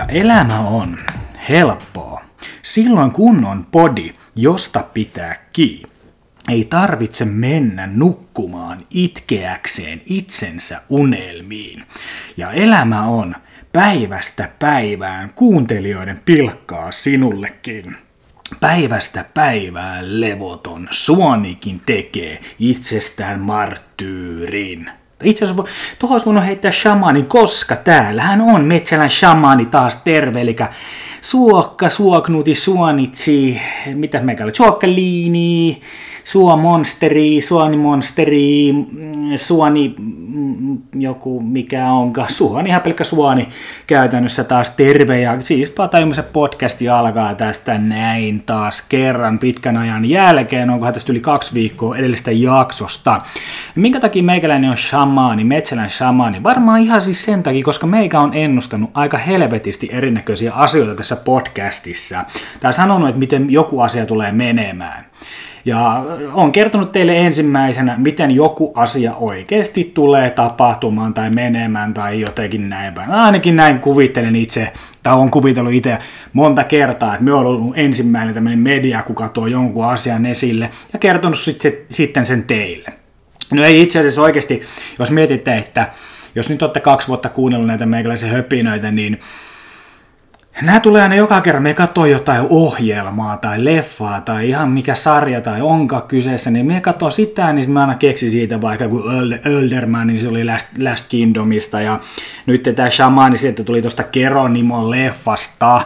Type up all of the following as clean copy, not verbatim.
elämä on helppoa. Silloin kun on podi, josta pitää kiinni. Ei tarvitse mennä nukkumaan itkeäkseen itsensä unelmiin. Ja elämä on päivästä päivään kuuntelijoiden pilkkaa sinullekin. Päivästä päivään levoton suonikin tekee itsestään marttyyrin. Itse asiassa tuohon olisi voinut heittää shamanin, koska täällähän on Metsälän shamani taas terve, eli suoknuti, suonitsi, mitä meikällä, suokkaliini, suonimonsteri, suoni, joku mikä onkaan, ihan pelkkä suoni käytännössä taas terve, ja siis Patajummisen podcasti alkaa tästä näin taas kerran pitkän ajan jälkeen, onkohan tästä yli 2 viikkoa edellistä jaksosta. Minkä takia meikäläinen on shamaani, Metsälän shamaani? Varmaan ihan siis sen takia, koska meikä on ennustanut aika helvetisti erinäköisiä asioita tässä podcastissa, tai sanonut, että miten joku asia tulee menemään. Ja olen kertonut teille ensimmäisenä, miten joku asia oikeasti tulee tapahtumaan tai menemään tai jotenkin näin päin. Ainakin näin kuvittelen itse, tai olen kuvitellut itse monta kertaa, että me olen ollut ensimmäinen tämmöinen media, kuka tuo jonkun asian esille ja kertonut sitten sen teille. No ei itse asiassa oikeasti, jos mietitte, että jos nyt olette 2 vuotta kuunnellut näitä meikäläisiä höpinöitä, niin nämä tulee aina joka kerran, me katsoo jotain ohjelmaa tai leffaa tai ihan mikä sarja tai onka kyseessä, niin me katsoo sitä, niin mä aina keksin siitä vaikka kun Elderman, niin se oli Last Kingdomista ja nyt tämä Shaman, niin sieltä tuli tuosta Geronimon leffasta.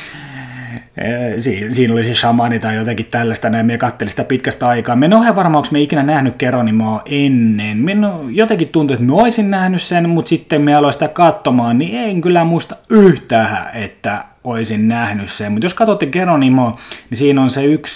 Siinä oli se shamani tai jotenkin tällaista, näin me kattelin sitä pitkästä aikaa. Me en ole varmaan, onko me ikinä nähnyt Geronimoa ennen. Jotenkin tuntui, että me olisin nähnyt sen, mutta sitten me aloin sitä katsomaan, niin en kyllä muista yhtään, että olisin nähnyt sen. Mutta jos katsotte Geronimoa, niin siinä on se yksi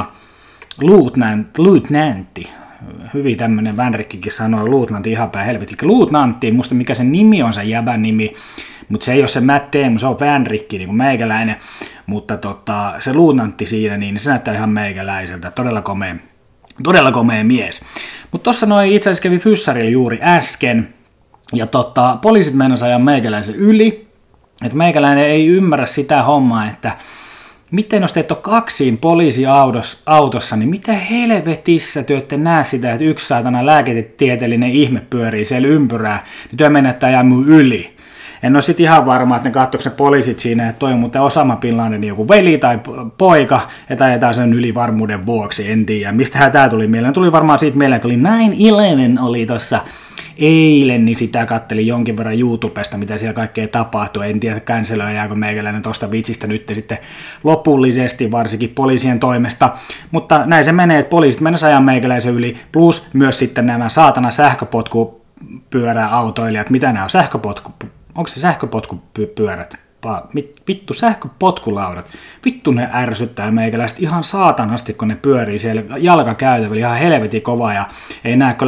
luutnantti. Hyvin tämmöinen Vänrikkikin sanoi, luutnantti ihan päin helvetin. Luutnantti, muista mikä sen nimi on, se jäbän nimi. Mutta se ei ole se Matt Damon, se on Vänrikki, niin kuin meikäläinen, mutta se luutnantti siinä, niin se näyttää ihan meikäläiseltä, todella komea mies. Mutta tuossa itse asiassa kävi fyssarilla juuri äsken, ja poliisit meinasi ajaa meikäläisen yli, että meikäläinen ei ymmärrä sitä hommaa, että miten jos teet on 2 poliisiautossa, niin mitä helvetissä te ette näe sitä, että yksi saatana lääketieteellinen ihme pyörii siellä ympyrää, niin työ mennä ajaa mun yli. En ole sitten ihan varma, että ne katsoiko ne poliisit siinä, että toi on muuten Osama Bin Ladenin joku veli tai poika, että ajetaan sen yli varmuuden vuoksi, en tiedä. Mistähän tämä tuli mieleen? Tuli varmaan siitä mieleen, että oli 9/11 oli tuossa eilen, niin sitä kattelin jonkin verran YouTubesta, mitä siellä kaikkea tapahtuu. En tiedä, canceloidaanko meikäläinen tuosta vitsistä nyt sitten lopullisesti, varsinkin poliisien toimesta. Mutta näin se menee, että poliisit mennessä ajan meikäläisen yli, plus myös sitten nämä saatana sähköpotkupyöräautoilijat. Mitä nämä on? Onko se sähköpotkupyörät? Vittu, sähköpotkulaudat. Vittu ne ärsyttää meikäläiset ihan saatanasti, kun ne pyörii siellä jalkakäytävällä ihan helvetin kovaa ja ei näekö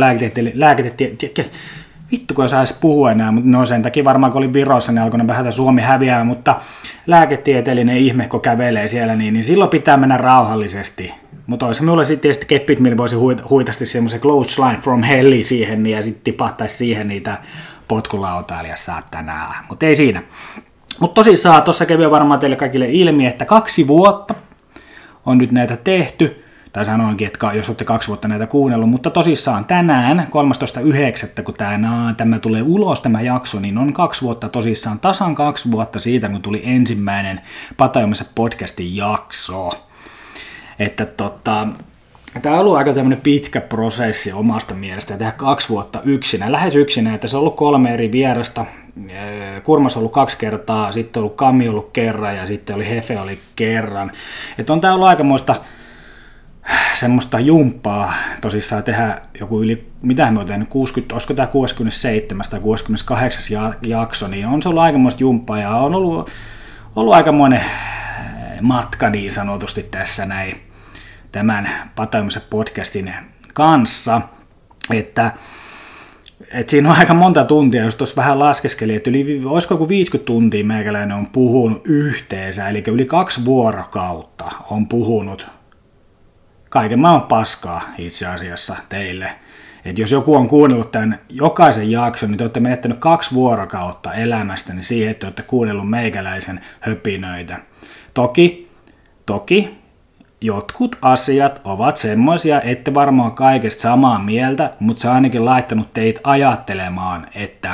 vittu kun saisi puhua enää, mutta no sen takia varmaan kun oli Virossa, niin alkoi vähän Suomi häviää, mutta lääketieteellinen ihme, kun kävelee siellä, niin silloin pitää mennä rauhallisesti. Mutta olisi minulla sitten tietysti keppit, millä voisi huitasti semmoisen clothesline from helli siihen, ja sitten tipahtaisi siihen niitä potkulautailija saattanaa, mutta ei siinä. Mutta tosissaan, tuossa kävi varmaan teille kaikille ilmi, että 2 vuotta on nyt näitä tehty, tai sanoinkin, että jos olette 2 vuotta näitä kuunnellut, mutta tosissaan tänään, 13.9., kun tämä tulee ulos tämä jakso, niin on 2 vuotta tosissaan, tasan 2 vuotta siitä, kun tuli ensimmäinen Patajummisen podcastin jakso. Että tämä on ollut aika tämmöinen pitkä prosessi omasta mielestä ja tehdä 2 vuotta yksinä, lähes yksinä, että se on ollut 3 eri vierasta. Kurmas on ollut 2 kertaa, sitten on ollut Kami ollut kerran ja sitten oli Hefe oli kerran. Että on tämä ollut aikamoista semmoista jumppaa tosissaan tehdä joku yli, mitä me on tehnyt, 60, olisiko tämä 67 tai 68 jakso, niin on se ollut aikamoista jumppaa ja on ollut aikamoinen matka niin sanotusti tässä näin tämän Patajummisen podcastin kanssa, että siinä on aika monta tuntia, jos tuossa vähän laskeskeli, että olisiko joku 50 tuntia meikäläinen on puhunut yhteensä, eli yli 2 vuorokautta on puhunut kaiken maailman paskaa itse asiassa teille. että jos joku on kuunnellut tämän jokaisen jakson, niin te olette menettänyt 2 vuorokautta elämästäni siihen, että te olette kuunnellut meikäläisen höpinöitä. Toki jotkut asiat ovat semmoisia, ette varmaan kaikesta samaa mieltä, mutta se on ainakin laittanut teitä ajattelemaan, että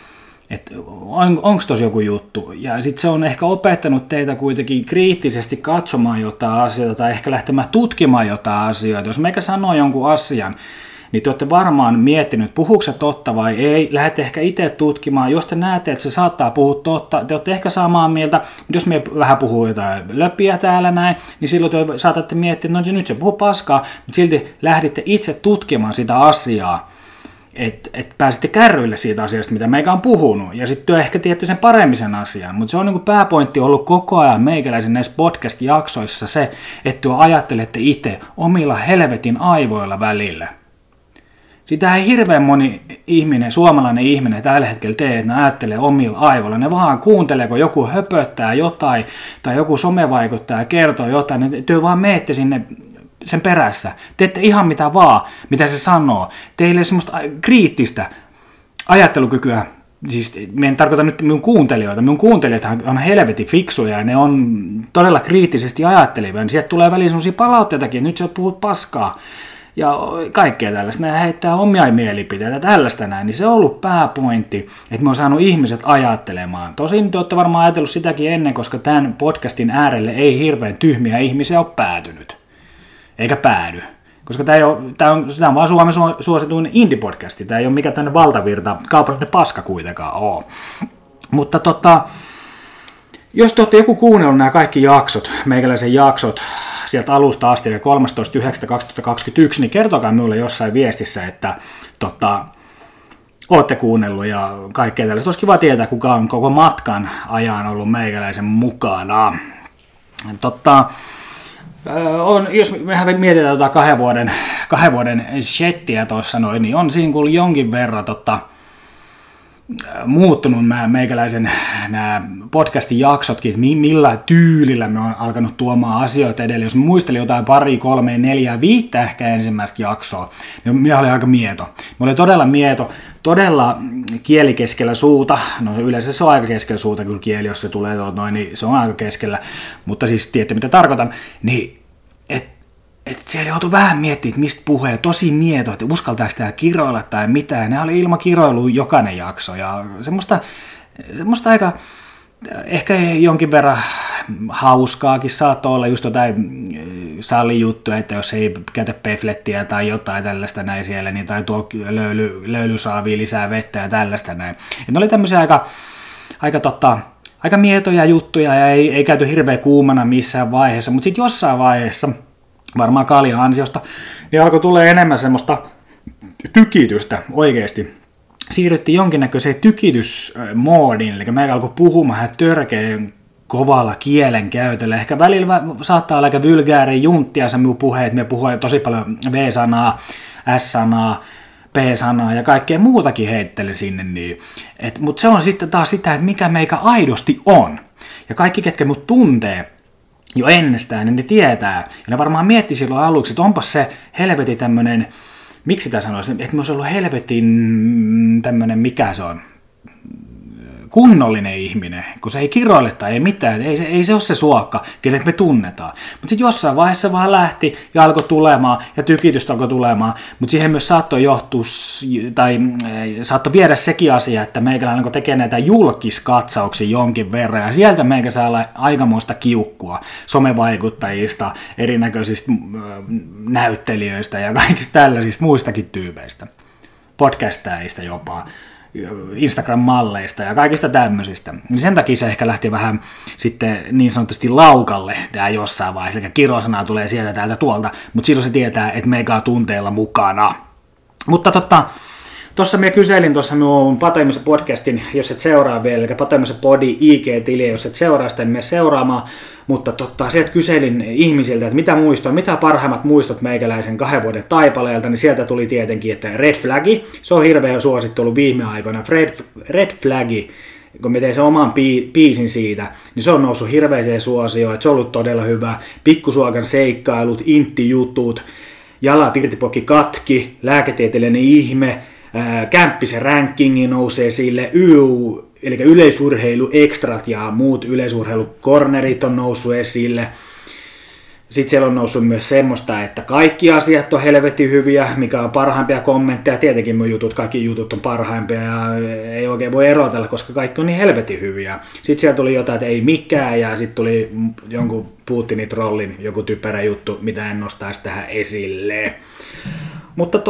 onko tossa joku juttu. Ja sitten se on ehkä opettanut teitä kuitenkin kriittisesti katsomaan jotain asioita tai ehkä lähtemään tutkimaan jotain asioita. Jos meikä sanoo jonkun asian, niin te olette varmaan miettinyt, puhuuko se totta vai ei. Lähdette ehkä itse tutkimaan. Jos te näette, että se saattaa puhua totta, te olette ehkä samaa mieltä. Jos me vähän puhuu jotain löppiä täällä näin, niin silloin te saatatte miettiä, että no nyt se puhuu paskaa, mutta silti lähditte itse tutkimaan sitä asiaa. Että pääsitte kärryille siitä asiasta, mitä meikä on puhunut, ja sitten työ ehkä tiedätte sen paremmin sen asian, mutta se on niin pääpointti ollut koko ajan meikäläisen näissä podcast-jaksoissa se, että työ ajattelette itse omilla helvetin aivoilla välillä. Sitä ei hirveän moni ihminen, suomalainen ihminen tällä hetkellä tee, että ne ajattelee omilla aivoilla. Ne vaan kuuntelee, kun joku höpöttää jotain, tai joku somevaikuttaja kertoo jotain, niin työ vaan meette sinne sen perässä. Teette ihan mitä vaan, mitä se sanoo. Teillä ei ole semmoista kriittistä ajattelukykyä. Siis en tarkoita nyt minun kuuntelijoita. Minun kuuntelijat on helvetin fiksuja ja ne on todella kriittisesti ajattelevia. Niin sieltä tulee väliin semmoisia palautteitakin, nyt sä puhut paskaa. Ja kaikkea tällaista. Ne heittää omia mielipiteitä tällaista näin. Niin se on ollut pääpointti, että me on saanut ihmiset ajattelemaan. Tosin te olette varmaan ajatellut sitäkin ennen, koska tämän podcastin äärelle ei hirveän tyhmiä ihmisiä ole päätynyt. Eikä päädy. Koska tämä on vaan Suomen suosituin indie-podcasti. Tämä ei ole mikään tämmöinen valtavirta, kaupallinen paska kuitenkaan ole. Mutta jos te olette joku kuunnellut nämä kaikki jaksot, meikäläisen jaksot, sieltä alusta asti, eli 13.9.2021, niin kertokaa minulle jossain viestissä, että olette kuunnellut ja kaikkea tällaista. Olisi kiva tietää, kuka on koko matkan ajan ollut meikäläisen mukana. Jos me mietitään 2 vuoden settiä tuossa noin, niin on siinä kuullut jonkin verran muuttunut meikäläisen nämä podcastin jaksotkin, että millä tyylillä me on alkanut tuomaan asioita edelleen. Jos muistelin jotain 2, 3, 4, 5 ehkä ensimmäistä jaksoa, niin minä olin aika mieto. Mä olin todella mieto, todella kieli keskellä suuta. No yleensä se on aika keskellä suuta kyllä kieli, jos se tulee noin, niin se on aika keskellä. Mutta siis tiedätte mitä tarkoitan, niin että siellä joutui vähän miettimään, että mistä puhuu, tosi mieto, että uskaltaako täällä kiroilla tai mitään. Ne oli ilman kiroilua jokainen jakso ja semmoista aika ehkä jonkin verran hauskaakin saattoi olla just jotain salijuttuja, että jos ei käytä peflettiä tai jotain tällaista näin siellä, niin tai tuo löyly saavii lisää vettä ja tällaista näin. Et ne oli tämmöisiä aika mietoja juttuja ja ei käyty hirveän kuumana missään vaiheessa, mutta sitten jossain vaiheessa varmaan kaljan ansiosta, niin alkoi tulla enemmän semmoista tykitystä oikeasti. Siirryttiin jonkinnäköiseen tykitysmoodiin, eli me alkoi puhumaan törkeän kovalla kielen käytöllä. Ehkä välillä saattaa olla aika vulgäärin junttia se minun puhe, että me puhumme tosi paljon V-sanaa, S-sanaa, P-sanaa ja kaikkea muutakin heitteli sinne. Niin. Mutta se on sitten taas sitä, että mikä meikä aidosti on. Ja kaikki, ketkä mut tuntee jo ennestään, niin ne tietää. Ja ne varmaan mietti silloin aluksi, että onpas se helvetin tämmönen, miksi sitä sanoisin, että me olisi ollut helvetin tämmönen, mikä se on, kunnollinen ihminen, kun se ei kiroile tai ei mitään, ei se ole se suokka, kenet me tunnetaan. Mutta sitten jossain vaiheessa vaan lähti ja alkoi tulemaan ja tykitystä alkoi tulemaan, mutta siihen myös saattoi johtua tai saattoi viedä sekin asia, että meikäläinen alkoi tekemään näitä julkiskatsauksia jonkin verran ja sieltä meikä saa olla aikamoista kiukkua somevaikuttajista, erinäköisistä näyttelijöistä ja kaikista tällaisista muistakin tyypeistä, podcastajista jopa. Instagram-malleista ja kaikista tämmöisistä. Niin sen takia se ehkä lähti vähän sitten niin sanotusti laukalle tää jossain vaiheessa, eli kirosanaa tulee sieltä täältä tuolta, mutta silloin se tietää, että meikä on tunteella mukana. Mutta tuossa minä kyselin tuossa minun Patoimisen podcastin, jos et seuraa vielä, eli Patoimisen podi IG-tiliä, jos et seuraa sitä, niin mene seuraamaan, mutta sieltä kyselin ihmisiltä, että mitä parhaimmat muistot meikäläisen 2 vuoden taipaleelta, niin sieltä tuli tietenkin, että Red Flagi, se on hirveän suosittu ollut viime aikoina, Red Flagi, kun me tein sen oman biisin siitä, niin se on noussut hirveäseen suosioon, että se on ollut todella hyvä, Pikkusuokan seikkailut, intti-jutut, jalat irtipokki katki, lääketieteellinen ihme, Kämppisen rankingi nousee sille, eli yleisurheilu ekstrat ja muut yleisurheilukornerit on noussut esille. Sitten siellä on noussut myös semmoista, että kaikki asiat on helvetin hyviä, mikä on parhaimpia kommentteja. Tietenkin kaikki jutut on parhaimpia ja ei oikein voi erotella, koska kaikki on niin helvetin hyviä. Sitten siellä tuli jotain, että ei mikään, ja sitten tuli jonkun Putinin trollin joku typerä juttu, mitä en nostaisi tähän esille. Mutta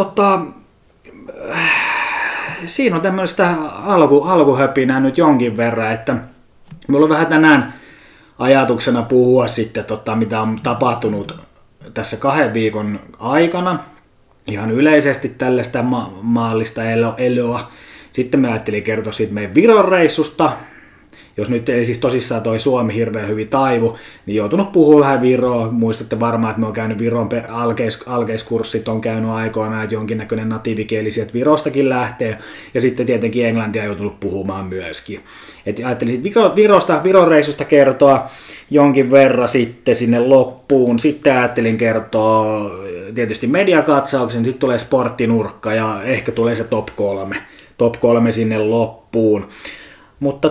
siinä on tämmöistä alkuhöpinää nyt jonkin verran, että mulla on vähän tänään ajatuksena puhua sitten, mitä on tapahtunut tässä 2 viikon aikana, ihan yleisesti tällaista maallista eloa. Sitten mä ajattelin kertoa siitä meidän Viron reissusta. Jos nyt ei siis tosissaan toi Suomi hirveän hyvin taivu, niin joutunut puhua vähän Viroa. Muistatte varmaan, että mä oon käynyt Viron alkeiskurssit, on käynyt aikoinaan, että jonkinnäköinen natiivikieli sieltä Virostakin lähtee. Ja sitten tietenkin englantia joutunut puhumaan myöskin. Et ajattelin Viron reissusta kertoa jonkin verran sitten sinne loppuun. Sitten ajattelin kertoa tietysti mediakatsauksen, sitten tulee sporttinurkka ja ehkä tulee se top 3 sinne loppuun. Mutta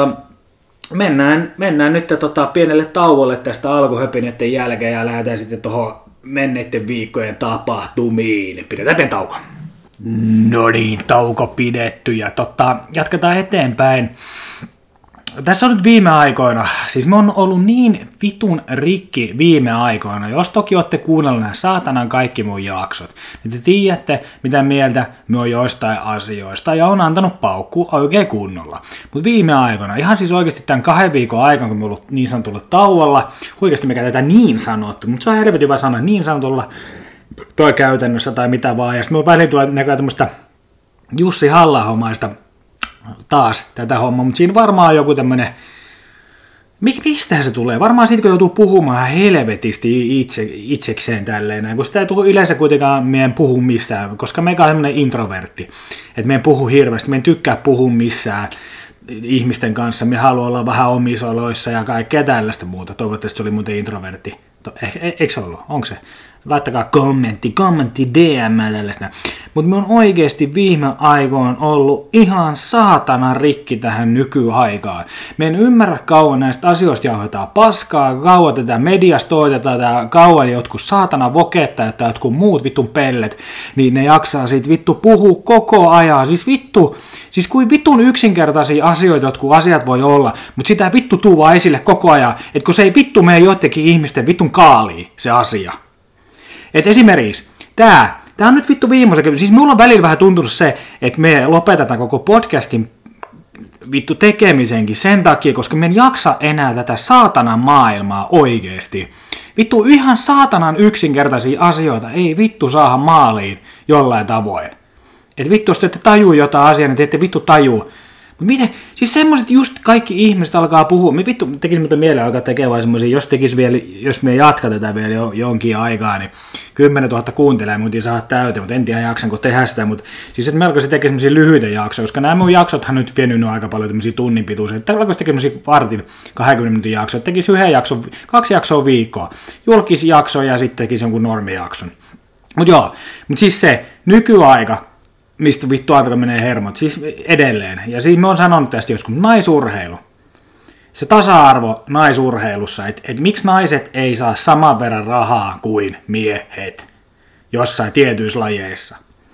mennään nyt pienelle tauolle tästä alkuhöpinöiden jälkeen ja lähdetään sitten tuohon menneiden viikkojen tapahtumiin. Pidetään pieni tauko. No niin, tauko pidetty ja jatketaan eteenpäin. Tässä on nyt viime aikoina, siis me on ollut niin vitun rikki viime aikoina, jos toki olette kuunnellut nämä saatanan kaikki mun jaksot, niin te tiedätte, mitä mieltä me on joistain asioista, ja on antanut paukkuu oikein kunnolla. Mutta viime aikoina, ihan siis oikeasti tämän 2 viikon aikana, kun me on ollut niin sanotulla tauolla, oikeasti me käytetään niin sanottu, mutta se on helvetin hyvä sanoa niin sanotulla toi käytännössä tai mitä vaan, ja sitten me on väliin tulee näköjään tämmöistä Jussi Halla-ahomaista taas tätä hommaa, mutta siinä varmaan on joku tämmönen, mistähän se tulee? Varmaan siitä, kun joutuu puhumaan helvetisti itsekseen tälleen, kun sitä ei tule yleensä kuitenkaan meidän puhu missään, koska meikä on tämmönen introvertti, että me en puhu hirveästi, me en tykkää puhua missään ihmisten kanssa, me haluaa olla vähän omisoloissa ja kaikkea tällaista muuta, toivottavasti oli muuten introvertti, eikö se ollut? Onko se? Laittakaa kommentti DM tällaista. Mutta me on oikeasti viime aikoina ollut ihan saatana rikki tähän nykyaikaan. Me en ymmärrä kauan näistä asioista jauhetaan paskaa, kauan tätä mediasta toitetaan, kauan jotkut saatana vokettajat tai jotkut muut vittun pellet, niin ne jaksaa siitä vittu puhua koko ajan. Siis kuin vittun yksinkertaisia asioita jotkut asiat voi olla, mutta sitä vittu tuu vaan esille koko ajan, että kun se ei vittu mene joidenkin ihmisten vittun kaaliin se asia. Et esimerkiksi tää on nyt vittu viimeisen, siis mulla on välillä vähän tuntunut se, että me lopetetaan koko podcastin vittu tekemisenkin sen takia, koska me en jaksa enää tätä saatanan maailmaa oikeesti. Vittu ihan saatanan yksinkertaisia asioita ei vittu saada maaliin jollain tavoin. Et vittu, jos te ette tajuu jotain asiaa, niin te ette vittu tajuu. Mutta miten, siis semmoiset just kaikki ihmiset alkaa puhua, vittu tekisi mitä mieleen alkaa tekemään semmoisia, jos me jatkaa tätä vielä jonkin aikaa, niin 10 000 kuuntelee, mutta ei saa täyteen, mutta en tiedä jaksanko tehdä sitä, mutta siis että me alkaisi tekemään semmoisia lyhyitä jaksoja, koska nämä mun jaksothan nyt venynyt aika paljon tämmöisiä tunnin pituisia, että alkaisi tekemään semmoisia vartin 20 minuutin jaksoja, tekisi 2 jaksoa viikkoa, julkisjakso ja sitten tekisi jonkun normijakson. Mutta siis se nykyaika, mistä vittu aika menee hermot, siis edelleen. Ja siis me on sanonut tästä joskus, naisurheilu. Se tasa-arvo naisurheilussa, että miksi naiset ei saa saman verran rahaa kuin miehet jossain tietyissä lajeissa.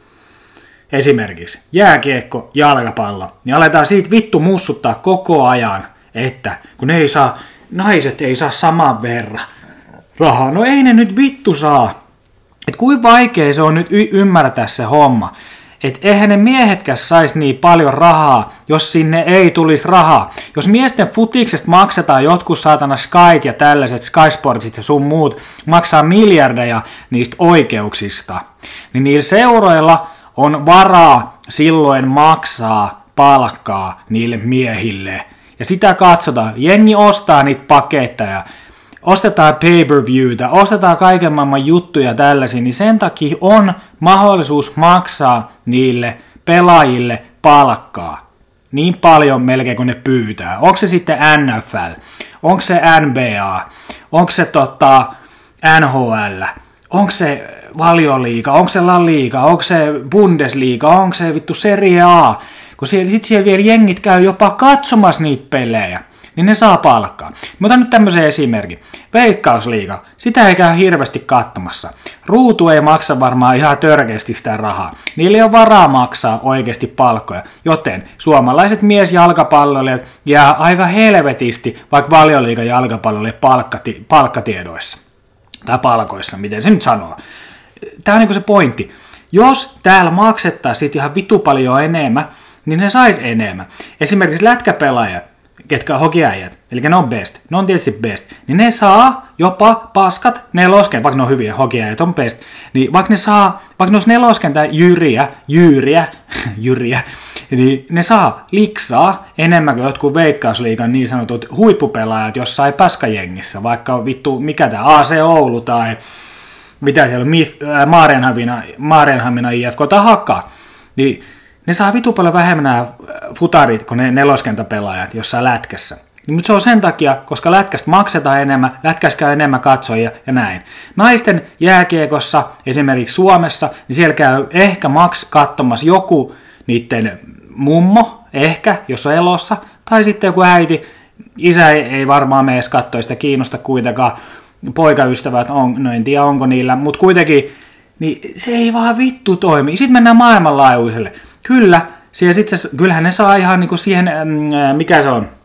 Esimerkiksi jääkiekko, jalkapallo, niin aletaan siitä vittu mussuttaa koko ajan, että kun naiset ei saa saman verran rahaa. No ei ne nyt vittu saa. Että kuinka vaikea se on nyt ymmärtää se homma. Että eihän ne miehetkään saisi niin paljon rahaa, jos sinne ei tulisi rahaa. Jos miesten futiksesta maksetaan jotkut saatana Skyt ja tällaiset Sky Sportsit ja sun muut maksaa miljardeja niistä oikeuksista, niin niillä seuroilla on varaa silloin maksaa palkkaa niille miehille. Ja sitä katsotaan. Jengi ostaa niitä paketteja. Ostetaan pay-per-viewtä, ostetaan kaiken maailman juttuja tällaisia, niin sen takia on mahdollisuus maksaa niille pelaajille palkkaa. Niin paljon melkein kuin ne pyytää. Onko se sitten NFL? Onko se NBA? Onko se NHL? Onko se Valioliiga, onko se La Liga, onko se Bundesliga, onko se vittu Serie A, kun siellä vielä jengit käy jopa katsomassa niitä pelejä, niin ne saa palkkaa. Mä otan nyt tämmöisen esimerkin. Veikkausliiga, sitä ei käy hirveästi katsomassa. Ruutu ei maksa varmaan ihan törkeästi sitä rahaa. Niillä ei ole varaa maksaa oikeasti palkkoja, joten suomalaiset miesjalkapalloilijat jää aika helvetisti vaikka Valioliigan jalkapalloille palkkatiedoissa. Tai palkoissa, miten se nyt sanoo. Tämä on niinku se pointti. Jos täällä maksettaisiin ihan vitu paljon enemmän, niin ne sais enemmän. Esimerkiksi lätkäpelaajat, ketkä on hokiäijät, eli ne on best, ne on tietysti best, niin ne saa jopa paskat nelosken, vaikka ne on hyviä, hokiäijät on best, niin vaikka ne olisi nelosken tai jyyriä, niin ne saa liksaa enemmän kuin jotkut Veikkausliigan niin sanotut huippupelaajat jossain paskajengissä, vaikka vittu mikä tämä AC Oulu tai mitä siellä on, Maarianhamina IFK tai Hakka, niin ne saa vitu paljon vähemmän nämä futarit kuin ne neloskentäpelaajat jossain lätkässä. Mutta se on sen takia, koska lätkästä maksetaan enemmän, lätkässä käy enemmän katsojia ja näin. Naisten jääkiekossa, esimerkiksi Suomessa, niin siellä käy ehkä katsomassa joku niiden mummo, ehkä, jos on elossa, tai sitten joku äiti. Isä ei varmaan mene edes katsoa, sitä kiinnosta kuitenkaan. Poikaystävät, en tiedä onko niillä, mutta kuitenkin, niin se ei vaan vittu toimi. Sitten mennään maailmanlaajuiselle. Kyllähän ne saa ihan niinku siihen, mikä se on,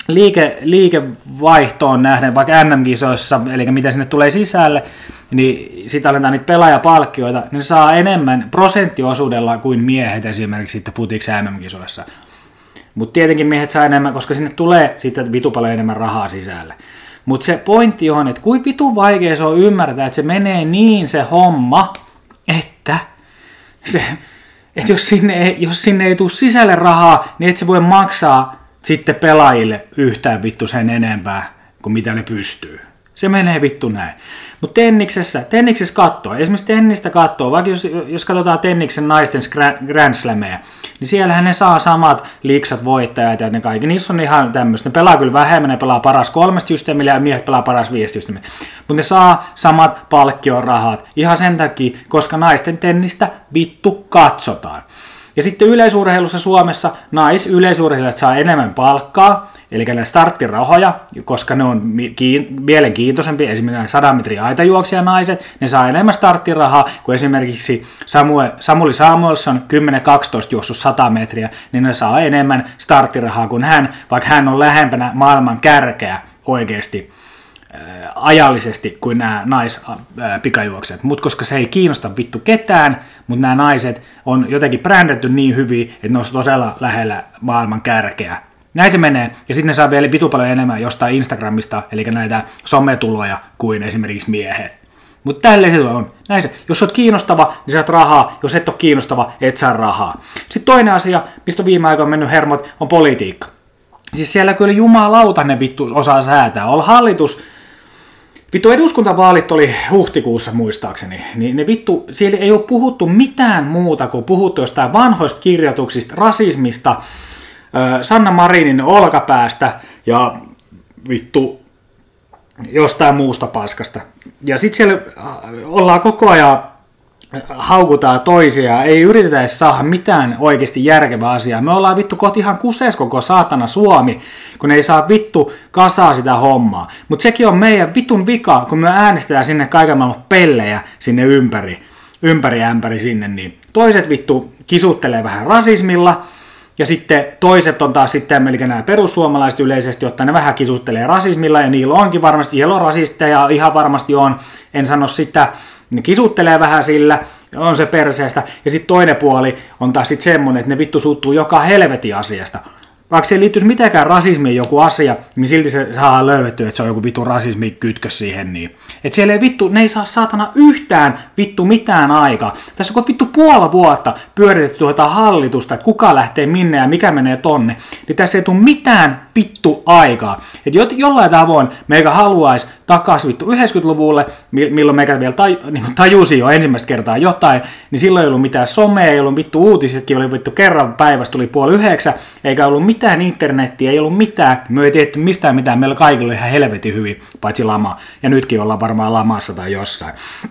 liikevaihtoon nähden, vaikka MM-kisoissa, eli mitä sinne tulee sisälle, niin sitten aletaan niitä pelaajapalkkioita, ne saa enemmän prosenttiosuudella kuin miehet esimerkiksi sitten futiksi MM-kisoissa. Mutta tietenkin miehet saa enemmän, koska sinne tulee sitten vitu paljon enemmän rahaa sisälle. Mutta se pointti on, että kuin vitu vaikea se on ymmärtää, että se menee niin se homma, että jos sinne ei tule sisälle rahaa, niin et se voi maksaa sitten pelaajille yhtään vittu sen enempää kuin mitä ne pystyy. Se menee vittu näin. Mutta tenniksessä kattoo. Esimerkiksi tennistä kattoo, vaikka jos katsotaan tenniksen naisten Grand Slameja, niin siellähän ne saa samat liiksat voittajat ja ne kaikki. Niissä on ihan tämmöistä. Ne pelaa kyllä vähemmän, ne pelaa paras 3 systeemillä ja miehet pelaa paras 5 systeemillä. Mutta ne saa samat palkkiorahat ihan sen takia, koska naisten tennistä vittu katsotaan. Ja sitten yleisurheilussa Suomessa naisyleisurheilijat saa enemmän palkkaa, eli ne starttirahoja, koska ne on mielenkiintoisempia, esimerkiksi 100 metrin aitajuoksija naiset, ne saa enemmän starttirahaa kuin esimerkiksi Samuli Samuelson 10-12 juossut 100 metriä, niin ne saa enemmän starttirahaa kuin hän, vaikka hän on lähempänä maailman kärkeä oikeasti ajallisesti kuin nämä naispikajuoksijat, mutta koska se ei kiinnosta vittu ketään, mutta nämä naiset on jotenkin brändätty niin hyvin, että ne on todella lähellä maailman kärkeä. Näin se menee, ja sitten ne saa vielä vitu paljon enemmän jostain Instagramista, eli näitä sometuloja kuin esimerkiksi miehet. Mutta tälleen se on. Näin se. Jos olet kiinnostava, niin saat rahaa, jos et ole kiinnostava, et saa rahaa. Sitten toinen asia, mistä viime aikoina on mennyt hermot, on politiikka. Siis siellä kyllä jumalauta ne vittu osaa säätää. Olla hallitus. Vittu eduskuntavaalit oli huhtikuussa muistaakseni, niin ne vittu, siellä ei ole puhuttu mitään muuta kuin puhuttu jostain vanhoista kirjoituksista, rasismista, Sanna Marinin olkapäästä ja vittu jostain muusta paskasta. Ja sitten siellä ollaan koko ajan haukutaan toisia, ei yritetä edes saada mitään oikeasti järkevää asiaa. Me ollaan vittu kohti ihan kusees koko saatana Suomi, kun ei saa vittu kasaa sitä hommaa. Mutta sekin on meidän vitun vika, kun me äänestetään sinne kaiken maailman pellejä sinne ympäri ämpäri sinne, niin toiset vittu kisuttelee vähän rasismilla, ja sitten toiset on taas sitten, eli nämä perussuomalaiset yleisesti ottaen, ne vähän kisuttelee rasismilla, ja niillä onkin varmasti, siellä on rasisteja, ihan varmasti on, en sano sitä, ne kisuttelee vähän sillä, on se perseestä, ja sitten toinen puoli on taas sitten semmoinen, että ne vittu suuttuu joka helvetin asiasta. Vaikka se ei liittyisi mitenkään rasismiin joku asia, niin silti se saa löydettyä, että se on joku vittu rasismi kytkös siihen. Niin. Että siellä ei vittu, ne ei saa saatana yhtään vittu mitään aikaa. Tässä on vittu puoli vuotta pyöritetty tuota hallitusta, että kuka lähtee minne ja mikä menee tonne. Niin tässä ei tule mitään vittu aikaa. Että jollain tavoin meikä haluaisi takaisin vittu 90-luvulle, milloin meikä vielä tajusi jo ensimmäistä kertaa jotain, niin silloin ei ollut mitään somea, ei ollut vittu uutisetkin, oli vittu kerran päivästä tuli 8:30, eikä ollut mitään internettiä, ei ollut mitään, me ei tiedetty mistään mitään, meillä kaikilla oli ihan helvetin hyvin, paitsi lama, ja nytkin ollaan varmaan lamassa tai jossain.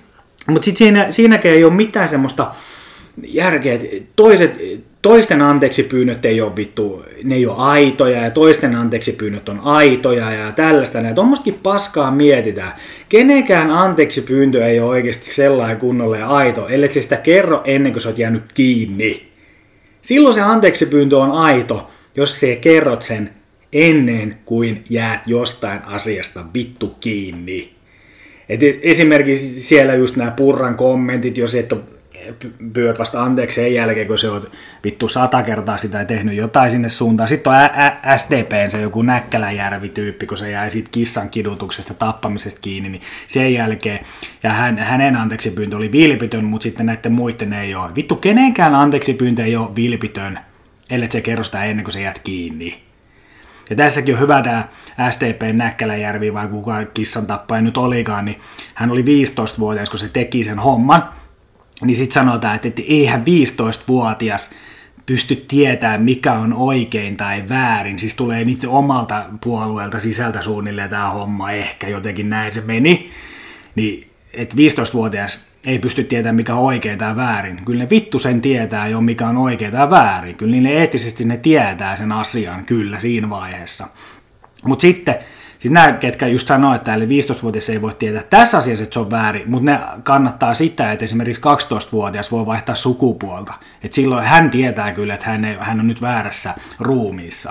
Mutta sitten siinäkin ei ole mitään semmoista järkeä, että toisten anteeksipyynnöt ei ole vittu, ne ei ole aitoja ja toisten anteeksipyynnöt on aitoja ja tällaista. Ja tuommoistakin paskaa mietitään. Kenenkään anteeksipyyntö ei ole oikeasti sellainen kunnolla ja aito, ellei se sitä kerro ennen kuin sä oot jäänyt kiinni. Silloin se anteeksipyyntö on aito, jos sä kerrot sen ennen kuin jäät jostain asiasta vittu kiinni. Et esimerkiksi siellä just nämä Purran kommentit, jos et ole pyydät vasta anteeksi sen jälkeen, kun se on vittu 100 kertaa sitä tehnyt jotain sinne suuntaan. Sitten on SDPn se joku Näkkäläjärvi-tyyppi, kun se jäi siitä kissan kidutuksesta, tappamisesta kiinni, niin sen jälkeen, ja hänen anteeksipyyntö oli vilpitön, mutta sitten näiden muiden ei ole. Vittu, kenenkään anteeksipyyntö ei ole vilpitön, ellei se kerro sitä ennen kuin se jäät kiinni. Ja tässäkin on hyvä tämä SDPn Näkkäläjärvi, vai kuka kissan tappaja nyt olikaan, niin hän oli 15-vuotias, kun se teki sen homman. Niin sitten sanotaan, että eihän 15-vuotias pysty tietämään, mikä on oikein tai väärin. Siis tulee niitä omalta puolueelta sisältä suunnilleen tämä homma, ehkä jotenkin näin se meni. Niin, että 15-vuotias ei pysty tietämään, mikä on oikein tai väärin. Kyllä ne vittu sen tietää jo, mikä on oikein tai väärin. Kyllä ne eettisesti ne tietää sen asian, kyllä, siinä vaiheessa. Mutta sitten nämä, ketkä just sanoo, että 15-vuotias ei voi tietää tässä asiassa, että se on väärin, mutta ne kannattaa sitä, että esimerkiksi 12-vuotias voi vaihtaa sukupuolta. Että silloin hän tietää kyllä, että hän on nyt väärässä ruumiissa.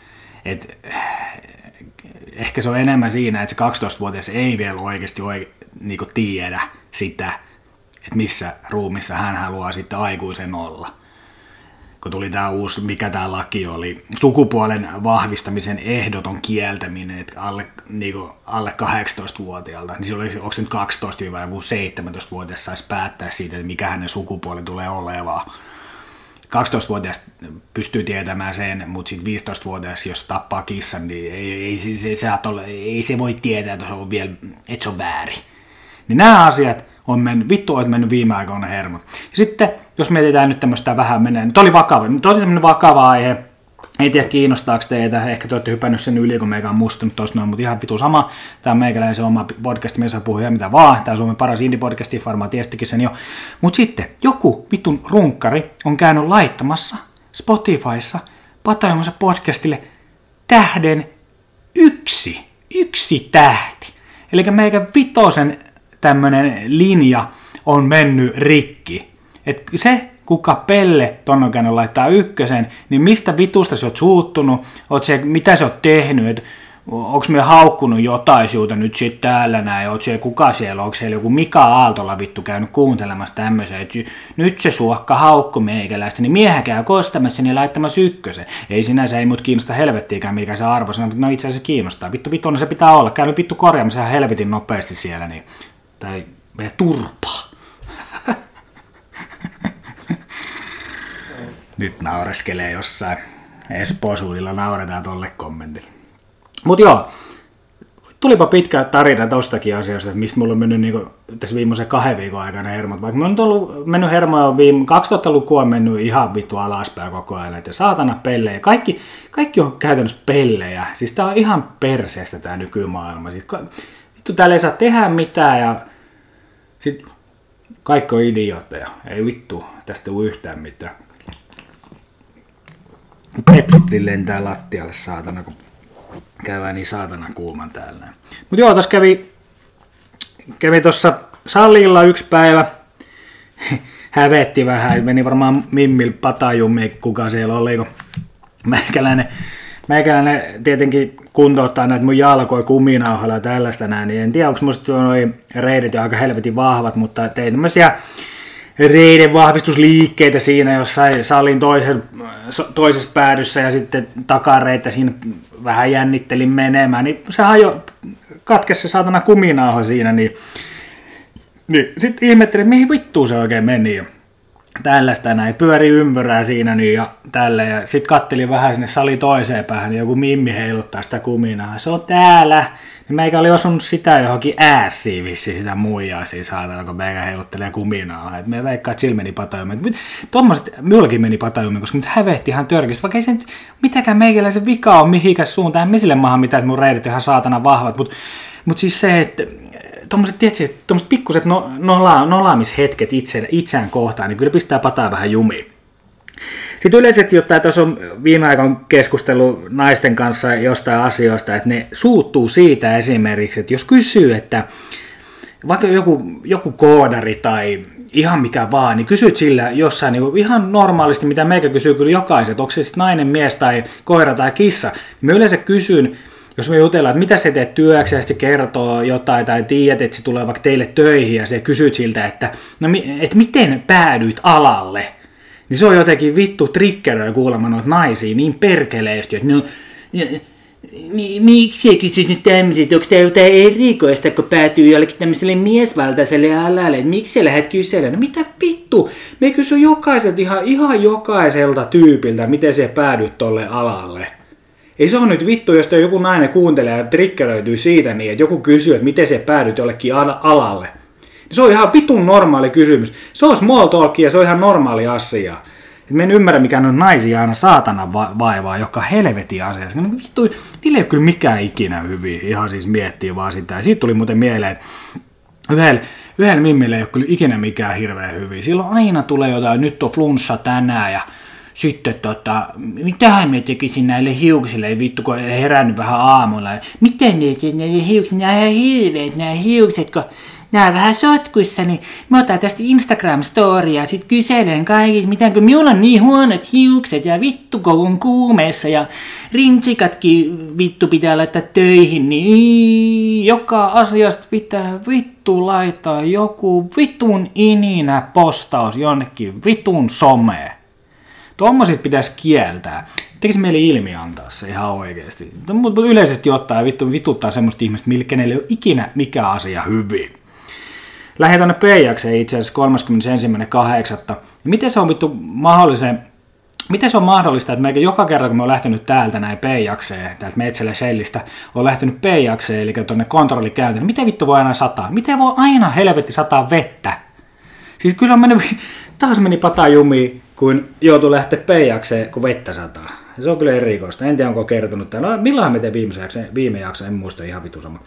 Ehkä se on enemmän siinä, että se 12-vuotias ei vielä oikeasti niin tiedä sitä, että missä ruumissa hän haluaa sitten aikuisen olla. Kun tuli tämä uusi, mikä tämä laki oli, sukupuolen vahvistamisen ehdoton kieltäminen, että alle 18-vuotiaalta, niin silloin onko se nyt 12-17-vuotias saisi päättää siitä, että mikä hänen sukupuoli tulee olevaan. 12-vuotias pystyy tietämään sen, mutta sitten 15-vuotias, jos tappaa kissan, niin ei se voi tietää, että se on väärin. Niin nämä asiat on mennyt viime aikoina hermot. Ja sitten, jos mietitään nyt tämmöistä vähän menee, nyt oli semmoinen vakava aihe, ei tiedä kiinnostaako teitä, ehkä te olette hypännyt sen yli, kun meikä on mustunut tuossa noin, mutta ihan vitu sama, tämä on meikäläisen oma podcast, missä puhuu ja mitä vaan, tämä on Suomen paras indie-podcasti, varmaan tiestikin sen jo, mutta sitten joku vitun runkkari on käynyt laittamassa Spotifyssa Patajumansa podcastille tähden yksi tähti, eli meikä vitosen tämmönen linja on mennyt rikki. Et se, kuka Pelle tonne käynyt laittaa ykkösen, niin mistä vitusta sä oot suuttunut, mitä sä oot tehnyt, onks me haukkunut jotain siuta nyt sit täällä näin, oot siellä kuka siellä, onko siellä joku Mika Aaltola vittu käynyt kuuntelemassa tämmöisen, että nyt se suokka haukku meikäläistä, niin miehän käy kostamassa niin laittamassa ykkösen. Ei sinänsä, ei mut kiinnosta helvettiikään mikä se arvo, mutta no itse asiassa kiinnostaa. Vittu, se pitää olla, käynyt vittu korjaamassa ihan helvetin nopeasti siellä, niin tai meidän turpaa. Nyt naureskelee jossain. Esposuudilla nauretaan tolle kommentille. Mut joo, tulipa pitkä tarina tostakin asiasta, että mistä mulla on mennyt niinku tässä viimeisen 2 viikon aikana hermot. Vaikka mulla on mennyt hermoja 2000-lukua on mennyt ihan vittu alaspäin koko ajan. Ja saatana pellejä. Kaikki on käytännössä pellejä. Siis tää on ihan perseestä tää nykymaailma. Siis vittu täällä ei saa tehdä mitään ja sit kaikki on idiootteja. Ei vittu, tästä ole yhtään mitään. Pepsitri lentää lattialle saatana, kun käydään niin saatana kuuman täällä. Mut joo, tossa kävi tossa salilla 1 päivä. Hävetti vähän, meni varmaan Mimmil Patajummi, kuka siellä oli, kun meikäläinen tietenkin kuntouttaa näitä mun jalkoja kuminauhalla ja tällaista näin, niin en tiedä, onko musta noi reidet jo aika helvetin vahvat, mutta tein tämmöisiä reiden vahvistusliikkeitä siinä jossain salin toisessa päädyssä ja sitten takareitä siinä vähän jännittelin menemään, niin sehän jo katkesi se saatana kuminauha siinä, niin sitten ihmettelin, että mihin vittuun se oikein meni jo. Tällaista näin, pyöri ympyrää siinä niin ja tällä ja sitten kattelin vähän sinne salin toiseen päähän, niin joku mimmi heiluttaa sitä kuminaa, se on täällä, niin meikä oli osunut sitä johonkin äässiin vissiin sitä muijaa siinä saatana, kun meikä heiluttelee kuminaa, että me veikkaa, että sillä meni Patajumiin, tuommoiset minullakin meni Patajumiin, koska nyt hävehti ihan törkistä, vaikka ei se nyt mitäkään meikäläisen vika on mihikäs suuntaan, en me sille maahan mitään, että mun reidit on ihan saatana vahvat, mutta siis se, että tommoset pikkuset nolaamishetket itseään kohtaan, niin kyllä pistää pataa vähän jumiin. Sitten yleisesti ottaen, tuossa on viime aikoina keskustellut naisten kanssa jostain asioista, että ne suuttuu siitä esimerkiksi, että jos kysyy, että vaikka joku koodari tai ihan mikä vaan, niin kysyt sillä jossain niin ihan normaalisti, mitä meikä kysyy kyllä jokaiset, onko se sitten nainen, mies tai koira tai kissa, niin mä yleensä kysyn, jos me jutellaan, että mitä sä teet työksi ja sitten kertoo jotain tai tiedät, että se tulee vaikka teille töihin ja sä kysyt siltä, että miten päädyit alalle, niin se on jotenkin vittu triggeröi kuulemma noita naisia niin perkeleesti, että miksi sä kysyt nyt tämmöiset, onko tämä jotain erikoista, kun päätyy jollekin tämmöiselle miesvaltaiselle alalle, että miksi sä lähdet kyselemään? No mitä vittu, me kysy jokaiselta ihan jokaiselta tyypiltä, miten sä päädyt tolle alalle. Ei se ole nyt vittu, jos joku nainen kuuntelee ja triggeröityy siitä niin, että joku kysyy, että miten sä päädyt jollekin alalle. Se on ihan vitun normaali kysymys. Se on small talk ja se on ihan normaali asia. Me en ymmärrä, mikä on naisia aina saatana vaivaa, joka helvetin asiassa. No vittu, niillä ei ole kyllä mikään ikinä hyvin. Ihan siis miettii vaan sitä. Ja siitä tuli muuten mieleen, että yhdellä mimmillä ei ole kyllä ikinä mikään hirveän hyvin. Silloin aina tulee jotain, nyt on flunssa tänään ja sitten mitähän me tekisin näille hiuksille, vittu kun ei herännyt vähän aamulla. Miten ne hiukset, nämä on ihan hirveet nämä hiukset, kun nämä on vähän sotkuissa, niin mä otan tästä Instagram-storia ja sit kyselen kaikille, miten kun minulla on niin huonot hiukset ja vittu kun on kuumeessa ja rintsikatkin vittu pitää laittaa töihin, niin joka asiasta pitää vittu laittaa joku vitun ininä postaus jonnekin vitun someen. Tommosit pitäisi kieltää. Tekisi meille ilmi antaa se ihan oikeesti. Mutta yleisesti ottaen vituttaa semmoista ihmistä, millä kenelle ei ole ikinä mikään asia hyvin. Lähdin tuonne Peijakseen itse asiassa 31.8. Miten se on mahdollista, että meikä joka kerran, kun me on lähtenyt täältä näin Peijakseen, täältä Metsälä Shellistä, on lähtenyt Peijakseen, eli tuonne kontrollikäyntiin, niin miten vittu voi aina sataa? Miten voi aina helvetti sataa vettä? Siis kyllä on taas meni pataa jumiin, kun joutui lähteä Peijakseen, kun vettä sataa. Se on kyllä erikoista. En tiedä, onko kertonut tämän. No, milloin me tein viime jakson, en muista ihan vitu sama.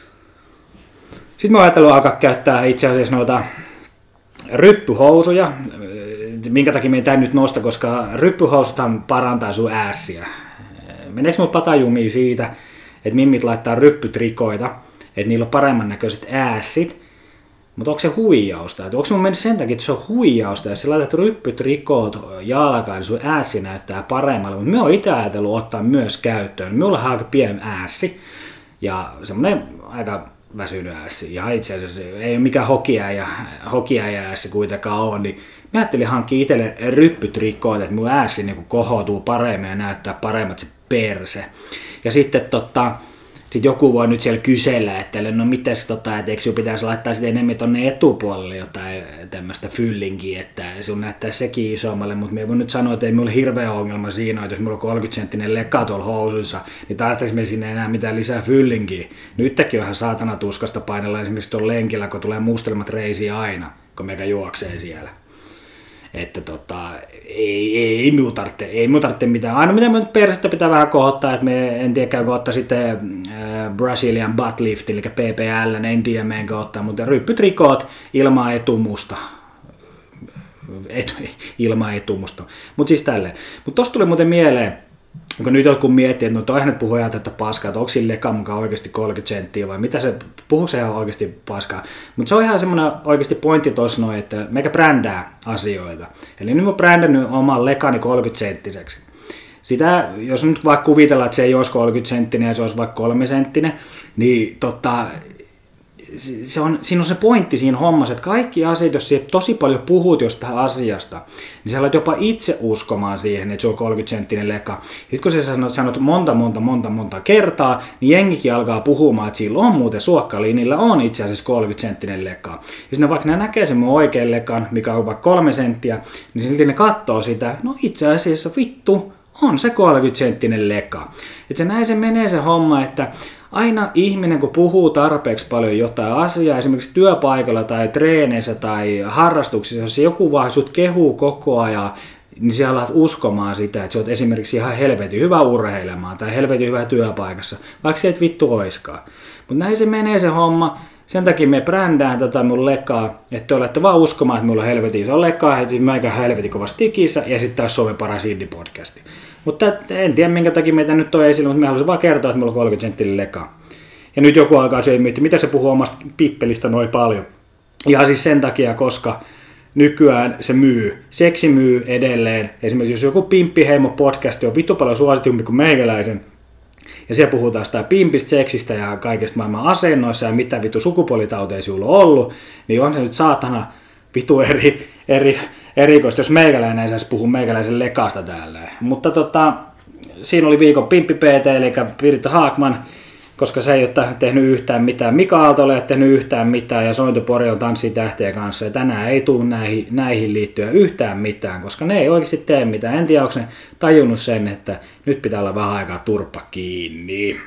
Sitten mä oon ajatellut alkaa käyttää itse asiassa noita ryppyhousuja. Minkä takia me ei tää nyt nosta, koska ryppyhousuthan parantaa sun ässiä. Meneekö mut pataa jumiin siitä, että mimmit laittaa ryppytrikoita, että niillä on paremman näköiset ässit. Mutta onko se huijausta? Onko mun mennyt sen takia, että se on huijausta? Jos sä laitat ryppytrikoot jalkaan, niin sun ässi näyttää paremmalle. Mutta mä oon itse ajatellut ottaa myös käyttöön. Minulla on aika pieni ässi ja semmonen aika väsynyt ässi. Ja itse asiassa ei ole mikään hokiäjä ässi kuitenkaan ole. Niin mä ajattelin hankkia itselle ryppytrikoot, että mun ässi niin kohoutuu paremmin ja näyttää paremmat se perse. Ja sitten sitten joku voi nyt siellä kysellä, että no mites että eikö sinun pitäisi laittaa sitten enemmän tuonne etupuolelle jotain tämmöistä fyllinkiä, että sun näyttää sekin isommalle, mutta me voin nyt sanoa, että ei minulla hirveä ongelma siinä, että jos minulla on 30-senttinen lekka tuolla housuissa, niin tarvitseeko me sinne enää mitään lisää fyllinkiä. Nytkin vähän saatana tuskasta painella esimerkiksi tuolla lenkillä, kun tulee mustelmat reisiä aina, kun meikä juoksee siellä. Että ei minun tarvitse mitään. Aina mitä nyt persettä pitää vähän kohottaa, että me en tiedä käykö ottaa sitten Brazilian butt lift, eli PPL, en tiedä menkö ottaa, mutta ryppytrikoot ilman etumusta. Ilman etumusta. Mutta siis tälleen. Mutta tosta tuli muuten mieleen, kun nyt jotkut miettii, että no toihan nyt puhuu tätä paskaa, että onko sillä lekan mukaan oikeasti 30 senttiä vai mitä se, puhuuko se ihan oikeasti paskaa. Mutta se on ihan semmoinen oikeasti pointti tossa noin, että meikä brändää asioita. Eli nyt mä oon brändännyt oman lekani 30-senttiseksi. Sitä, jos nyt vaikka kuvitellaan, että se ei olisi 30-senttinen ja se olisi vaikka 3-senttinen, niin siinä on se pointti siinä hommassa, että kaikki asiat, jos sä tosi paljon puhut jostain asiasta, niin sä alat jopa itse uskomaan siihen, että se on 30-senttinen leka. Sitten kun sä sanot monta kertaa, niin jengikin alkaa puhumaan, että sillä on muuten suokkaliinilla on itse asiassa 30-senttinen leka. Ja sitten vaikka ne näkee sen mun oikean lekan, mikä on vaikka 3 senttiä, niin silti ne katsoo sitä, no itse asiassa vittu, on se 30-senttinen leka. Että se näin se menee se homma, että aina ihminen, kun puhuu tarpeeksi paljon jotain asiaa, esimerkiksi työpaikalla tai treeneissä tai harrastuksissa, jos joku vaan sut kehuu koko ajan, niin sä alat uskomaan sitä, että sä oot esimerkiksi ihan helvetin hyvä urheilemaan tai helvetin hyvä työpaikassa, vaikka sä et vittu oiskaan. Mutta näin se menee se homma, Sen takia me brändään mun lekaa, että te olette vaan uskomaan, että mulla on helvetin iso lekaa, että mä eikä helvetin kovasti tikissä, ja sitten taas Suomen paras indie-podcasti. Mutta en tiedä, minkä takia meitä nyt toi esille, mutta mä haluaisin vaan kertoa, että mulla on 30 senttiä lekaa. Ja nyt joku alkaa siihen miettiä, mitä se puhuu omasta pippelistä noin paljon. Ja siis sen takia, koska nykyään se myy. Seksi myy edelleen. Esimerkiksi jos joku Pimppiheimo-podcasti on vittu paljon suositumpi kuin meikäläisen, ja siellä puhutaan sitä pimpistä, seksistä ja kaikesta maailman asennoissa ja mitä vittu sukupuolitauteja sinulla on ollut, niin on se nyt saatana vittu erikoista, jos meikäläinen ei saisi puhua meikäläisen lekasta täällä. Mutta siinä oli viikon Pimppi PT, eli Piritta Haakman, koska se ei ole tehnyt yhtään mitään. Mika Aalto ei ole tehnyt yhtään mitään ja Sointu Pori on Tanssii tähtien kanssa. Ja tänään ei tule näihin liittyä yhtään mitään, koska ne ei oikeasti tee mitään. En tiedä, onko ne tajunnut sen, että nyt pitää olla vähän aikaa turppa kiinni.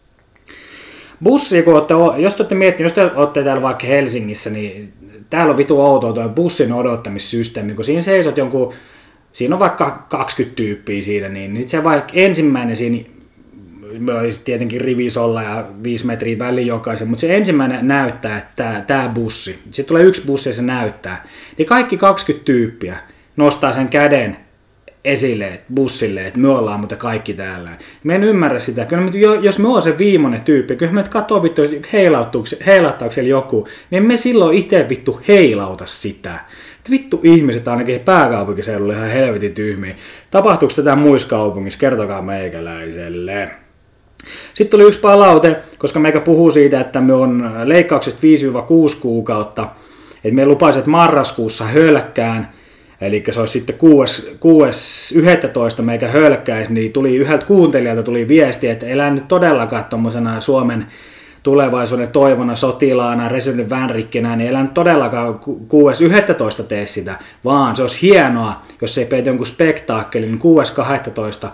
Bussi, jos te olette miettineet, jos te olette täällä vaikka Helsingissä, niin täällä on vitu outoa tuo bussin odottamissysteemi, kun siinä seisot siinä on vaikka 20 tyyppiä siinä, niin sitten se vaikka ensimmäinen siinä, olisi tietenkin rivisolla ja 5 metriä väliin jokaisen, mutta se ensimmäinen näyttää, että tämä bussi. Sitten tulee yksi bussi ja se näyttää. Niin kaikki 20 tyyppiä nostaa sen käden esille bussille, että me ollaan mutta kaikki täällä. Me en ymmärrä sitä. Kyllä jos me on se viimeinen tyyppi, kyllä me katsoo vittu heilauttaako siellä joku, niin me silloin itse vittu heilauta sitä. Että vittu ihmiset ainakin pääkaupunkiseudulla ihan helvetin tyhmiä. Tapahtuuko tätä muissa kaupungissa? Kertokaa meikäläiselle. Sitten tuli yksi palaute, koska meikä puhuu siitä, että me on leikkauksesta 5-6 kuukautta, että me lupaisi, että marraskuussa hölkkään, eli se olisi sitten 6.11. meikä hölkkäisi, niin tuli yhdeltä kuuntelijalta tuli viesti, että elää nyt todellakaan tuommoisena Suomen tulevaisuuden toivona sotilaana, reservin vänrikkinä, niin elää nyt todellakaan 6.11. tee sitä, vaan se olisi hienoa, jos ei peitä jonkun spektaakkelin, niin 6.12.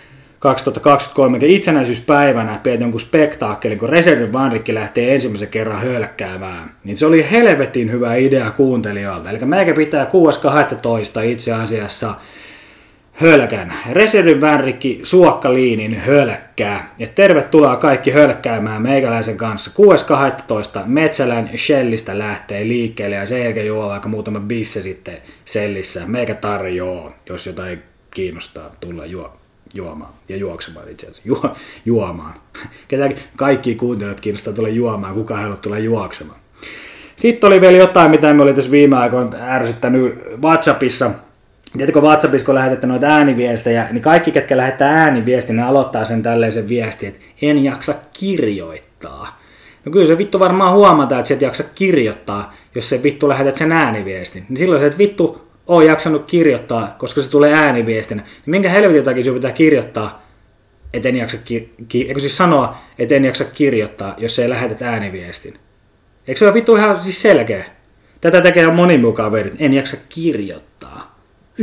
2023 itsenäisyyspäivänä peet jonkun spektaakkelin, kun reservin vanrikki lähtee ensimmäisen kerran hölkkäämään. Niin se oli helvetin hyvä idea kuuntelijoilta. Eli meikä pitää 6.12. itse asiassa hölkän. Reservin vanrikki Suokkaliinin hölkkää. Ja tervetuloa kaikki hölkkäämään meikäläisen kanssa. 6.12. Metsälän Shellistä lähtee liikkeelle ja sen jälkeen juo vaikka muutama bisse sitten sellissä. Meikä tarjoaa, jos jotain kiinnostaa tulla juomaan ja juoksemaan itse asiassa. Juomaan. Kaikki kuuntelijat kiinnostaa tulla juomaan, kukaan ei halua tulla juoksemaan. Sitten oli vielä jotain, mitä me oli tässä viime aikoina ärsyttänyt WhatsAppissa. Tiedätkö WhatsAppissa, kun lähetetään noita ääniviestejä, niin kaikki, ketkä lähettää ääniviestin, ne aloittaa sen tällaisen viestin, että en jaksa kirjoittaa. No kyllä se vittu varmaan huomataan, että sä et jaksa kirjoittaa, jos se vittu lähetät sen ääniviestin. Niin silloin se, että vittu oon jaksanut kirjoittaa, koska se tulee ääniviestinä. Niin minkä helvetin takia sinun pitää kirjoittaa, et en jaksa sanoa, että en jaksa kirjoittaa, jos ei lähetä ääniviestin. Eikö se ole vittu ihan siis selkeä? Tätä tekee moni muu kaverit. En jaksa kirjoittaa.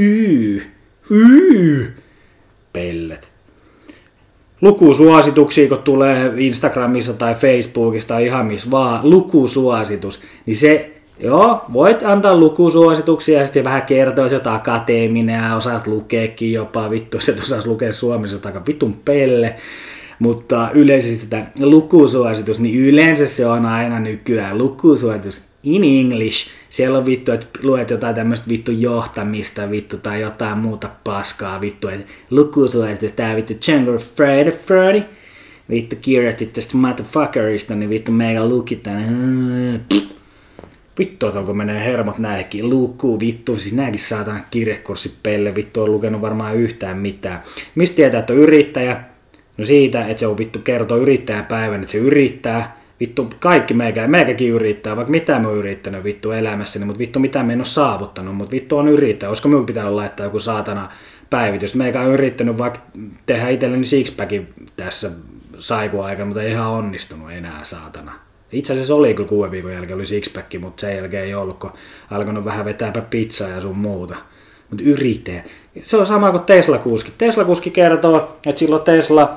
Pellet. Lukusuosituksia, kun tulee Instagramissa tai Facebookista tai ihan missä vaan, lukusuositus, niin se, joo, voit antaa lukusuosituksia ja sitten vähän kertoa, että jotain akateeminen ja osaat lukeekin jopa, vittu, jos et osaas lukea suomessa, aika vitun pelle. Mutta yleisesti tämä lukusuositus, niin yleensä se on aina nykyään lukusuositus in English. Siellä on vittu, että luet jotain tämmöistä vittu johtamista vittu tai jotain muuta paskaa vittu. Että lukusuositus, tää vittu Jungle Friday. Vittu kirjoitit tästä motherfuckerista, niin vittu meikä lukittain. Vittu, että onko menee hermot näinkin. Lukkuu vittu, siis nääkin saatana kirjekurssipelle. Vittu on lukenut varmaan yhtään mitään. Mistä tietää, että on yrittäjä? No siitä, että se on vittu kertoo yrittäjäpäivän, että se yrittää. Vittu, kaikki meikäkin yrittää, vaikka mitä mä oon yrittänyt vittu elämässäni, mutta vittu mitä mä en oo saavuttanut, mutta vittu on yrittäjä. Olisiko minun pitänyt laittaa joku saatana päivitys? Meikä on yrittänyt vaikka tehdä itselleni sixpackin tässä saikuaikana, mutta ei ihan onnistunut enää saatana. Itse asiassa oli kyllä 6 viikon jälkeen oli sixpack, mutta sen jälkeen ei ollut, kun alkanut vähän vetääpä pizzaa ja sun muuta. Mutta yrittäjä. Se on sama kuin Tesla-kuski. Tesla-kuski kertoo, että silloin Tesla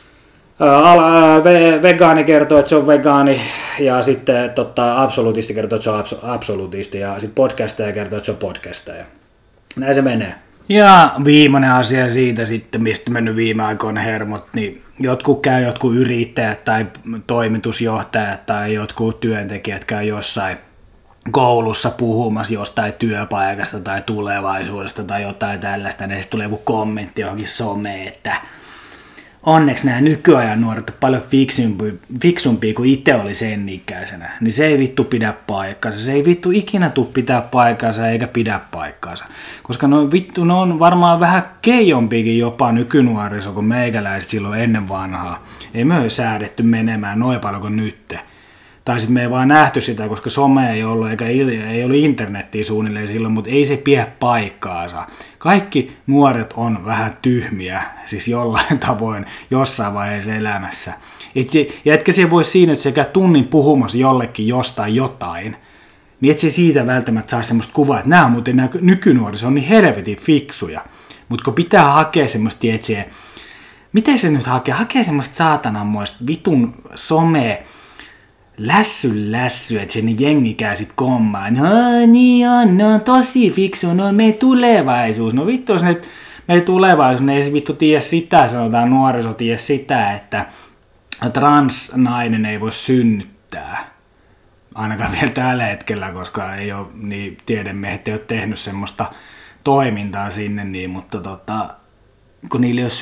vegaani kertoo, että se on vegaani, ja sitten absolutisti kertoo, että se on absolutisti, ja sitten podcastaja kertoo, että se on podcastaja. Näin se menee. Ja viimeinen asia siitä sitten, mistä mennyt viime aikoina hermot, niin jotkut yrittäjät tai toimitusjohtajat tai jotkut työntekijät käy jossain koulussa puhumassa jostain työpaikasta tai tulevaisuudesta tai jotain tällaista, niin sitten tulee joku kommentti johonkin someen, että onneksi nämä nykyajan nuoret on paljon fiksumpia kuin itse oli sen ikäisenä, niin se ei vittu pidä paikkaansa. Se ei vittu ikinä tule pitää paikkaansa eikä pidä paikkaansa. Koska ne on varmaan vähän keijompiakin jopa nykynuoriso kuin meikäläiset silloin ennen vanhaa. Ei me ole säädetty menemään noin paljon kuin nytte. Tai sitten me ei vaan nähty sitä, koska some ei ollut, eikä ei ollut internettiä suunnilleen silloin, mutta ei se pidä paikkaansa. Kaikki nuoret on vähän tyhmiä, siis jollain tavoin jossain vaiheessa elämässä. Ja etkä se voi siinä, että sekä tunnin puhumassa jollekin jostain jotain, niin et se siitä välttämättä saa semmoista kuvaa, että nämä nykynuoret on niin helvetin fiksuja. Mutta kun pitää hakea semmoista, tietsä, miten se nyt hakee? Hakee semmoista saatananmoista vitun somea, lässy, että sen jengi käy sit kommaan. No niin on, ne on tosi fiksu, ne on meidän tulevaisuus. No vittu, jos ne meidän tulevaisuus, ne ei vittu tiedä sitä, sanotaan nuoriso tiedä sitä, että transnainen ei voi synnyttää. Ainakaan vielä tällä hetkellä, koska ei ole, niin tiedemiehet ei ole tehnyt semmoista toimintaa sinne, niin, mutta kun niillä ei ole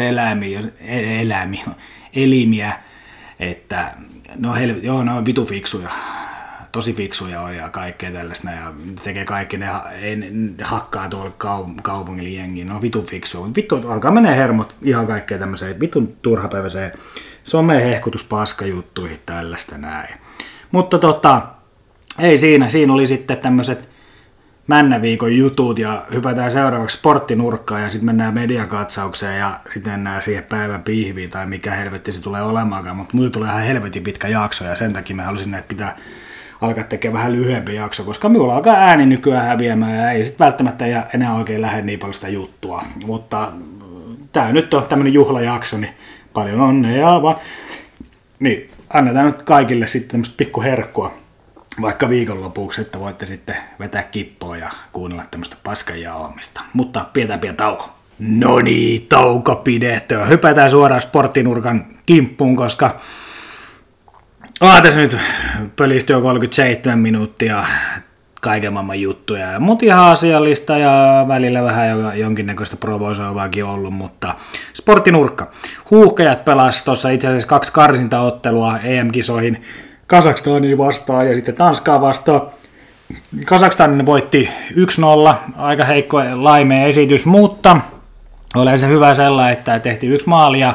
elimiä, että ne on vitu fiksuja, tosi fiksuja on ja kaikkea tällaista ja tekee kaikki, ne hakkaa tuolla kaupungilla jengiin, ne on vitu fiksuja, vittu alkaa menee hermot ihan kaikkea tämmöiseen vitun turhapäiväiseen some-hehkutuspaskajuttuihin tällaista näin. Mutta ei siinä oli sitten tämmöiset Männäviikon jutut ja hypätään seuraavaksi sporttinurkkaan ja sitten mennään mediakatsaukseen ja sitten mennään siihen päivän pihviin tai mikä helvetti se tulee olemaankaan, mutta mulla tulee ihan helvetin pitkä jakso ja sen takia mä halusin, että pitää alkaa tekemään vähän lyhyempi jakso, koska minulla alkaa ääni nykyään häviämään ja ei sitten välttämättä enää oikein lähde niin paljon sitä juttua, mutta tää nyt on tämmönen juhlajakso, niin paljon onnea vaan. Niin, annetaan nyt kaikille sitten tämmöistä pikkuherkkua. Vaikka viikonlopuksi, että voitte sitten vetää kippoa ja kuunnella tämmöistä paskanjaoamista. Mutta pidetään pieni tauko. No niin, tauko pidetty. Hypätään suoraan sporttinurkan kimppuun, koska tässä nyt pölistyy 37 minuuttia kaiken maailman juttuja. Mut ihan asiallista ja välillä vähän jonkinnäköistä provosoivaakin ollut, mutta sporttinurkka. Huuhkajat pelasivat tuossa itse asiassa 2 karsintaottelua EM-kisoihin. Kazakstania vastaan ja sitten Tanskaa vastaan. Kazakstanin voitti 1-0, aika heikko laimea esitys, mutta oli se hyvä sellainen, että tehtiin 1 maali ja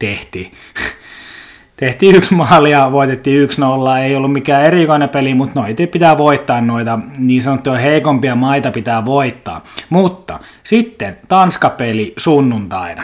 tehtiin 1 maali ja voitettiin 1-0. Ei ollut mikään erikoinen peli, mutta noita pitää voittaa, noita niin sanottuja heikompia maita pitää voittaa. Mutta sitten Tanska-peli sunnuntaina.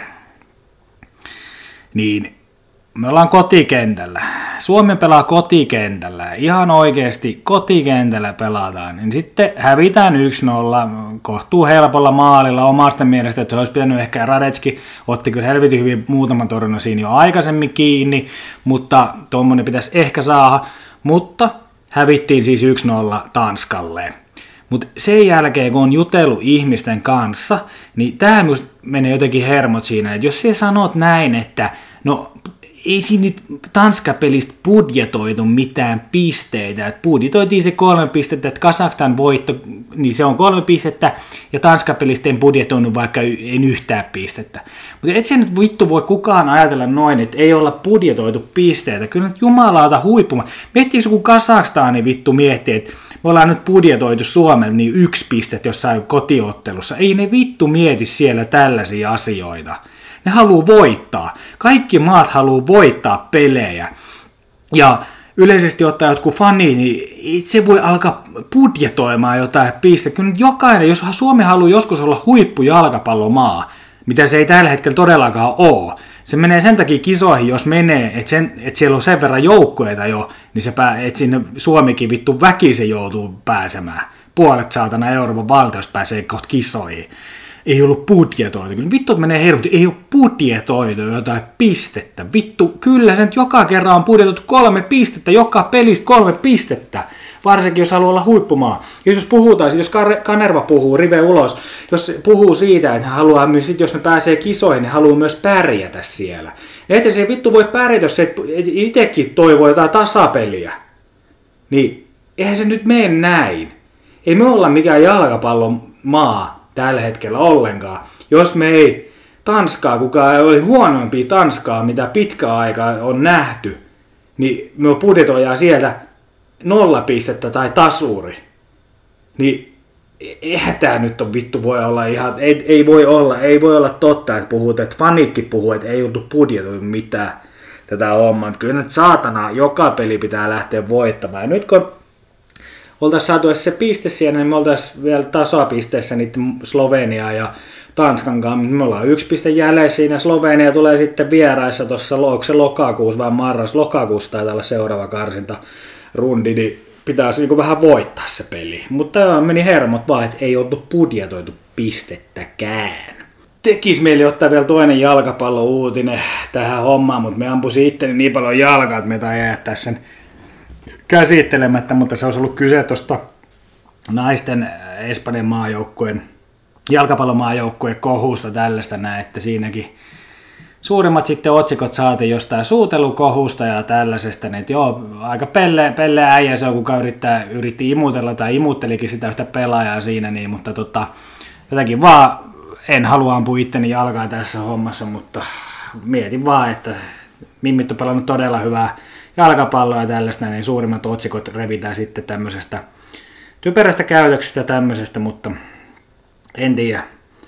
Niin me ollaan kotikentällä. Suomi pelaa kotikentällä. Ihan oikeasti kotikentällä pelataan. Niin sitten hävitään 1-0 kohtuu helpolla maalilla omasta mielestä, että se olisi pitänyt ehkä Radetski otti kyllä helvetin hyvin muutaman torjunnan siinä jo aikaisemmin kiinni, mutta tuommoinen pitäisi ehkä saada. Mutta hävittiin siis 1-0 Tanskalle. Mutta sen jälkeen, kun on jutellut ihmisten kanssa, niin tähän menee jotenkin hermot siinä, että jos sä sanot näin, että no ei siinä nyt Tanska-pelistä budjetoitu mitään pisteitä. Et budjetoitiin se 3 pistettä, että Kazakstan voitto, niin se on 3 pistettä, ja Tanska-pelistä en budjetoinut vaikka en yhtään pistettä. Mutta et se nyt vittu voi kukaan ajatella noin, että ei olla budjetoitu pisteitä. Kyllä nyt jumalauta huippumaan. Miettiikö kun Kazakstani vittu miettii, että me ollaan nyt budjetoitu Suomelle niin 1 pistet jossain kotiottelussa. Ei ne vittu mieti siellä tällaisia asioita. Ne haluaa voittaa. Kaikki maat haluaa voittaa pelejä. Ja yleisesti ottaen jotkut fanit, niin se voi alkaa budjetoimaan jotain pistettä. Kyllä jokainen, jos Suomi haluaa joskus olla huippujalkapallomaa, mitä se ei tällä hetkellä todellakaan ole, se menee sen takia kisoihin, jos menee, että siellä on sen verran joukkueita jo, niin että sinne Suomikin vittu väkisin joutuu pääsemään. Puolet saatana Euroopan valtiosta pääsee kohta kisoihin. ei ollut budjetoitu. Kyllä vittu, että menee hermot, ei ole budjetoitu jotain pistettä. Vittu, kyllä se nyt joka kerran on budjetoitu 3 pistettä, joka pelistä 3 pistettä. Varsinkin, jos haluaa olla huippumaa. Jos puhutaan, jos Kanerva puhuu rive ulos, jos puhuu siitä, että haluaa myös, jos ne pääsee kisoihin, niin haluaa myös pärjätä siellä. Että se vittu voi pärjätä, jos se itsekin toivoo jotain tasapeliä. Niin, eihän se nyt mene näin. Ei me olla mikään jalkapallon maa tällä hetkellä ollenkaan. Jos me ei Tanskaa, kuka oli huonoimpia Tanskaa, mitä pitkä aika on nähty, niin me budjetoidaan sieltä 0 pistettä tai tasuri. Niin eihän tää nyt on vittu voi olla ihan, ei voi olla totta, että puhut, että fanitkin puhuu, että ei oltu budjetoitu mitään tätä hommaa. Kyllä nyt saatana, joka peli pitää lähteä voittamaan. Ja nyt kun oltaisiin saatu edes se piste siellä, niin me oltaisiin vielä tasapisteessä niiden Slovenia ja Tanskan kanssa. Me ollaan 1 piste jäljessä siinä. Slovenia tulee sitten vieraissa tuossa, onko se lokakuussa vai lokakuussa taitaa olla seuraava karsinta rundi, niin pitäisi niin vähän voittaa se peli. Mutta tämä meni hermot vaan, että ei oltu budjetoitu pistettäkään. Tekis meille ottaa vielä toinen jalkapallo-uutinen tähän hommaan, mutta me ampuisi itteni niin paljon jalkaa, että me tai jättää sen käsittelemättä, mutta se olisi ollut kyse tuosta naisten Espanjan maajoukkueen, jalkapallomaajoukkueen kohusta tällaista näin, että siinäkin suurimmat sitten otsikot saatiin jostain suutelukohusta ja tällaisesta, niin joo, aika pelle äijä se on, kuka yritti imutella tai imuttelikin sitä yhtä pelaajaa siinä, niin, mutta jotenkin vaan en halua ampua itteni jalkaa tässä hommassa, mutta mietin vaan, että mimmit on pelannut todella hyvää jalkapalloa ja tällaista, niin suurimmat otsikot revitään sitten tämmöisestä typerästä käytöksestä ja tämmöisestä, mutta en tiedä,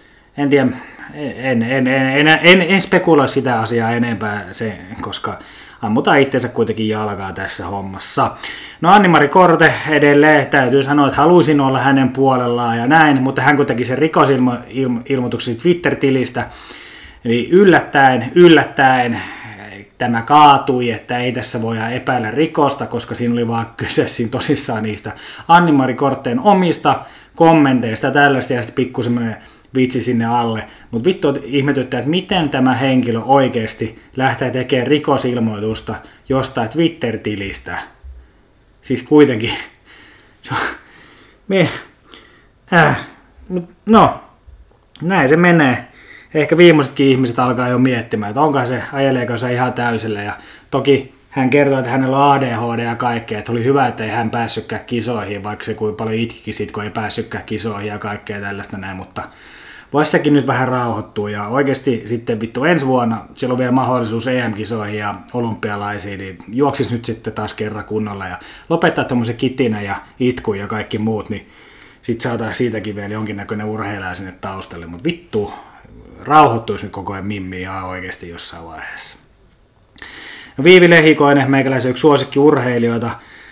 en spekuloi sitä asiaa enempää, koska ammutaan itsensä kuitenkin jalkaa tässä hommassa. No Anni-Mari Korte edelleen, täytyy sanoa, että haluaisin olla hänen puolellaan ja näin, mutta hän kun teki sen rikosilmoituksen Twitter-tilistä, niin yllättäen tämä kaatui, että ei tässä voida epäillä rikosta, koska siinä oli vaan kyse siinä tosissaan niistä Anni-Mari Korteen omista kommenteista ja tällaista, ja sitten pikku semmoinen vitsi sinne alle. Mutta vittu ihmetyttää, että miten tämä henkilö oikeasti lähtee tekemään rikosilmoitusta jostain Twitter-tilistä. Siis kuitenkin. No, näin se menee. Ehkä viimeisetkin ihmiset alkaa jo miettimään, että onko se, ajeleeko se ihan täysillä. Ja toki hän kertoi, että hänellä on ADHD ja kaikkea, että oli hyvä, että ei hän päässytkään kisoihin, vaikka se kuin paljon itkikin sit, kun ei päässytkään kisoihin ja kaikkea tällaista näin, mutta voisi sekin nyt vähän rauhoittua. Ja oikeasti sitten vittu ensi vuonna, siellä on vielä mahdollisuus EM-kisoihin ja olympialaisiin, niin juoksisi nyt sitten taas kerran kunnolla ja lopettaa tommosen kitinä ja itkun ja kaikki muut, niin sitten saataisiin siitäkin vielä jonkinnäköinen urheilija sinne taustalle, mutta vittu, rauhoittuisi nyt koko ajan mimmiin ihan oikeasti jossain vaiheessa. No Viivi Lehikoinen, meikäläisen yksi suosikkiurheilijoita,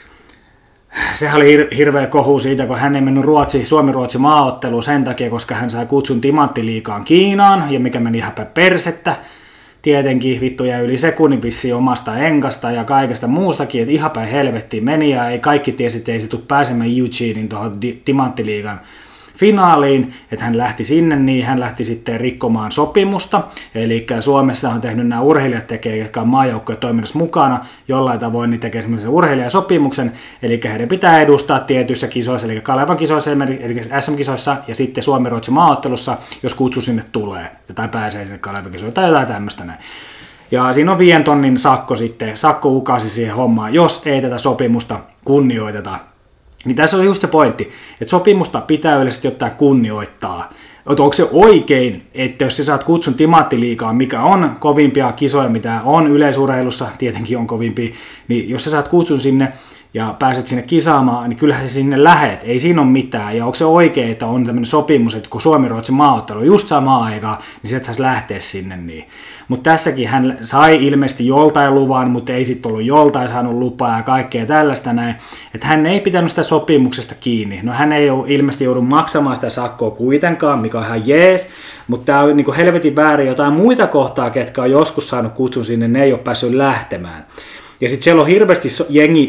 sehän oli hirveä kohu siitä, kun hän ei mennyt Suomi-Ruotsi maaotteluun sen takia, koska hän sai kutsun Timanttiliigaan Kiinaan, ja mikä meni ihan päin persettä. Tietenkin vittu jäi yli sekunnin vissiin omasta enkasta ja kaikesta muustakin, että ihan päin helvettiin meni, ja ei kaikki tiesi, että ei se tule pääsemään Eugenein tuohon Timanttiliigan finaaliin, että hän lähti sinne, niin hän lähti sitten rikkomaan sopimusta, eli Suomessa on tehnyt nämä urheilijat tekee, jotka on maajoukkojen toiminnassa mukana, jollain tavoin niin tekee semmoisen urheilijasopimuksen, eli heidän pitää edustaa tietyissä kisoissa, eli Kalevan kisoissa, eli SM-kisoissa, ja sitten Suomi-Ruotsi maaottelussa, jos kutsu sinne tulee, tai pääsee sinne Kalevan kisoille, tai jotain tämmöistä näin. Ja siinä on 5 tonnin sakko sitten, sakko ukasi siihen hommaan, jos ei tätä sopimusta kunnioiteta. Niin tässä on just se pointti, että sopimusta pitää yleisesti ottaa kunnioittaa. Että onko se oikein, että jos sä saat kutsun Timanttiliigaan, mikä on kovimpia kisoja, mitä on yleisurheilussa, tietenkin on kovimpia, niin jos sä saat kutsun sinne ja pääset sinne kisaamaan, niin kyllähän sä sinne lähet, ei siinä ole mitään. Ja onko se oikein, että on tämmöinen sopimus, että kun Suomi-Ruotsi maaottelu on just samaan aikaan, niin sieltä saisi lähteä sinne. Niin. Mutta tässäkin hän sai ilmeisesti joltain luvan, mutta ei sitten ollut joltain saanut lupaa ja kaikkea tällaista näin. Että hän ei pitänyt sitä sopimuksesta kiinni. No hän ei ole ilmeisesti joudu maksamaan sitä sakkoa kuitenkaan, mikä on ihan jees, mutta tämä on niin kuin helvetin väärin jotain muita kohtaa, ketkä on joskus saanut kutsun sinne, ne ei ole päässyt lähtemään. Ja sitten siellä on hirveästi jengi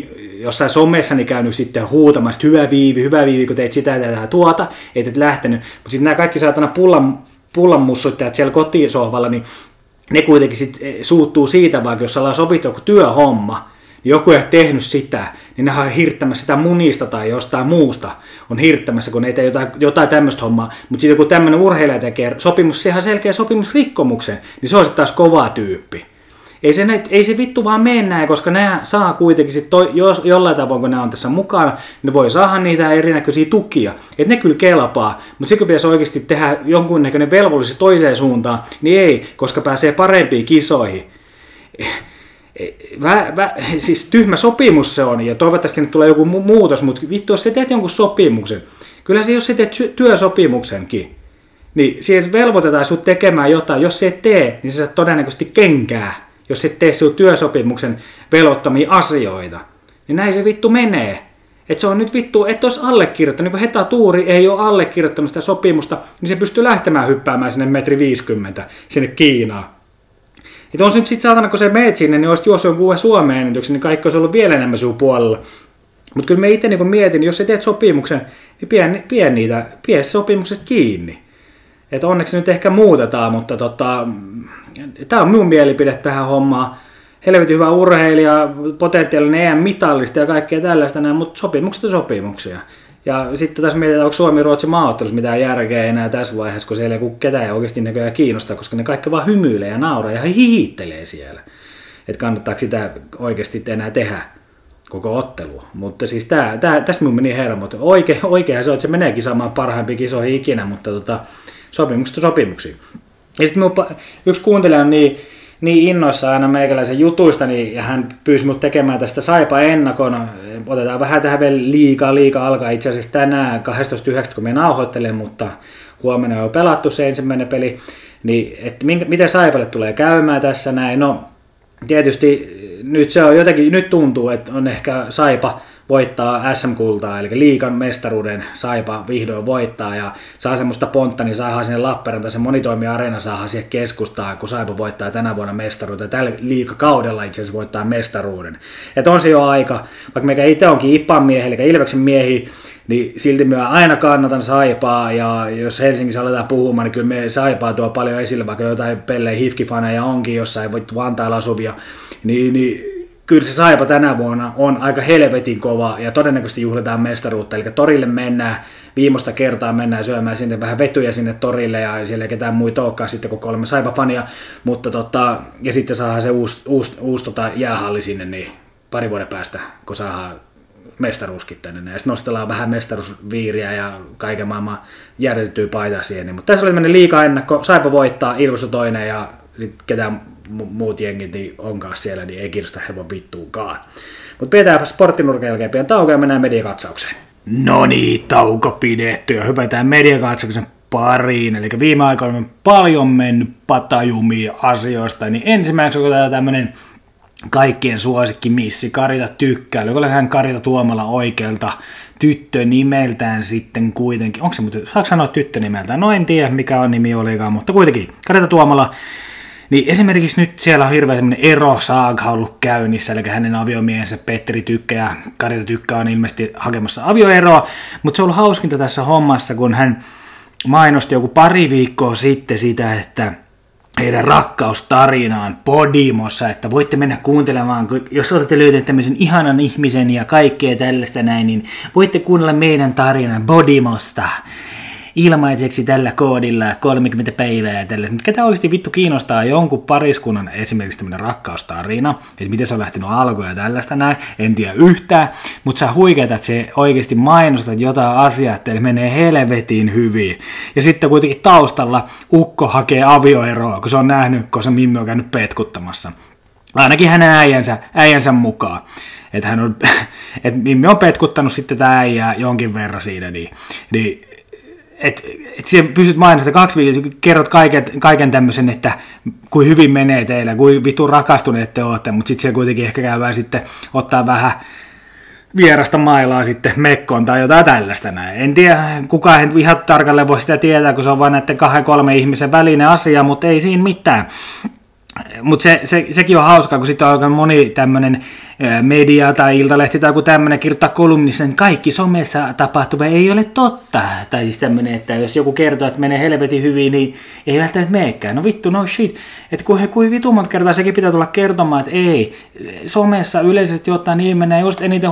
jossain somessani käynyt sitten huutamassa, hyvä viivi, kun teit sitä ja tuota, et lähtenyt. Mutta sitten nämä kaikki saatana pullanmussuttajat siellä kotisohvalla, niin ne kuitenkin sitten suuttuu siitä, vaikka jos ollaan sovittu joku työhomma, niin joku ei ole tehnyt sitä, niin ne on hirttämässä sitä munista tai jostain muusta on hirttämässä, kun ne ei tee jotain tämmöistä hommaa. Mutta sitten joku tämmöinen urheilija tekee sopimus, se ihan selkeä sopimusrikkomuksen, niin se on sitten taas kova tyyppi. Ei se vittu vaan mene näin, koska nämä saa kuitenkin sit jollain tavoin, kun nämä on tässä mukana, ne voi saada niitä erinäköisiä tukia. Että ne kyllä kelpaa, mutta sitten kun pitäisi oikeasti tehdä jonkunnäköinen velvollisuus toiseen suuntaan, niin ei, koska pääsee parempiin kisoihin. Siis tyhmä sopimus se on, ja toivottavasti nyt tulee joku muutos, mutta vittu, jos sä teet jonkun sopimuksen, kyllä se, jos sä teet työsopimuksenkin, niin siihen velvoitetaan sut tekemään jotain. Jos se et tee, niin sä saat todennäköisesti kenkää. Jos et tee sinun työsopimuksen velvoittamia asioita, niin näin se vittu menee. Että se on nyt vittu, et olisi allekirjoittanut, niin kun Heta Tuuri ei ole allekirjoittanut sitä sopimusta, niin se pystyy lähtemään hyppäämään sinne 1,50 m sinne Kiinaan. Että on se nyt sitten saatana, kun se meet sinne, niin olisit juossut jonkun Suomeen ennätyksen, niin kaikki olisi ollut vielä enemmän sinun puolella. Mutta kyllä mä itse niin mietin, jos sä teet sopimuksen, niin pidä sopimuksesta kiinni. Että onneksi nyt ehkä muutetaan, mutta tämä on minun mielipide tähän hommaan. Helvetin hyvä urheilija, potentiaalinen EM-mitallista ja kaikkea tällaista näin, mutta sopimukset on sopimuksia. Ja sitten tässä mietitään, onko Suomi-Ruotsi maaottelussa mitään järkeä enää tässä vaiheessa, kun siellä ei ketään ei oikeasti näköjään kiinnostaa, koska ne kaikki vaan hymyilee ja nauraa ja hihittelee siellä. Että kannattaako sitä oikeasti enää tehdä koko ottelua. Mutta siis tästä minun meni hermot. Oikeinhan se on, että se meneekin saamaan parhaimpiin kisoihin ikinä, mutta sopimukset on sopimuksia. Ja sitten yksi kuuntelija on niin innoissa aina meikäläisen jutuista, niin, ja hän pyysi mut tekemään tästä Saipa-ennakon. Otetaan vähän tähän vielä liiga alkaa itse asiassa tänään 12.9. kun me nauhoittelen, mutta huomenna on jo pelattu se ensimmäinen peli. Niin, että miten Saipalle tulee käymään tässä näin? No tietysti nyt se on jotenkin, nyt tuntuu, että on ehkä Saipa voittaa SM-kultaa, eli liigan mestaruuden Saipa vihdoin voittaa ja saa semmoista pontta, niin saadaan sinne Lappeenrantaan, se monitoimi-areena saadaan siihen keskustaan, kun Saipa voittaa tänä vuonna mestaruuden, tällä liigakaudella itse asiassa voittaa mestaruuden. Että on se jo aika, vaikka meikä itse onkin Ippan miehi, eli Ilveksen miehi, niin silti minä aina kannatan Saipaa, ja jos Helsingissä aletaan puhumaan, niin kyllä me Saipaa tuo paljon esille, vaikka jotain pelleen hifkifaneja onkin jossain, voit Vantailla asuvia, niin kyllä se Saipa tänä vuonna on aika helvetin kova ja todennäköisesti juhlitaan mestaruutta, eli torille mennään, viimeistä kertaa mennään syömään sinne vähän vetyjä sinne torille ja siellä ei ketään muita olekaan sitten kuin 3 Saipa-fania, mutta ja sitten saadaan se uusi jäähalli sinne niin pari vuoden päästä, kun saadaan mestaruuskin tänne ja sitten nostellaan vähän mestaruusviiriä ja kaiken maailman järjestettyä paitaa siihen, mutta tässä oli tämmöinen liiga-ennakko, Saipa voittaa, Ilves on toinen ja sitten ketään muut jengit niin onkaan siellä, niin ei kiinnosta hevon vittuunkaan. Mutta pidetäänpä sporttinurkan jälkeen pian tauko ja mennään mediakatsaukseen. No niin, tauko pidetty ja hypätään mediakatsauksen pariin. Eli viime aikoina on paljon mennyt patajumia asioista, niin ensimmäisenä otetaan tämmönen kaikkien suosikki missi Karita Tykkäily. Oliko hän Karita Tuomala oikealta tyttö nimeltään sitten kuitenkin? Onko se muuten, saako sanoa tyttö nimeltään? No en tiedä mikä on nimi olikaan, mutta kuitenkin Karita Tuomala. Niin esimerkiksi nyt siellä on hirveä semmoinen erosaaga ollut käynnissä, eli hänen aviomiehensä Petteri Tykkä ja Karita Tykkä on ilmeisesti hakemassa avioeroa, mutta se on ollut hauskinta tässä hommassa, kun hän mainosti joku pari viikkoa sitten sitä, että heidän rakkaustarinaan Podimossa, että voitte mennä kuuntelemaan, jos olette löytäneet tämmöisen ihanan ihmisen ja kaikkea tällaista näin, niin voitte kuunnella meidän tarinan Podimosta ilmaiseksi tällä koodilla 30 päivää ja tällä. Nyt ketä oikeasti vittu kiinnostaa jonkun pariskunnan esimerkiksi tämmöinen rakkaustarina, että miten se on lähtenyt alkuun ja tällaista näin, en tiedä yhtään, mutta sä huikeeta, että se oikeasti mainostat jotain asiaa, että menee helvetin hyvin. Ja sitten kuitenkin taustalla ukko hakee avioeroa, kun se on nähnyt, kun se Mimmi on käynyt petkuttamassa. Ainakin hänen äijänsä mukaan. Että Mimmi on petkuttanut sitten tämä äijää jonkin verran siinä, niin että siellä pystyt mainostamaan 2 viikkoa, kerrot kaiken tämmöisen, että kuin hyvin menee teillä, kuin vitun rakastuneet te olette, mutta sitten siellä kuitenkin ehkä käydään sitten ottaa vähän vierasta mailaa sitten mekkoon tai jotain tällaista näin. En tiedä, kukaan ei ihan tarkalleen voi sitä tietää, kun se on vain näiden 2-3 ihmisen välinen asia, mutta ei siinä mitään. Mutta sekin on hauskaa, kun sitten on moni tämmöinen media tai iltalehti tai joku tämmöinen kirjoittaa kolumnissa, että kaikki somessa tapahtuva ei ole totta. Tai siis tämmöinen, että jos joku kertoo, että menee helvetin hyvin, niin ei välttämättä meekään. No vittu, no shit. Että kuin vitummat kertaa sekin pitää tulla kertomaan, että ei. Somessa yleisesti ottaen niin menee just eniten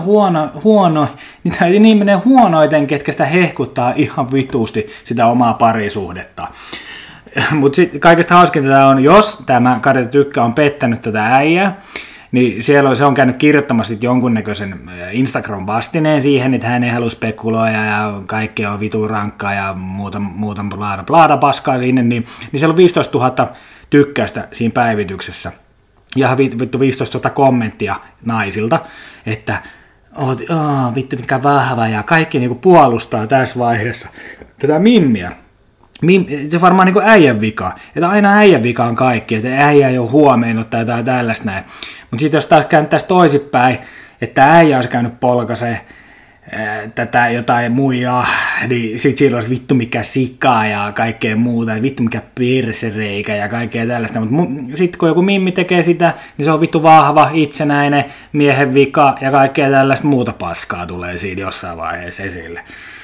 niin menee huonoiten, ketkä sitä hehkuttaa ihan vituusti sitä omaa parisuhdetta. Mutta kaikesta hauskinta tämä on, jos tämä Karita Tykkä on pettänyt tätä äijää, niin se on käynyt kirjoittamassa jonkunnäköisen Instagram-vastineen siihen, että hän ei halua spekuloida ja kaikkea on vitun rankkaa ja muuta blaada paskaa sinne, niin siellä on 15 000 tykkäystä siinä päivityksessä. Ja vittu 15 000 kommenttia naisilta, että vittu mitkä vahva ja kaikki niinku puolustaa tässä vaiheessa tätä mimmiä. Se on varmaan niin kuin äijän vika, että aina äijän vika on kaikki, että äijä ei ole huomioinut tai jotain tällaista näin. Mutta sitten jos taas kääntäisiin toisinpäin, että äijä olisi käynyt polkaiseen tätä jotain muijaa, niin sitten siellä olisi vittu mikä sika ja kaikkea muuta, vittu mikä persereikä ja kaikkea tällaista. Mutta sitten kun joku mimmi tekee sitä, niin se on vittu vahva, itsenäinen, miehen vika ja kaikkea tällaista muuta paskaa tulee siinä jossain vaiheessa esille.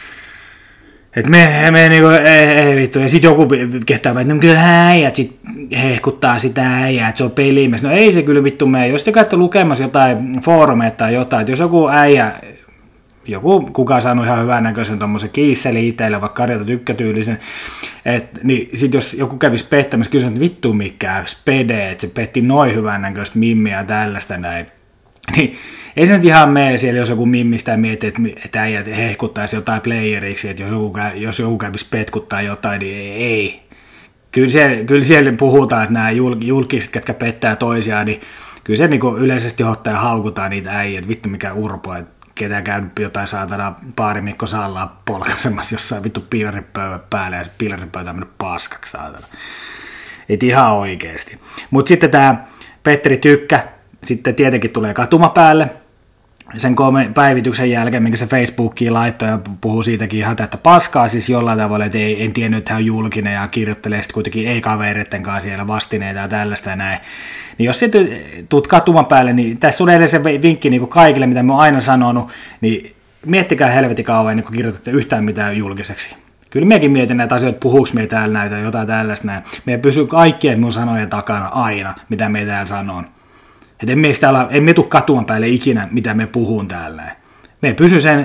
Että me niinku, ei vittu, ja sit joku kehtää, että no kyllä äijät sit hehkuttaa sitä äijää, että se on pelimies. No ei se kyllä vittu mene, jos te käytte lukemassa jotain foorumeita tai jotain, että jos joku äijä, kuka on saanut ihan hyvän näköisen tommosen kiisseli itselle, vaikka Karita Tykkä-tyylisen, niin sit jos joku kävisi pettämässä, kyllä että vittu mikä spede, että se petti noin hyvän näköistä mimmiä ja tällaista näin, niin ei se nyt ihan mene siellä, jos joku mimmistä miettii, että äijät hehkuttaisi jotain playeriksi, että jos joku kävisi petkuttaa jotain, niin ei. Kyllä siellä puhutaan, että nämä julkiset, ketkä pettää toisiaan, niin kyllä se niin yleisesti ottaa ja haukutaan niitä äijät, että vittu mikä urpo, että ketä käy jotain saatana Paarimikko Sallaa polkaisemassa jossain vittu piilaripöydän päälle, ja se piilaripöytä on mennyt paskaksi saatana. Et ihan oikeesti. Mutta sitten tämä Petteri Tykkä, sitten tietenkin tulee katuma päälle sen päivityksen jälkeen, minkä se Facebookiin laittoi ja puhuu siitäkin ihan täyttä paskaa, siis jollain tavalla, että en tiennyt, että hän on julkinen ja kirjoittelee sitten kuitenkin ei-kavereiden kanssa siellä vastineita ja tällaista ja näin. Niin jos sitten tuut katuman päälle, niin tässä on edelleen se vinkki niin kuin kaikille, mitä mä oon aina sanonut, niin miettikää helvetin kauan ennen kuin kirjoitatte yhtään mitään julkiseksi. Kyllä minäkin mietin näitä asioita, puhuuko me täällä näitä jotain tällaista näin. Meidän pysyy kaikkien mun sanojen takana aina, mitä me täällä sanon. Että emme tule katuman päälle ikinä, mitä me puhun täällä. Me pysy sen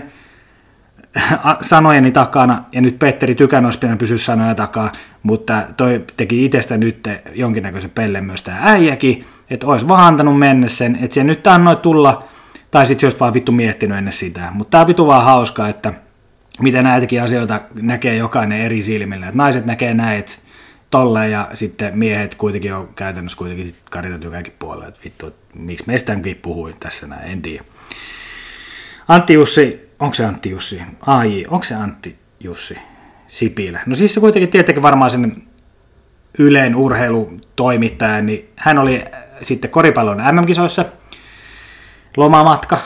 sanojeni takana, ja nyt Petteri Tykän olisi pitänyt pysyä sanoja takaa, mutta toi teki itsestä nyt jonkinnäköisen pellen myös tämä äijäkin, että olisi vaan antanut mennä sen, että se nyt annoi tulla, tai sitten se olisi vaan vittu miettinyt ennen sitä. Mutta tämä on vittu vaan hauskaa, että miten näitäkin asioita näkee jokainen eri silmillä. Että naiset näkee näitä tolleen, ja sitten miehet kuitenkin on käytännössä kuitenkin Karita Tykänkin puolella, että vittu, että miksi meistäänkin puhuin tässä näin, en tiedä. Antti Jussi, onko se Antti Jussi? Onko se Antti Jussi Sipilä? No siis se kuitenkin tietenkin varmaan sen Ylen urheilutoimittaja, niin hän oli sitten koripallon MM-kisoissa, lomamatka.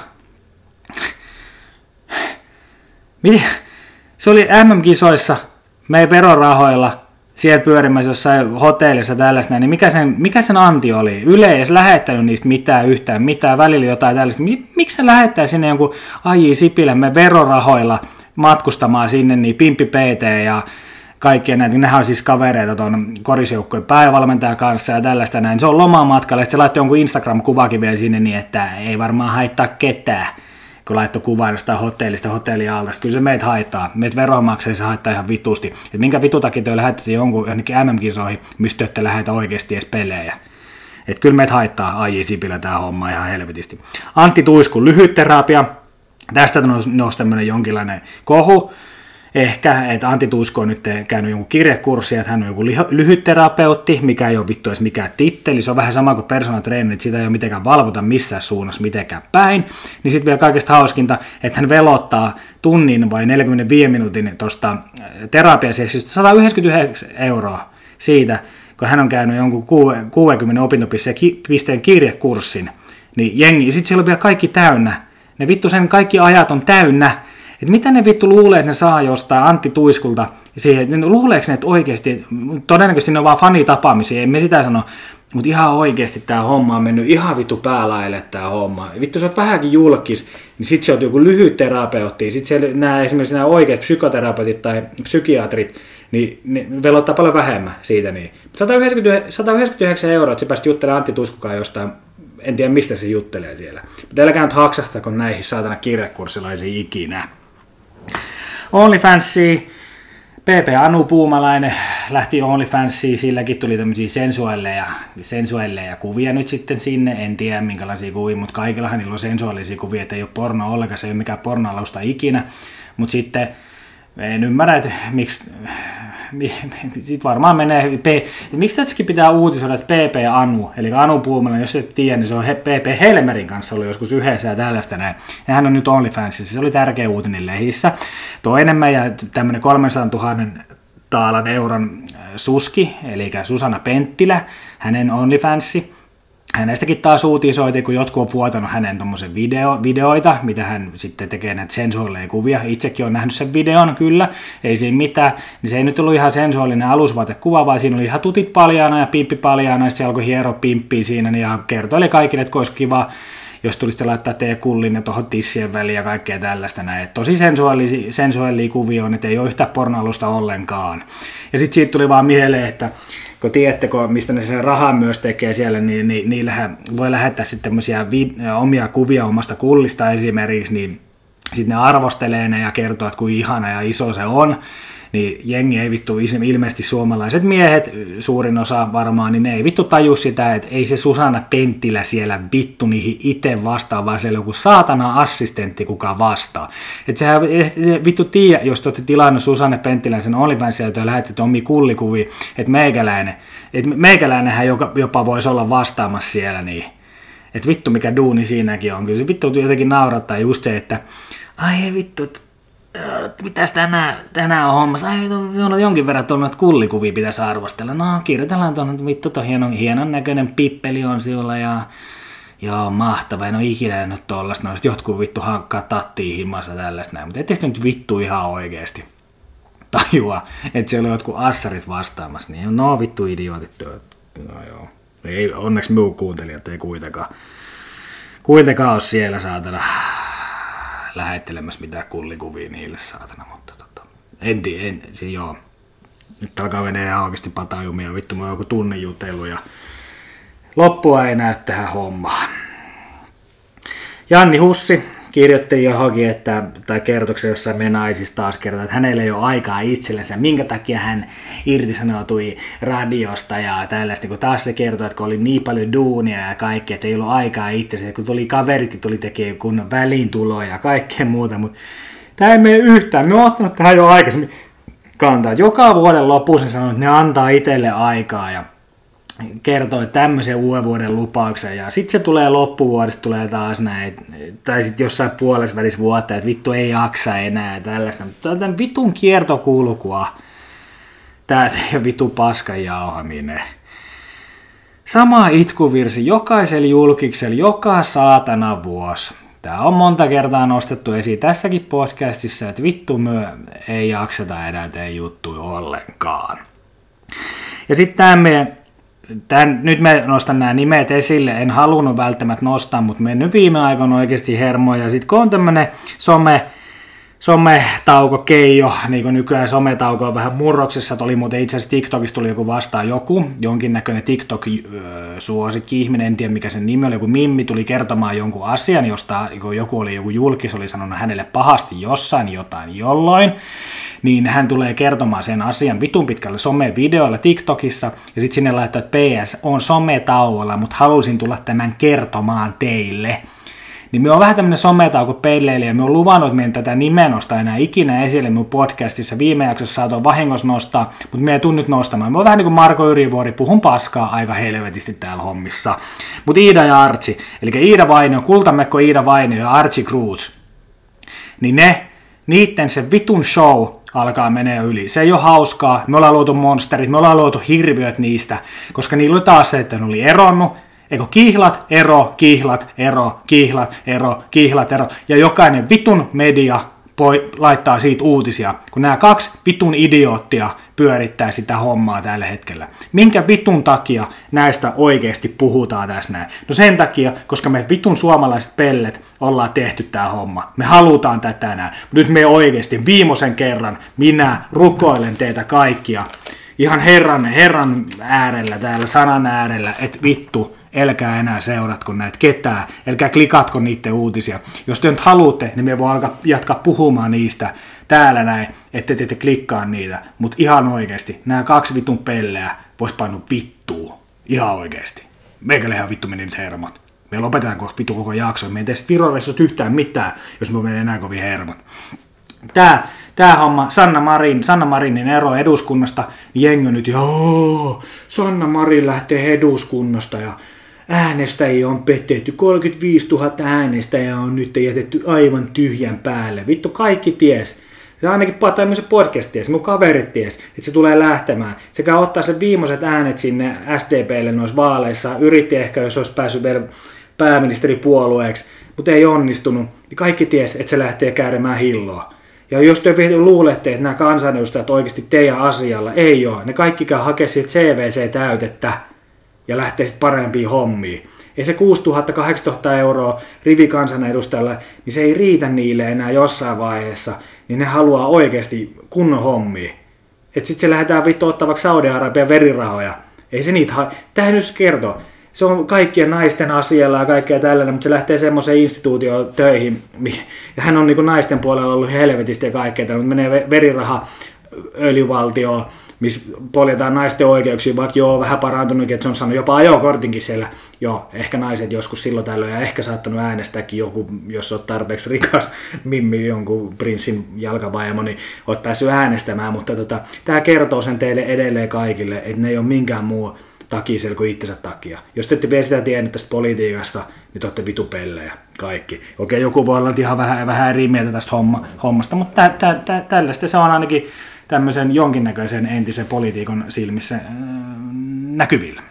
Se oli MM-kisoissa meidän verorahoilla, siellä pyörimässä jossain hotellissa tällaista, niin mikä sen anti oli? Yle ei edes lähettänyt niistä mitään, välillä jotain tällaista. Miksi se lähettää sinne jonkun Aji Sipilän me verorahoilla matkustamaan sinne, niin Pimppi PT ja kaikkia näitä, nehän on siis kavereita tuon korisjoukkojen päävalmentajan kanssa ja tällaista näin. Se on lomamatkalla, ja sitten se laittoi jonkun Instagram-kuvakin vielä sinne niin, että ei varmaan haittaa ketään, kun laittoi kuvaa jostain hotellista, hotellialtaista. Kyllä se meitä haittaa. Meitä veronmaksajia haittaa ihan vitusti. Et minkä vitu takia te lähettäisiin jonnekin MM-kisoihin, mistä te ette lähetä oikeasti edes pelejä. Et kyllä meitä haittaa Aji Sipilä tää homma ihan helvetisti. Antti Tuiskun lyhytterapia. Tästä nousi tämmöinen jonkinlainen kohu. Ehkä, että Antti Tuisko on nyt käynyt jonkun kirjekurssia, että hän on joku lyhytterapeutti, mikä ei ole vittu edes mikään titteli. Se on vähän sama kuin personal trainer, että sitä ei ole mitenkään valvota missään suunnassa mitenkään päin. Niin sitten vielä kaikesta hauskinta, että hän velottaa tunnin vai 45 minuutin tuosta terapiasessiosta 199 € siitä, kun hän on käynyt jonkun 60 opintopisteen kirjekurssin. Niin jengi, sitten siellä on vielä kaikki täynnä. Ne vittu sen kaikki ajat on täynnä. Että mitä ne vittu luulee, että ne saa jostain Antti Tuiskulta siihen, luuleeko ne, että oikeasti, todennäköisesti ne on vaan fanitapaamisia, emme sitä sano, Mutta ihan oikeasti tää homma on mennyt ihan vittu päälaille tää homma. Vittu sä oot vähänkin julkis, niin sit sä oot joku lyhyt terapeutti. Sit esimerkiksi nämä oikeat psykoterapeutit tai psykiatrit, niin ne velottaa paljon vähemmän siitä. Niin. 199 €, että sä pääsit juttelemaan Antti Tuiskukaan jostain, en tiedä mistä se juttelee siellä. Mutta älkää nyt haksahtako näihin saatana kirjakurssilaisiin ikinä. OnlyFansiin. PP Anu Puumalainen lähti OnlyFansiin, silläkin tuli tämmöisiä sensuelleja kuvia nyt sitten sinne, en tiedä minkälaisia kuvia, mutta kaikillahan niillä on sensuaalisia kuvia, että ei ole porno ollenkaan, se ei ole mikään pornoalusta ikinä, mutta sitten en ymmärrä, että miksi, sitten varmaan menee, miksi tässäkin pitää uutisoida, että PP Anu, eli Anu Puumalainen, jos et tiedä, niin se on PP Helmerin kanssa ollut joskus yhdessä ja tällaista näin, ja hän on nyt OnlyFansissa, se oli tärkeä uutinen lehissä. Toinen meidän tämmöinen 300 000 euron suski, eli Susanna Penttilä, hänen OnlyFansi. Hänestäkin taas uutisoitiin, kun jotkut on vuotanut hänen tommosen videoita, mitä hän sitten tekee näitä sensuaalisia kuvia. Itsekin on nähnyt sen videon, kyllä, ei siinä mitään. Niin se ei nyt ollut ihan sensuaalinen alusvaatekuva, vaan siinä oli ihan tutit paljaana ja pimppi paljaana, ja se alkoi hieroa pimppiä siinä, ja kertoi kaikille, että olisi kiva, jos tulisi laittaa teekullin ja tuohon tissien väliin ja kaikkea tällaista näin. Et tosi sensuaalisia kuvia on, että ei ole yhtään pornoalusta ollenkaan. Ja sitten siitä tuli vaan mieleen, että kun tiedättekö, mistä ne sen rahaa myös tekee siellä, niin niillähän voi lähettää sitten tämmöisiä omia kuvia omasta kullista esimerkiksi, niin sitten ne arvostelee ne ja kertoo, että kuinka ihana ja iso se on. Niin jengi ei vittu, ilmeisesti suomalaiset miehet, suurin osa varmaan, niin ne ei vittu taju sitä, että ei se Susanna Penttilä siellä vittu niihin itse vastaa, vaan siellä joku saatana assistentti, kuka vastaa. Että sehän vittu tiedä, jos te olette tilannut Susanna Penttilän sen OnlyFansilta ja lähetit omia kullikuvia, että meikäläinenhän jopa voisi olla vastaamassa siellä, niin että vittu mikä duuni siinäkin on. Kyllä se vittu jotenkin naurattaa just se, että ai ei vittu, mitäs tänään on hommassa? Ai vittu, me ollaan jonkin verran tuonne, että kullikuvia pitäisi arvostella. No, kirjoitellaan tuonne, vittu tuon hienon näköinen pippeli on sinulla ja joo, mahtava. En ole ikinä nähnyt tollaista. No, jotkut vittu hankkaa tattiin himassa tällaista näin, mutta ettei nyt vittu ihan oikeesti tajua, että siellä on jotkut assarit vastaamassa. Niin no vittu idiootit. No joo. Ei, onneksi muu kuuntelijat ei kuitenkaan ole siellä saatana lähettelemässä mitään kullikuvia niille saatana, mutta joo. Nyt alkaa menee ihan oikeasti patajumia, vittu mä oon joku tunnin jutellut ja loppua ei näy tähän hommaan. Janni Hussi kirjoitti johonkin, tai kertoksen jossain meidän naisista taas kertaa, että hänellä ei ole aikaa itsellensä, minkä takia hän irtisanoutui radiosta ja tällaista, kun taas se kertoo, että kun oli niin paljon duunia ja kaikkea, että ei ollut aikaa itsellensä, kun tuli kaveritkin tuli tekemään kunnon väliintuloja ja kaikkea muuta, mutta tämä ei mene yhtään, me oon ottanut tähän jo aikaisemmin kantaa, joka vuoden lopussa sanoo, että ne antaa itselle aikaa ja kertoo tämmöisen uuden vuoden lupauksen ja sitten se tulee loppuvuodesta tulee taas näin, tai sitten jossain puolessa välissä vuotta, että vittu ei jaksa enää ja tällaista, mutta tämän vitun kiertokulkua, tää vitun paskan jauhaminen. Sama itkuvirsi jokaisella julkiksella, joka saatana vuosi. Tää on monta kertaa nostettu esiin tässäkin podcastissa, että vittu myö ei jakseta enää teidän juttuja ollenkaan. Ja sitten tämä meidän nyt mä nostan nämä nimet esille, en halunnut välttämättä nostaa, mutta mennyt viime aikoina oikeasti hermoja. Ja sitten kun on tämmöinen sometauko Keijo, niin kuin nykyään sometauko on vähän murroksessa, oli muuten itse asiassa TikTokissa tuli joku vastaan jonkinnäköinen TikTok-suosikki ihminen, en tiedä mikä sen nimi oli, joku Mimmi tuli kertomaan jonkun asian, josta joku julkis oli sanonut hänelle pahasti jossain jotain jolloin, niin hän tulee kertomaan sen asian vitun pitkällä somevideoilla TikTokissa, ja sitten sinne laittaa, että PS on sometauolla, mutta halusin tulla tämän kertomaan teille. Niin me on vähän tämmönen sometauko pelleilijä, me on luvannut, että me en tätä nimeä nostaa enää ikinä esille mun podcastissa. Viime jaksossa saatoin vahingossa nostaa, mutta me ei tule nyt nostamaan. Me on vähän niin kuin Marko Yrivuori, puhun paskaa aika helvetisti täällä hommissa. Mutta Iida ja Artsi, eli Iida Vainio, Kultamekko Iida Vainio ja Archie Cruz, niin niitten se vitun show alkaa menee yli. Se ei ole hauskaa, me ollaan luotu monsterit, me ollaan luotu hirviöt niistä, koska niillä oli taas se, että ne oli eronnut. Eikö kihlat, ero, kihlat, ero, kihlat, ero, kihlat, ero. Ja jokainen vitun media laittaa siitä uutisia, kun nämä 2 vitun idioottia pyörittää sitä hommaa tällä hetkellä. Minkä vitun takia näistä oikeasti puhutaan tässä näin? No sen takia, koska me vitun suomalaiset pellet ollaan tehty tää homma. Me halutaan tätä näin. Nyt me oikeasti viimeisen kerran minä rukoilen teitä kaikkia ihan herran äärellä täällä, sanan äärellä, että vittu, älkää enää seuratko näitä ketään, älkää klikatko niiden uutisia. Jos te nyt haluatte, niin me voi alkaa jatkaa puhumaan niistä täällä näin, ette te klikkaa niitä. Mutta ihan oikeasti, nämä 2 vitun pelleä vois painua vittuun. Ihan oikeasti. Meikälähän vittu meni nyt hermot. Me lopetetaan kohta vittu koko jakso. Me ei tee Viroreissut yhtään mitään, jos me menee enää kovin hermot. Tää homma, Sanna Marinin ero eduskunnasta, niin jengi nyt, joo, Sanna Marin lähtee eduskunnasta ja äänestäjiä on petetty, 35 000 äänestäjää on nyt jätetty aivan tyhjän päälle. Vittu, kaikki ties. Se ainakin tämmöisen podcast ties, mun kaverit ties, että se tulee lähtemään. Sekä ottaa sen viimeiset äänet sinne SDPlle noissa vaaleissa, yritti ehkä, jos olisi päässyt vielä pääministeripuolueeksi, mutta ei onnistunut, niin kaikki ties, että se lähtee käärimään hilloa. Ja jos te luulette, että nämä kansanedustajat oikeasti teidän asialla, ei ole. Ne kaikki käy hakea siltä CVC-täytettä ja lähtee sitten parempiin hommiin. Ei se 6 000, 8 000 euroa rivikansanedustajalla, niin se ei riitä niille enää jossain vaiheessa, niin ne haluaa oikeasti kunnon hommia. Että sitten se lähdetään vittu ottavaksi Saudi-Arabian verirahoja. Ei se niitä Tähän nyt kertoo. Se on kaikkien naisten asialla ja kaikkea tällainen, mutta se lähtee semmoiseen instituutioon töihin. Ja hän on niin kuin naisten puolella ollut helvetistä ja kaikkea tällainen, mutta menee veriraha öljyvaltioon, missä poljetaan naisten oikeuksia, vaikka joo, vähän parantunutkin, että se on saanut jopa ajokortinkin siellä. Joo, ehkä naiset joskus silloin tällöin ja ehkä saattanut äänestääkin joku, jos olet tarpeeksi rikas mimmi, jonkun prinssin jalkavaimo, niin olet päässyt äänestämään, mutta tämä kertoo sen teille edelleen kaikille, että ne ei ole minkään muu takia kuin itsensä takia. Jos te ette vielä sitä tiennyt tästä politiikasta, niin te olette vitupellejä kaikki. Okei, joku voi olla ihan vähän eri mieltä tästä hommasta, mutta tällaista se on ainakin tämmöisen jonkinnäköisen entisen poliitikon silmissä näkyvillä.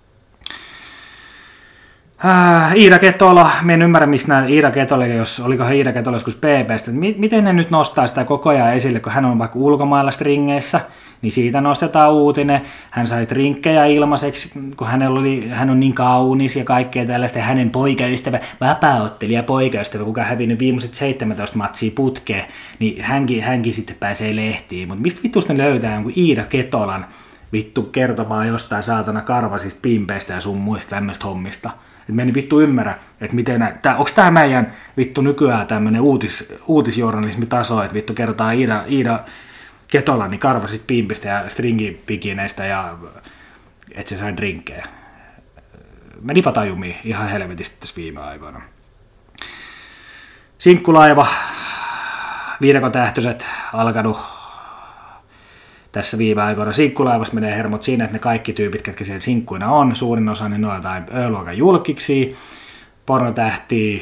Iida Ketola, minä en ymmärrä, mistä nämä Iida Ketola, olikohan Iida Ketola joskus PP:stä, miten ne nyt nostaa sitä koko ajan esille, kun hän on vaikka ulkomailla stringeissä, niin siitä nostetaan uutinen. Hän sai trinkkejä ilmaiseksi, kun hän on niin kaunis ja kaikkea tällaista, ja hänen poikaystävä, vapaaottelija poikaystävä, kuka on hävinnyt viimeiset 17 matsia putkeen, niin hänkin sitten pääsee lehtiin. Mutta mistä vittuista ne löytää jonkun Iida Ketolan vittu kertomaan jostain saatana karvasista pimpeistä ja sun muista tämmöistä hommista? Et mä en vittu ymmärrä, että miten onko tää meidän vittu nykyään tämmönen uutisjournalismitaso, että vittu kerrotaan Iida Ketolan niin karvasista pimpistä ja stringipikineistä ja että se sai drinkkejä. Meni patajumiin ihan helvetistä tässä viime aikoina. Sinkkulaiva, viidakotähtöiset alkanut tässä viime aikoina. Sinkkulaivassa menee hermot siinä, että ne kaikki tyypit, ketkä siellä sinkkuina on, suurin osa, niin ne on jotain Ö-luokan julkiksi, pornotähtiä,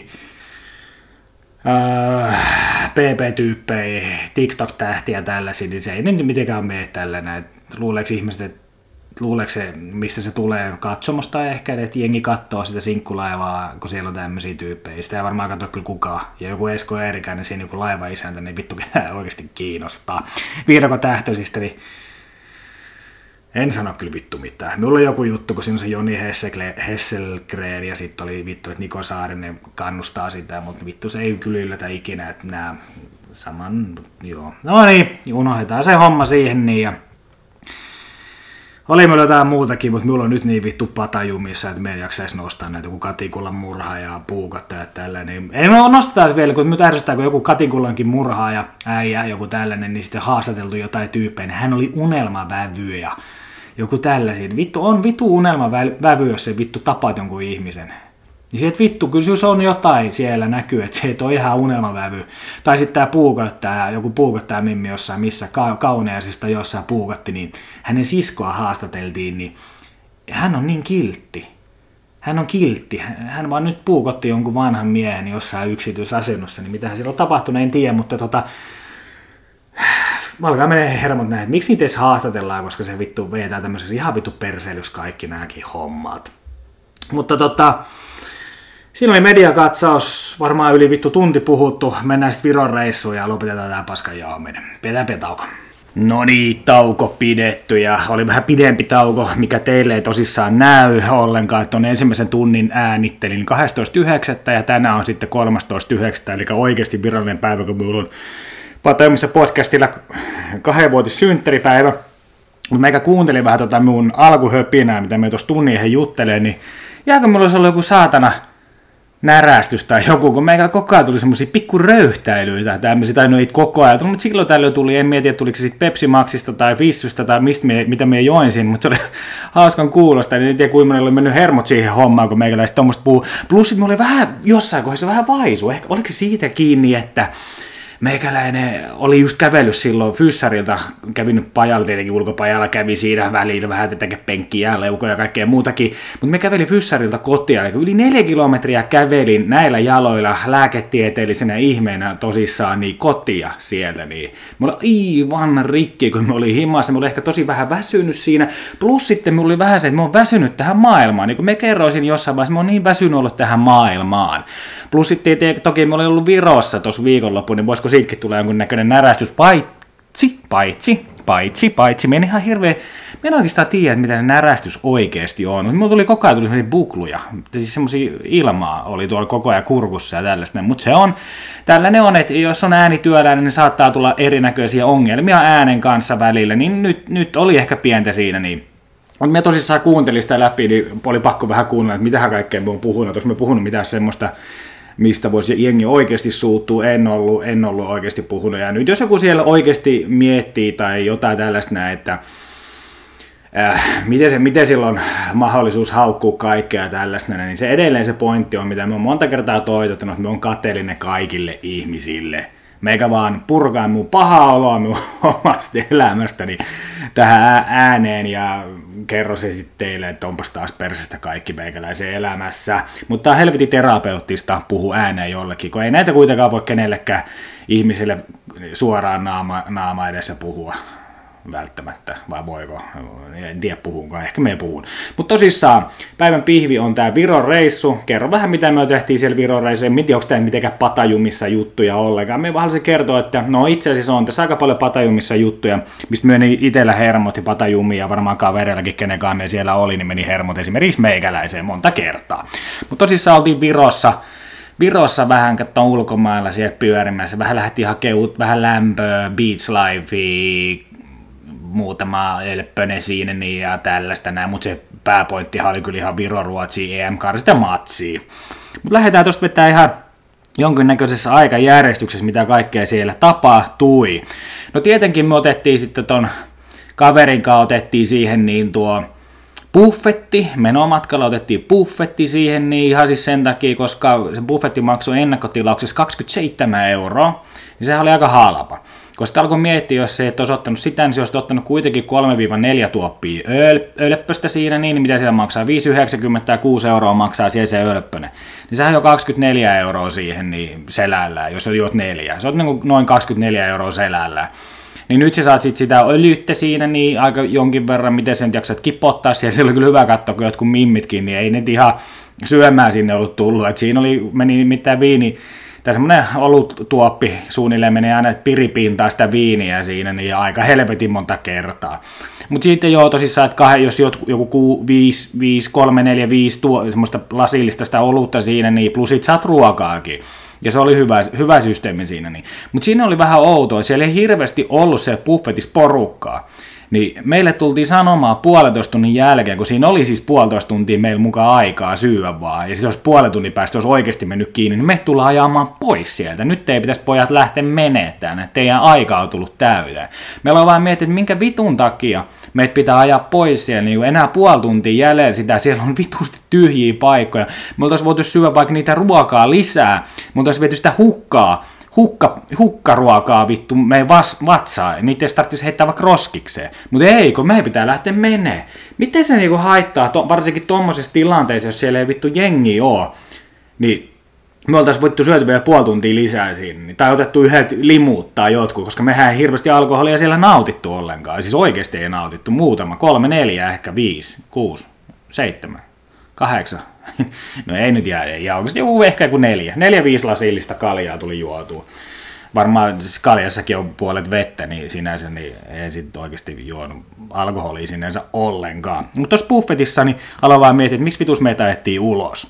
PP-tyyppejä, TikTok-tähtiä tällaisia, niin se ei nyt mitenkään mene tällainen. Luuleeko ihmiset, että se, mistä se tulee katsomosta ehkä, että jengi katsoo sitä sinkkulaivaa, kun siellä on tämmöisiä tyyppejä. Sitä ei varmaan katso kyllä kukaan. Ja joku Esko Eerikäinen siinä joku laivaisäntä, niin vittu ketään oikeasti kiinnostaa. Viidakotähtöisistä, niin en sano kyllä vittu mitään. Minulla on joku juttu, kun siinä on se Joni Hesselgren ja sitten oli vittu, että Niko Saarinen kannustaa sitä, mutta vittu se ei kyllä yllätä ikinä, että nämä saman, joo. No niin, unohdetaan se homma siihen niin ja oli meillä jotain muutakin, mutta minulla on nyt niin vittu patajumissa, että me en jaksaisi nostaa näitä joku Katinkullan murha ja puukotta ja tällainen. Ei me nostetaan vielä, kun nyt ärsyttää, kun joku Katinkullankin murha ja äijä, joku tällainen, niin sitten haastateltu jotain tyyppejä, niin hän oli unelmavävy ja joku tällaisia. Vittu on vittu unelmavävy, jos se vittu tapaat jonkun ihmisen. Niin se, että vittu, kyllä se on jotain siellä näkyy, että se et ole ihan unelmavävy. Tai sitten tämä puukottaja, joku puukottaja mimmi jossain missä Kauneasista jossain puukotti, niin hänen siskoa haastateltiin, niin hän on niin kiltti. Hän on kiltti. Hän vaan nyt puukotti jonkun vanhan miehen jossain yksityisasennossa, niin mitähän siellä on tapahtunut, en tiedä, mutta alkaa menee hermot näin, että miksi niitä edes haastatellaan, koska se vittu vetää tämmöisessä ihan vittu perseilys kaikki nämäkin hommat. Mutta Siinä oli mediakatsaus, varmaan yli vittu tunti puhuttu, mennään sitten Viron reissuun ja lopetetaan tää paskan jaaminen. Pidetään tauko. No niin, tauko pidetty ja oli vähän pidempi tauko, mikä teille ei tosissaan näy ollenkaan, että on ensimmäisen tunnin äänittelin 12.9. ja tänään on sitten 13.9. eli oikeasti virallinen päivä, kun minulla on Patajummissa podcastilla 2-vuotissynttäripäivä. Mutta meikä kuuntelin vähän mun alkuhöpinää, mitä me tuossa tunnin juttelee, niin jääkö mulla olisi ollut joku saatana närästys tai joku, kun meikä koko ajan tuli semmosia pikku röyhtäilyitä, tämmöisiä, tai no ei koko ajan, mutta silloin tällöin tuli, en mieti, että tuliko se sitten Pepsi Maxista tai Fissystä tai mitä me join siinä, mutta se oli hauskan kuulosta, niin en tiedä kuinka monella oli mennyt hermot siihen hommaan, kun meikäläiset tommoista puhuu. Plus sitten mulla oli vähän jossain kohdassa vähän vaisu, ehkä oliko se siitä kiinni, että meikäläinen oli just kävellyt silloin fyssarilta, kävin pajalla, tietenkin ulkopajalla, kävi siinä välillä vähän tätä penkkiä, leukoja ja kaikkea muutakin, mutta me kävelin fyssarilta kotia, eli yli 4 kilometriä kävelin näillä jaloilla lääketieteellisenä ihmeenä tosissaan niin kotia sieltä, niin mulla oli aivan rikki, kun me oli himassa, mulla oli ehkä tosi vähän väsynyt siinä, plus sitten mulla oli vähän se, että mä oon väsynyt tähän maailmaan, niin kuin me kerroisin jossain vaiheessa, mä oon niin väsynyt ollut tähän maailmaan, plus sitten toki mä olin ollut Virossa tuossa viikonloppuun, niin voisiko siitäkin tulee jonkun näköinen närästys, paitsi, me en ihan hirveä, me en oikeastaan tiedä, mitä se närästys oikeasti on, mutta mulla tuli koko ajan semmoisia bukluja, siis semmoisia ilmaa oli tuolla koko ajan kurkussa ja tällaista, mutta se on, tällainen on, että jos on äänityöläinen, niin saattaa tulla erinäköisiä ongelmia äänen kanssa välillä, niin nyt oli ehkä pientä siinä, niin mutta me tosissaan kuuntelin sitä läpi, niin oli pakko vähän kuunnella, että mitähän kaikkea me on puhunut, jos me puhunut mitään semmoista, mistä voisi jengi oikeasti suuttua, en ollut oikeasti puhunut. Ja nyt jos joku siellä oikeasti miettii tai jotain tällaista näin, että miten sillä on mahdollisuus haukkua kaikkea tällaista, niin se edelleen se pointti on, mitä me on monta kertaa toitottanut, että me on kateellinen kaikille ihmisille. Meikä vaan purkaa mun pahaa oloa mun omasta elämästäni tähän ääneen ja kerro se sitten teille, että onpas taas persestä kaikki meikäläisen elämässä. Mutta tää on helvetin terapeuttista puhua ääneen jollekin, kun ei näitä kuitenkaan voi kenellekään ihmiselle suoraan naama edessä puhua. Välttämättä, vai voiko? En tiedä puhunko, ehkä me puhun. Mutta tosissaan, päivän pihvi on tää Viron reissu. Kerro vähän, mitä me tehtiin siellä Viron reissu. En tiedä, onko tää mitenkään patajumissa juttuja ollenkaan. Me vaan se kertoo, että no itse asiassa on tässä aika paljon patajumissa juttuja, mistä meni itsellä hermot ja patajumia, ja varmaan kavereillakin, kenenkaan me siellä oli, niin meni hermot esimerkiksi meikäläiseen monta kertaa. Mutta tosissaan oltiin Virossa vähän katsoin ulkomailla siellä pyörimässä. Vähän lähdettiin hakemaan vähän lämpöä, beach lifea, muutama elppönen siinä niin ja tällaista näin, mutta se pääpointtihan oli kyllä ihan Viro-Ruotsi EM-karsista matsia. Mutta lähdetään tuosta vetää ihan jonkinnäköisessä aikajärjestyksessä, mitä kaikkea siellä tapahtui. No tietenkin me otettiin sitten ton kaverin kanssa otettiin siihen niin tuo buffetti, menomatkalla otettiin buffetti siihen niin ihan siis sen takia, koska se buffetti maksoi ennakkotilauksessa 27 €, niin sehän oli aika halpa. Koska alkoi miettiä, jos se et olisi ottanut sitä, niin se olisi ottanut kuitenkin 3-4 tuoppia ölppöstä siinä, niin mitä siellä maksaa, 5,90 ja 6 € maksaa siellä se ölppönen. Niin sehän on jo 24 € siihen niin selällään, jos juot 4. Se on niin noin 24 € selällään. Niin nyt sä saat sit sitä öljyttä siinä niin aika jonkin verran, miten sen jaksat kipottaa siellä. Se oli kyllä hyvä katsoa, kun jotkut mimmitkin, niin ei ne ihan syömään sinne ollut tullut. Et siinä meni nimittäin viini, tai semmoinen oluttuoppi suunnilleen menee aina piripintaa sitä viiniä siinä, niin aika helvetin monta kertaa. Mutta sitten joo tosissaan, että jos joku 5 semmoista lasillista sitä olutta siinä, niin plus sit saat ruokaakin. Ja se oli hyvä systeemi siinä. Niin. Mutta siinä oli vähän outoa, siellä ei hirveästi ollut se buffetissa porukkaa. Niin meille tultiin sanomaan 1,5 tunnin jälkeen, kun siinä oli siis 1,5 tuntia meillä mukaan aikaa syödä vaan, ja siis jos 0,5 tunnin päästä olisi oikeasti mennyt kiinni, niin me tullaan ajamaan pois sieltä. Nyt ei pitäisi pojat lähteä menettämään, että teidän aika on tullut täyteen. Meillä on vaan miettinyt, että minkä vitun takia meitä pitää ajaa pois siellä, niin enää 0,5 tuntia jäljellä sitä, siellä on vitusti tyhjiä paikkoja. Me oltaisiin voitu syödä vaikka niitä ruokaa lisää, me oltaisiin viety sitä hukkaruokaa vittu meidän vatsaa, niitä ei tarvitsisi heittää vaikka roskikseen. Mutta ei, kun meidän pitää lähteä menee. Miten se niinku haittaa, varsinkin tuommoisessa tilanteessa, jos siellä ei vittu jengi oo, niin me oltaisiin voittu syöty vielä 0,5 tuntia lisää siinä, tai otettu yhdet limut tai jotkut, koska mehän ei hirveästi alkoholia siellä nautittu ollenkaan. Siis oikeasti ei nautittu, muutama, 3, 4, ehkä 5, 6, 7, 8, No ei nyt jää oikeasti ehkä joku 4-5 lasillista kaljaa tuli juotua. Varmaan siis kaljassakin on puolet vettä, niin sinänsä niin ei sitten oikeasti juonut alkoholia sinänsä ollenkaan. Mutta tuossa buffetissa niin aloin vaan miettiä, että miksi vitus meitä ajettiin ulos.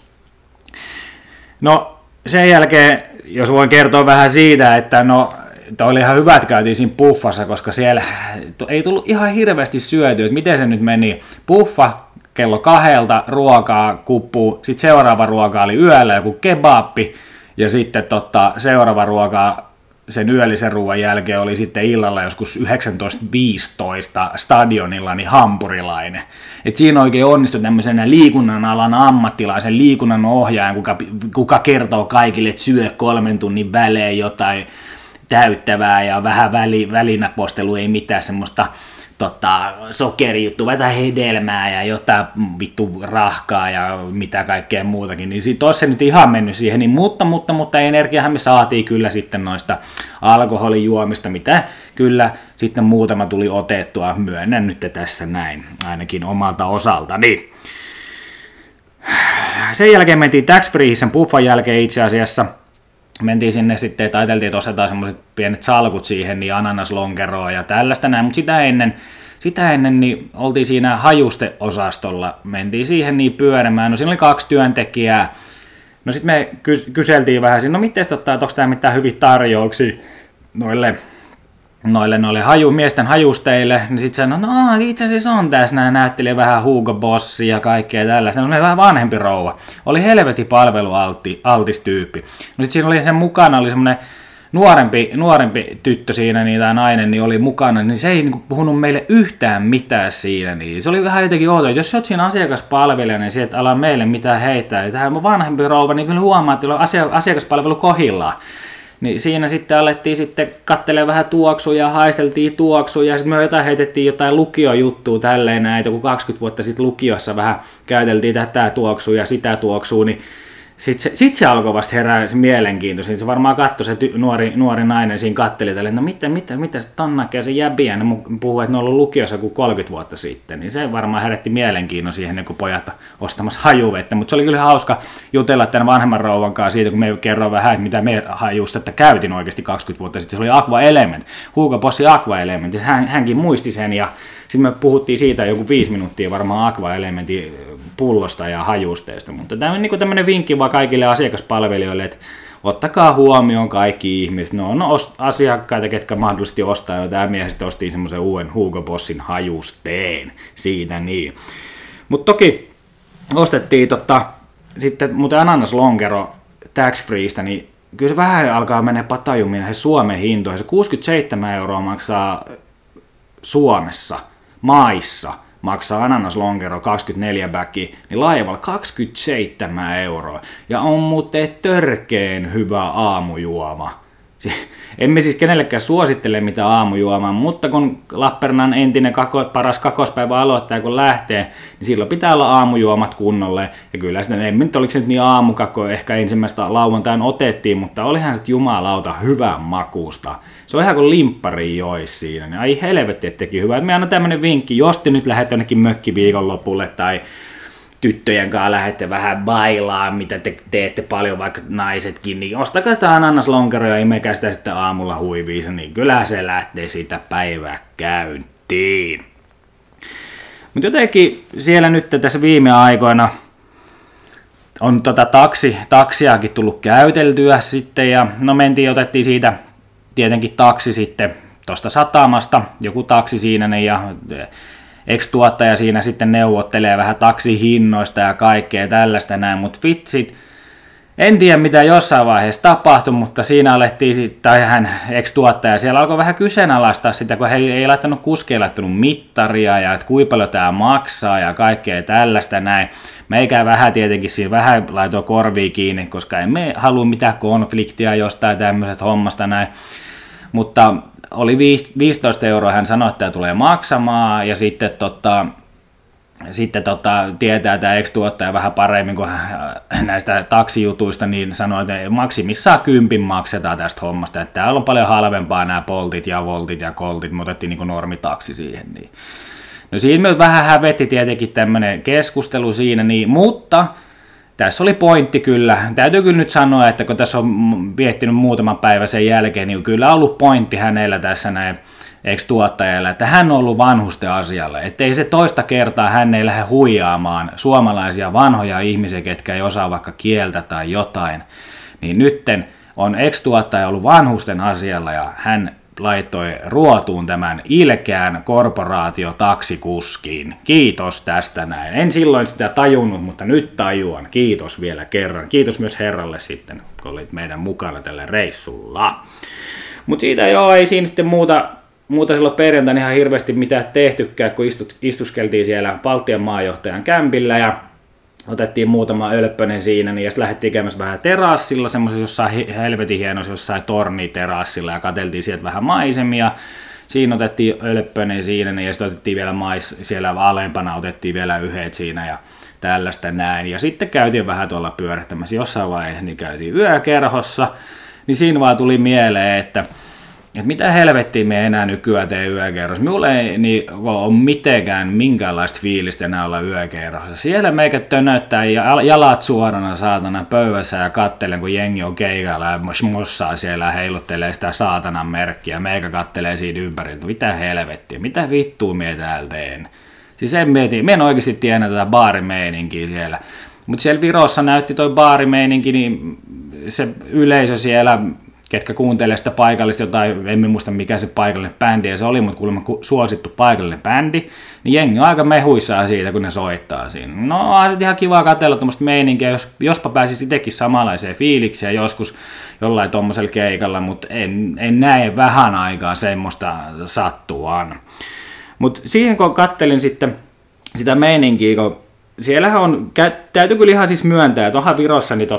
No sen jälkeen, jos voin kertoa vähän siitä, että oli ihan hyvä, että käytiin siinä buffassa, koska siellä ei tullut ihan hirveästi syötyä, että miten se nyt meni. Buffa kello 2 ruokaa kuppuu, sitten seuraava ruoka oli yöllä joku kebappi, ja sitten seuraava ruoka sen yöllisen ruoan jälkeen oli sitten illalla joskus 19.15 stadionilla niin hampurilainen. Et siinä oikein onnistui tämmöisenä liikunnan alan ammattilaisen liikunnan ohjaajan, kuka kertoo kaikille, että syö 3 tunnin välein jotain täyttävää ja vähän välinäpostelu, ei mitään semmoista sokerijuttua, jotain hedelmää ja jotain vittu rahkaa ja mitä kaikkea muutakin, niin siitä olisi se nyt ihan mennyt siihen, niin, mutta energiahan me saatiin kyllä sitten noista alkoholijuomista, mitä kyllä sitten muutama tuli otettua, myönnän nyt tässä näin, ainakin omalta osaltani. Sen jälkeen mentiin tax-free sen buffan jälkeen itse asiassa, mentiin sinne sitten, että ajateltiin, että osataan semmoiset pienet salkut siihen, niin ananaslonkeroa ja tällaista näin, mutta sitä ennen niin oltiin siinä hajusteosastolla, mentiin siihen niin pyörimään, no siinä oli 2 työntekijää, no sitten me kyseltiin vähän siinä, no miten että onko tämä mitään hyviä tarjouksia noille miesten hajusteille, niin sitten sanoi, no itse asiassa on tässä, nämä näytteli vähän Hugo Bossia ja kaikkea tällaista, no ne vähän vanhempi rouva, oli helvetin palvelualtis tyyppi, no sitten siinä oli sen mukana, oli semmoinen nuorempi tyttö siinä, niin tai nainen, niin oli mukana, niin se ei niin puhunut meille yhtään mitään siinä, niin se oli vähän jotenkin outoa, jos olet siinä asiakaspalvelija, niin sieltä ala meille mitään heittää, ja tähän vanhempi rouva, niin kyllä huomaa, että on asiakaspalvelu kohillaan. Niin siinä sitten alettiin sitten katselemaan vähän tuoksuja, haisteltiin tuoksuja, ja sitten me heitettiin jotain lukiojuttua tälleen näin, kun 20 vuotta sitten lukiossa vähän käyteltiin tätä tuoksua ja sitä tuoksua, niin sitten se alkoi vasta herää se mielenkiinto. Sitten se varmaan katsoi se nuori nainen siinä katteli tälle, no mitä se tonnakea se jäbiä, ne puhuu, että ne on ollut lukiossa kuin 30 vuotta sitten, niin se varmaan herätti mielenkiinnon siihen, kun pojat ostamassa hajuvettä, mutta se oli kyllä hauska jutella tämän vanhemman rouvan kanssa siitä, kun me kerroin vähän, että mitä me hajustetta käytin oikeasti 20 vuotta sitten, se oli Aqua Element, Hugo Bossin Aqua Element, hänkin muisti sen ja sitten me puhuttiin siitä joku 5 minuuttia varmaan Aqua Elementin pullosta ja hajusteesta, mutta tämä on niin tämmöinen vinkki vaan kaikille asiakaspalvelijoille, että ottakaa huomioon kaikki ihmiset, ne on asiakkaita, ketkä mahdollisesti ostaa jo, tämä mies sitten ostiin semmoisen uuden Hugo Bossin hajusteen, siitä niin. Mutta toki ostettiin sitten muuten ananaslonkero tax-freestä, niin kyllä se vähän alkaa mennä patajumiin se Suomen hintoihin, se 67 € maksaa Suomessa, maissa, maksaa ananaslonkero 24 bäki, niin laivalla 27 €. Ja on muuten törkeen hyvä aamujuoma. Emme siis kenellekään suosittele mitään aamujuomaa, mutta kun Lappeenrannan entinen paras kakospäivä aloittaa, kun lähtee, niin silloin pitää olla aamujuomat kunnolle. Ja kyllä sitten, ei nyt oliko se nyt niin aamukakko, ehkä ensimmäistä lauantain otettiin, mutta olihan se jumalauta hyvän makuusta. Se on ihan kuin limppari jois siinä. Niin ai helvetti, että teki hyvää. Me annan tämmönen vinkki, jos te nyt lähdette jonnekin mökkiviikonlopulle tai tyttöjen kanssa lähdette vähän bailaa, mitä te teette paljon, vaikka naisetkin, niin ostakaa sitä ananaslonkeroa ja imekää sitä sitten aamulla huiviinsa, niin kyllä se lähtee siitä päivää käyntiin. Mutta jotenkin siellä nyt tässä viime aikoina on taksiakin tullut käyteltyä sitten, ja no otettiin siitä tietenkin taksi sitten tuosta satamasta, joku taksi siinä, ja ex-tuottaja siinä sitten neuvottelee vähän taksihinnoista ja kaikkea tällaista näin, mutta vitsit, en tiedä mitä jossain vaiheessa tapahtui, mutta siinä alettiin, tai hän ex-tuottaja siellä alkoi vähän kyseenalaistaa sitä, kun he ei laittanut kuski, ei laittanut mittaria ja että kuinka paljon tämä maksaa ja kaikkea tällaista näin. Meikä vähän tietenkin siinä vähän laitoi korviin kiinni, koska emme halua mitään konfliktia jostain tämmöisestä hommasta näin, mutta oli 15 € hän sanoi, että tämä tulee maksamaan, ja sitten tietää tämä ex-tuottaja vähän paremmin kuin näistä taksijutuista, niin sanoi, että maksimissaan 10 maksetaan tästä hommasta, että täällä on paljon halvempaa nämä Boltit ja Voltit ja Coltit, me otettiin niin kuin normitaksi siihen. Niin. No siinä myös vähän hävetti tietenkin tämmöinen keskustelu siinä, niin, mutta tässä oli pointti kyllä. Täytyy kyllä nyt sanoa, että kun tässä on viettinyt muutaman päivän sen jälkeen, niin kyllä on ollut pointti hänellä tässä näin ex-tuottajalla, että hän on ollut vanhusten asialla. Että ei se toista kertaa hän ei lähde huijaamaan suomalaisia vanhoja ihmisiä, ketkä ei osaa vaikka kieltä tai jotain. Niin nytten on ex-tuottaja ollut vanhusten asialla ja hän laittoi ruotuun tämän ilkeän korporaatiotaksikuskin. Kiitos tästä näin. En silloin sitä tajunnut, mutta nyt tajuan. Kiitos vielä kerran. Kiitos myös herralle sitten, kun olit meidän mukana tällä reissulla. Mutta siitä ei siinä sitten muuta silloin perjantaina ihan hirveästi mitään tehtykään, kun istuskeltiin siellä Baltian maajohtajan kämpillä ja otettiin muutama ölppönen siinä, niin ja sitten lähdettiin käymässä vähän terassilla, semmoisessa jossain helvetin hienossa jossain torniterassilla, ja katseltiin sieltä vähän maisemia. Siinä otettiin ölppönen siinä, niin ja sitten otettiin vielä siellä alempana otettiin vielä yhdet siinä, ja tällaista näin. Ja sitten käytiin vähän tuolla pyörähtämässä jossain vaiheessa, niin käytiin yökerhossa, niin siinä vaan tuli mieleen, että mitä helvettiä me enää nykyään tee yökerrossa. Minulla ei ole mitenkään minkäänlaista fiilistä enää olla yökerrossa. Siellä meikä tönöttää jalat suorana saatana pöydässä ja kattelen, kun jengi on keikalla ja mossaa siellä ja heiluttelee sitä saatanan merkkiä. Meikä kattelee siitä ympäriltä. Mitä helvettiä, mitä vittua mie täällä teen? Siis en oikeasti tiedä tätä baarimeininkiä siellä. Mutta siellä Virossa näytti toi baarimeininki, niin se yleisö siellä, ketkä kuuntelee sitä paikallista jotain, en muista mikä se paikallinen bändi ja se oli, mutta kuulemma suosittu paikallinen bändi, niin jengi on aika mehuissaan siitä, kun ne soittaa siinä. No on sitten ihan kiva katsella tuommoista meininkiä, jospa pääsisi itsekin samanlaiseen fiilikseen joskus jollain tuommoisella keikalla, mutta en näe vähän aikaa semmoista sattuaan. Mutta siihen kun kattelin sitten sitä meininkiä, kun siellähän on, täytyy kyllä ihan siis myöntää, että onhan Virossa, niin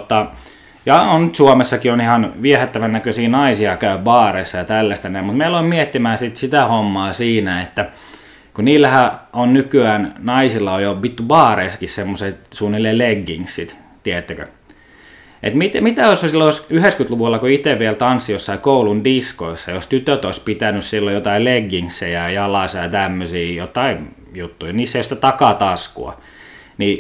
ja on Suomessakin on ihan viehättävän näköisiä naisia käy baareissa ja tällaista näin, mutta meillä on miettimään sitä hommaa siinä, että kun niillähän on nykyään, naisilla on jo vittu baareissakin semmoiset suunnilleen leggingsit, tiedättekö? Että mitä jos silloin 90-luvulla, kun itse vielä tanssi jossain koulun diskoissa, jos tytöt olisi pitänyt silloin jotain leggingsejä, jalassa ja tämmöisiä jotain juttuja, niissä ei ole sitä takataskua, niin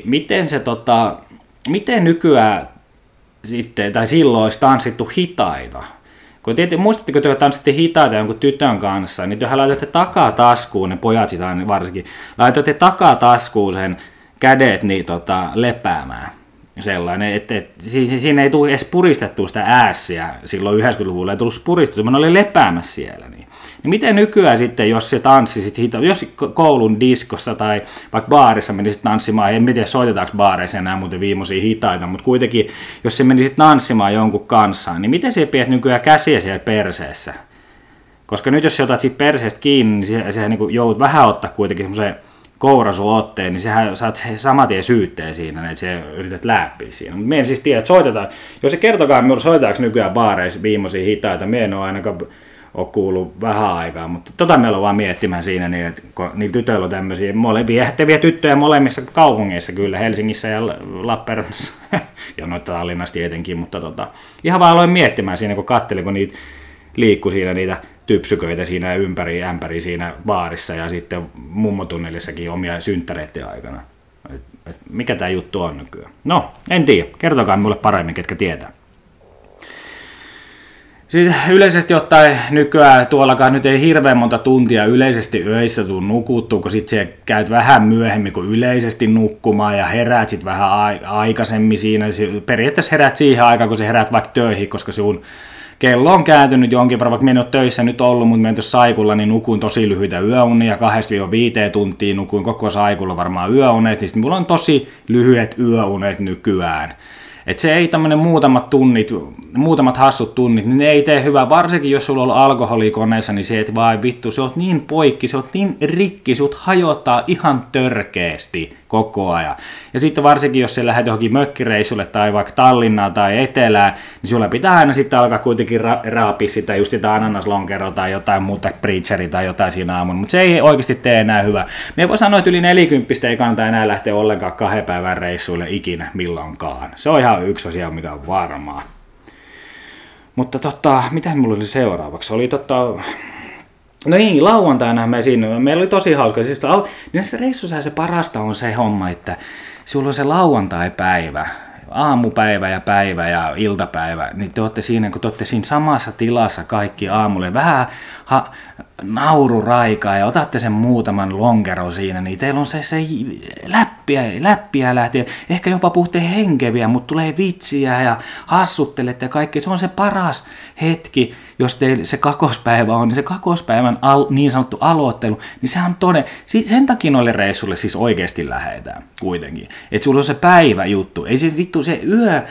miten nykyään sitten, tai silloin olisi tanssittu hitaita. Kun muistatteko, että tanssitte hitaita jonkun tytön kanssa, niin tehän laitatte takataskuun, ne pojat sitä varsinkin, laitatte takataskuun sen kädet niin, lepäämään. Sellainen, että siinä ei tule edes puristettua sitä äässiä silloin 90-luvulla, ei tullut puristettua, vaan ne oli lepäämässä siellä. Niin miten nykyään sitten, jos se tanssisit jos koulun diskossa tai vaikka baarissa menisit tanssimaan, en tiedä soitetaanko baareissa enää muuten viimeisiä hitaita, mutta kuitenkin, jos se menisit tanssimaan jonkun kanssa, niin miten se pidät nykyään käsiä siellä perseessä? Koska nyt jos otat siitä perseestä kiinni, niin sehän niin joudut vähän ottaa kuitenkin semmoiseen kourasuotteen, niin sehän saat saman tien syytteen siinä, että se yrität läppiä siinä. Mutta minä en siis tiedä, että soitetaan, jos se kertokaa minulle, soitetaanko nykyään baareissa viimeisiä hitaita, minä en ole ainakaan ole kuullut vähän aikaa, mutta meillä on vaan miettimään siinä, niin, että kun niillä tytöillä on tämmöisiä viehättäviä tyttöjä molemmissa kaupungeissa kyllä, Helsingissä ja Lappeenrannassa, ja noita Tallinnassa tietenkin, mutta ihan vaan aloin miettimään siinä, kun katselin, kun niitä liikkui siinä niitä typsyköitä siinä ämpäri siinä baarissa ja sitten mummotunnelissakin omia synttäreiden aikana. Mikä tämä juttu on nykyään? No, en tiedä. Kertokaa minulle paremmin, ketkä tietää. Sitten yleisesti ottaen nykyään tuollakaan nyt ei hirveän monta tuntia yleisesti öissä tuu nukuttua, kun sitten se käyt vähän myöhemmin kuin yleisesti nukkumaan ja heräät sitten vähän aikaisemmin siinä. Periaatteessa heräät siihen aikaan, kun sä heräät vaikka töihin, koska sun kello on kääntynyt jonkin verran, vaikka minä en ole töissä nyt ollut, mutta minä tuossa saikulla, niin nukuin tosi lyhyitä yöunia, 2-5 tuntia nukuin koko saikulla varmaan yöunet, niin sitten mulla on tosi lyhyet yöunet nykyään. Että se ei tämmöinen muutamat hassut tunnit, niin ne ei tee hyvää, varsinkin jos sulla on ollut alkoholia koneessa, niin se et vaan vittu, se on niin poikki, se on niin rikki, sut hajottaa ihan törkeästi koko ajan. Ja sitten varsinkin, jos sä lähdet johonkin mökkireissulle tai vaikka Tallinnaan tai Etelään, niin sulla pitää aina sitten alkaa kuitenkin raapia sitä just sitä ananaslonkeroa tai jotain muuta, preacheri tai jotain siinä aamun, mutta se ei oikeasti tee enää hyvää. Me voi sanoa, että yli 40 ei kannata enää lähteä ollenkaan 2 päivän reissuille ikinä milloinkaan. Se on ihan yksi asia, mikä on varmaa. Mutta mitä mulla oli seuraavaksi? Oli no niin, lauantaina meillä oli tosi hauska. Siis näissä reissuissa se parasta on se homma, että sulla on se lauantai-päivä. aamupäivä ja päivä ja iltapäivä, niin te olette siinä, kun te olette siinä samassa tilassa kaikki aamulle, vähän naururaikaa ja otatte sen muutaman lonkeron siinä, niin teillä on se läppiä lähtee, ehkä jopa puhutte henkeviä, mutta tulee vitsiä ja hassuttelette ja kaikki. Se on se paras hetki, jos teillä se kakospäivä on, niin se kakospäivän niin sanottu aloittelu, niin sehän on sen takia noille reissulle siis oikeasti lähetään kuitenkin. Että sulla on se päiväjuttu, ei se vittu se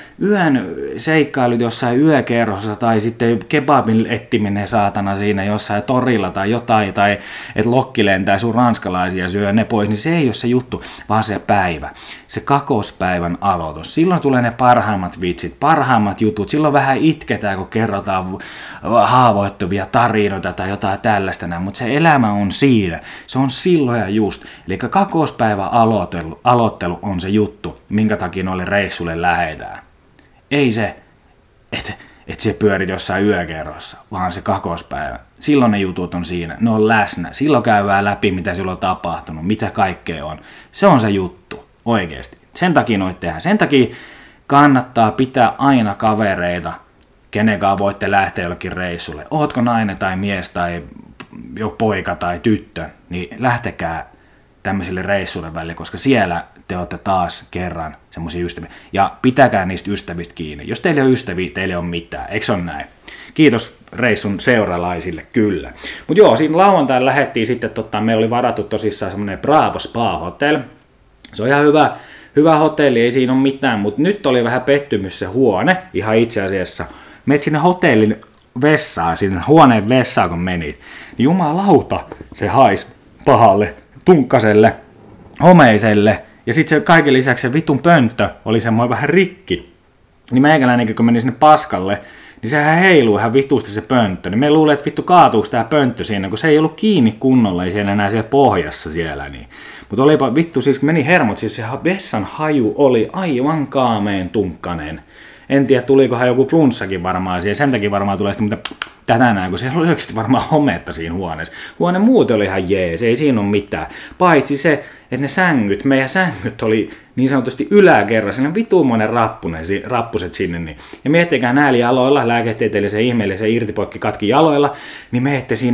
yön seikkailut jossain yökerhossa tai sitten kebabin ettiminen saatana siinä jossain torilla tai jotain, tai että lokki lentää sun ranskalaisia syö ne pois, niin se ei ole se juttu, vaan se päivä, se kakospäivän aloitus. Silloin tulee ne parhaimmat vitsit, parhaimmat jutut, silloin vähän itketään, kun kerrotaan haavoittuvia tarinoita tai jotain tällaista, mutta se elämä on siinä, se on silloin ja just. Eli kakospäivän aloittelu on se juttu, minkä takia noille reissulle lähetään. Ei se, että se pyörit jossain yökerrossa, vaan se kakospäivä. Silloin ne jutut on siinä, ne on läsnä. Silloin käydään läpi, mitä silloin on tapahtunut, mitä kaikkea on. Se on se juttu, oikeasti. Sen takia noit tehdään. Sen takia kannattaa pitää aina kavereita, kenenkaan voitte lähteä jollekin reissulle. Ootko nainen tai mies tai jo poika tai tyttö, niin lähtekää tämmöisille reissuille välillä, koska siellä te olette taas kerran semmoisia ystäviä. Ja pitäkää niistä ystävistä kiinni. Jos teillä on ystäviä, teillä ei ole mitään. Eikö se ole näin? Kiitos reissun seuralaisille, kyllä. Mutta joo, siinä lauantaina lähdettiin sitten, meillä oli varattu tosissaan semmoinen Bravo Spa Hotel. Se on ihan hyvä hotelli, ei siinä ole mitään, mutta nyt oli vähän pettymys se huone, ihan itse asiassa. Menet sinne hotellin vessaan, sinne huoneen vessaan kun menit, niin jumalauta, se haisi pahalle, tunkkaselle, homeiselle, ja sitten se kaiken lisäksi se vitun pönttö oli semmoinen vähän rikki. Niin meikäläinen, kun meni sinne paskalle, niin sehän heiluu ihan vitusti se pönttö. Niin me luulee, että vittu kaatuuko tää pönttö siinä, kun se ei ollut kiinni kunnolla, ei siellä enää siellä pohjassa siellä. Niin. Mutta olipa vittu, siis meni hermot, siis se vessan haju oli aivan kaameen tunkkanen. En tiedä, tulikohan joku flunssakin varmaan siihen, sen takia varmaan tulee sitä, mutta tätä näin, kun siellä oli oikeasti varmaan hometta siinä huoneessa. Huone muuten oli ihan jees, ei siinä ole mitään. Paitsi se, että ne sängyt, meidän sängyt oli niin sanotusti yläkerrassa, siinä vituumoinen rappuset sinne. Niin. Ja miettikää näillä jaloilla, lääketieteellisen ihmeellisen irtipoikki katki jaloilla, niin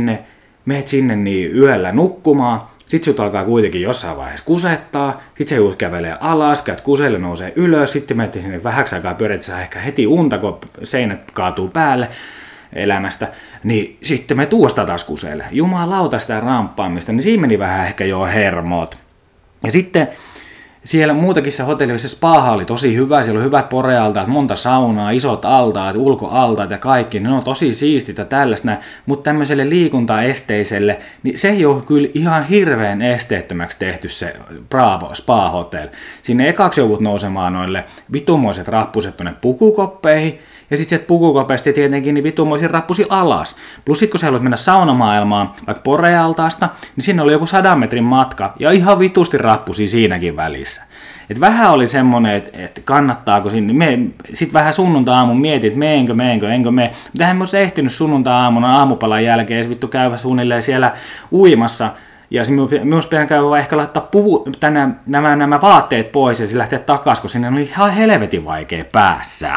meet sinne niin yöllä nukkumaan. Sitten sut alkaa kuitenkin jossain vaiheessa kusettaa, sitten se juut kävelee alas, käyt kuselle, nousee ylös, sitten menette sinne vähäksi aikaa pyöreät, saa ehkä heti unta, kun seinät kaatuu päälle elämästä, niin sitten me tuosta taas kuselle. Jumalauta sitä ramppaamista, niin siinä meni vähän ehkä jo hermot. Ja sitten siellä muutakin se hotelli, se spaha oli tosi hyvä, siellä oli hyvät porealtaat, monta saunaa, isot altaat, ulkoaltaat ja kaikki, ne on tosi siistit ja tällaista, mutta tämmöiselle liikuntaesteiselle, niin se ei ole kyllä ihan hirveän esteettömäksi tehty se Bravo Spa Hotel. Sinne ekaksi joudut nousemaan noille vitumoiset rappuset tuonne pukukoppeihin, ja sitten sieltä pukukopeista tietenkin niin vitumoisin rappusi alas. Plus sit kun sä haluat mennä saunamaailmaan, vaikka Porealtaasta, niin sinne oli joku 100 metrin matka, ja ihan vitusti rappusi siinäkin välissä. Et vähän oli semmonen, että kannattaako sinne. Sitten vähän sunnuntai-aamun mietin, että enkö mene. Mutta eihän me olisi ehtinyt sunnuntai-aamuna aamupalan jälkeen edes vittu käydä suunnilleen siellä uimassa. Ja minun pitää käydä ehkä laittaa nämä vaatteet pois ja sitten lähteä takaisin, kun sinne oli ihan helvetin vaikea päässä.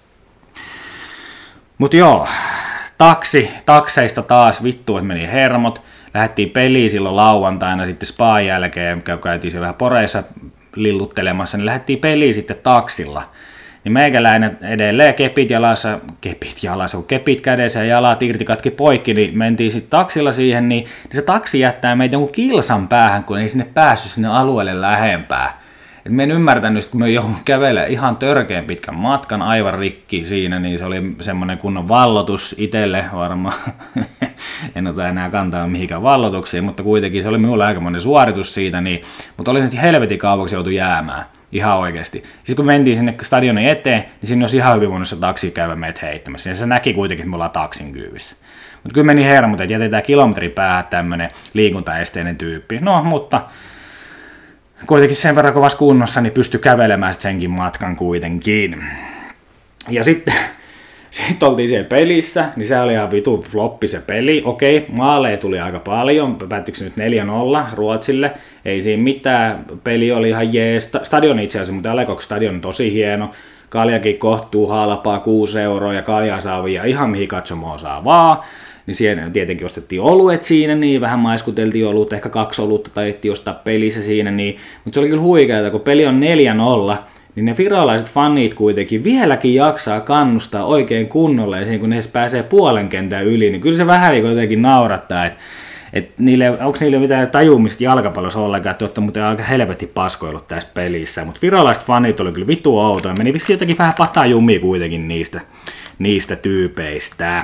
Mut joo, takseista taas vittu, että meni hermot. Lähdettiin peliin silloin lauantaina sitten spaan jälkeen, käytiin siellä vähän Poreissa lilluttelemassa, niin lähdettiin peliin sitten taksilla. Niin meikäläinen edelleen kepit jalassa, kun kepit kädessä ja jalat irti katki poikki, niin mentiin sitten taksilla siihen, niin se taksi jättää meitä jonkun kilsan päähän, kun ei sinne päässyt sinne alueelle lähempää. Et mä en ymmärtänyt, kun me joudun kävelemään ihan törkeän pitkän matkan, aivan rikki siinä, niin se oli semmoinen kunnon vallotus itselle varmaan. En ota enää kantaa mihinkään vallotuksiin, mutta kuitenkin se oli minulle aikamoinen suoritus siitä, niin, mutta oli se helvetin kauaksi joutu jäämään. Ihan oikeasti. Sitten kun mentiin sinne stadionin eteen, niin sinne olisi ihan hyvin voinut se taksi käydä meitä heittämässä. Ja se näki kuitenkin, että me ollaan taksin kyyvissä. Mutta kyllä meni hermot, että jätetään kilometrin päähän tämmöinen liikuntaesteinen tyyppi. No, mutta kuitenkin sen verran kovassa kunnossa, niin pystyi kävelemään senkin matkan kuitenkin. Ja sitten oltiin siellä pelissä, niin se oli ihan vitu floppi se peli. Okei, maaleja tuli aika paljon, päättyykö se nyt 4-0 Ruotsille, ei siinä mitään, peli oli ihan jees. Stadion itse asiassa, mutta Alekoks stadion on tosi hieno, kaljakin kohtuu halpaa 6 euroa ja kaljaa saa viiä ihan mihin katsomoon saa vaan. Niin siellä tietenkin ostettiin oluet siinä, niin vähän maiskuteltiin olut, ehkä 2 olutta taidettiin ostaa pelissä siinä, niin, mutta se oli kyllä huikeaa, kun peli on 4-0, niin ne virolaiset fanit kuitenkin vieläkin jaksaa kannustaa oikein kunnolla, ja siinä kun ne pääsee puolen kentän yli, niin kyllä se vähän niin jotenkin naurattaa, että onko niille mitään tajumista jalkapallossa ollenkaan, että olette muuten aika helvetti paskoillut tässä pelissä, mutta virolaiset fanit oli kyllä vitu outoja, meni vissiin jotenkin vähän pataa jumia kuitenkin niistä tyypeistä.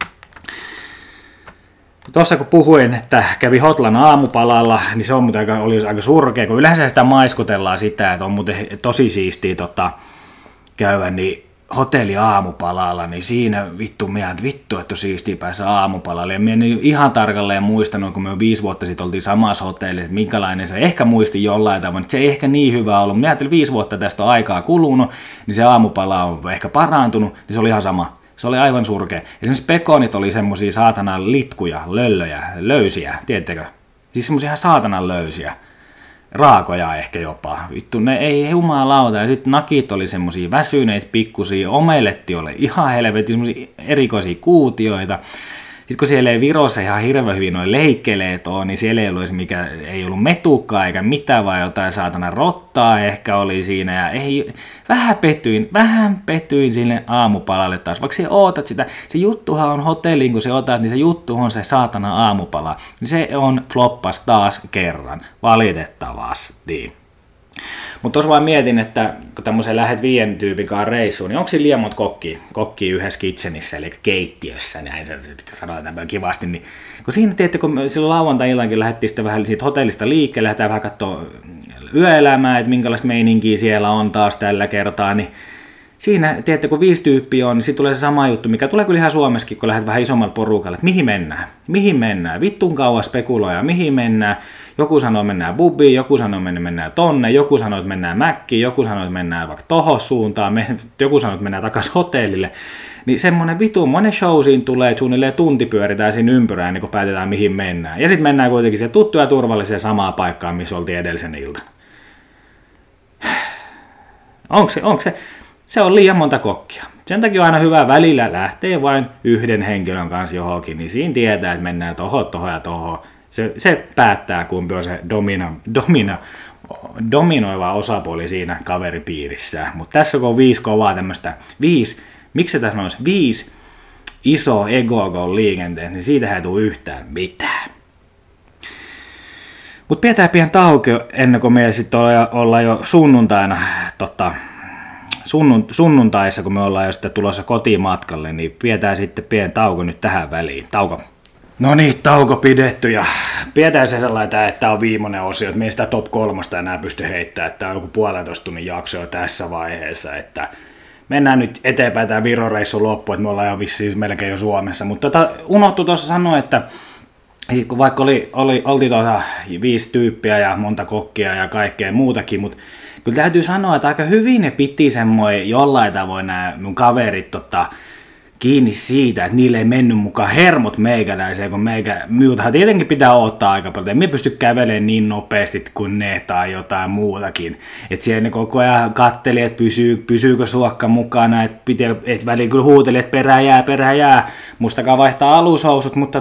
Tuossa kun puhuin, että kävi Hotlan aamupalalla, niin se on muuten oli aika surkea, kun yleensä sitä maiskutellaan sitä, että on muuten tosi siistiä käydä niin hotelli aamupalalla, niin siinä vittu, että on siistiä päässä aamupalalle. Ja minä en ihan tarkalleen muistanut, kun me 5 vuotta sitten oltiin samassa hotellissa, että minkälainen se ehkä muisti jollain tavalla, mutta se ei ehkä niin hyvä ollut. Minä ajattelin 5 vuotta tästä on aikaa kulunut, niin se aamupala on ehkä parantunut, niin se oli ihan sama. Se oli aivan surkea. Esimerkiksi pekonit oli semmosia saatanan litkuja, löllöjä, löysiä, tiedättekö? Siis semmosia ihan saatanan löysiä. Raakoja ehkä jopa. Vittu, ne ei jumalauta. Ja sitten nakit oli semmosia väsyneitä pikkusia. Omeletti oli ihan helvetti, semmosia erikoisia kuutioita. Sitten kun siellä ei Virossa ihan hirveän hyvin noin leikkeleet ole, niin siellä ei ollut mikä ei ollut metukkaa eikä mitään, vaan jotain saatana rottaa ehkä oli siinä. Ja vähän pettyin sinne aamupalalle taas. Vaikka sä ootat sitä, se juttuhan on hotelliin, kun sä otat, niin se juttu on se saatana aamupala. Niin se on floppas taas kerran, valitettavasti. Mutta tuossa vaan mietin, että kun tämmöisen lähdet 5 tyypin kanssa reissuun, niin onko siinä liian monta kokkia yhdessä kitchenissä, eli keittiössä, näin se sanotaan tämän kivasti, niin kun siinä, tiedätte, kun silloin lauantai-illankin lähdettiin sitten vähän siitä hotellista liikkeelle, lähdetään vähän katsoa yöelämää, että minkälaista meininkiä siellä on taas tällä kertaa, niin siinä, tiedätte, kun 5 tyyppiä on, niin sitten tulee se sama juttu, mikä tulee kyllä ihan Suomessakin, kun lähdet vähän isommalle porukalle, että mihin mennään, vittun kauan spekuloja, mihin mennään, joku sanoo, että mennään bubiin, joku sanoo, että mennään tonne, joku sanoo, että mennään mäkkiin, joku sanoo, että mennään vaikka tohon suuntaan, joku sanoo, että mennään takaisin hotellille, niin semmoinen vitun monen show siinä tulee, että suunnilleen tunti pyöritään siinä ympyrään, niin kun päätetään mihin mennään, ja sitten mennään kuitenkin siihen tuttuun ja turvalliseen samaan paikkaan, missä oltiin edellisen iltana. Onko se? Se on liian monta kokkia. Sen takia on aina hyvä välillä lähteä vain yhden henkilön kanssa johonkin, niin siinä tietää, että mennään tohon ja tohon. Se päättää, kumpi on se dominoiva osapuoli siinä kaveripiirissä. Mutta tässä kun on 5 kovaa tämmöistä, miksi se tässä olisi 5 iso ego liikenteen, niin siitä ei tule yhtään mitään. Mutta pidetään pian tauko ennen kuin me sitten ollaan jo sunnuntaina sunnuntaissa, kun me ollaan jo sitten tulossa kotimatkalle, niin pidetään sitten pieni tauko nyt tähän väliin. Tauko. No niin, tauko pidetty ja pidetään se sellainen, että tämä on viimeinen osio, että me ei sitä top 3 enää pysty heittämään, että tämä on joku 1,5 tunnin jakso jo tässä vaiheessa, että mennään nyt eteenpäin tämä Viro-reissu loppuun, että me ollaan jo vissiin melkein jo Suomessa, mutta unohtui tuossa sanoa, että kun vaikka oltiin 5 tyyppiä ja monta kokkia ja kaikkea muutakin, mutta kyllä täytyy sanoa, että aika hyvin ne piti semmoinen jollain tavoin nämä mun kaverit kiinni siitä, että niille ei mennyt mukaan hermot meikäläiseen, kun minultahan tietenkin pitää odottaa aika paljon. En pysty kävelemään niin nopeasti kuin ne tai jotain muutakin. Että siellä ne koko ajan katteli, että pysyykö suokka mukana, että väliin kyllä huuteli, että perä jää. Mustakaan vaihtaa alushousut, mutta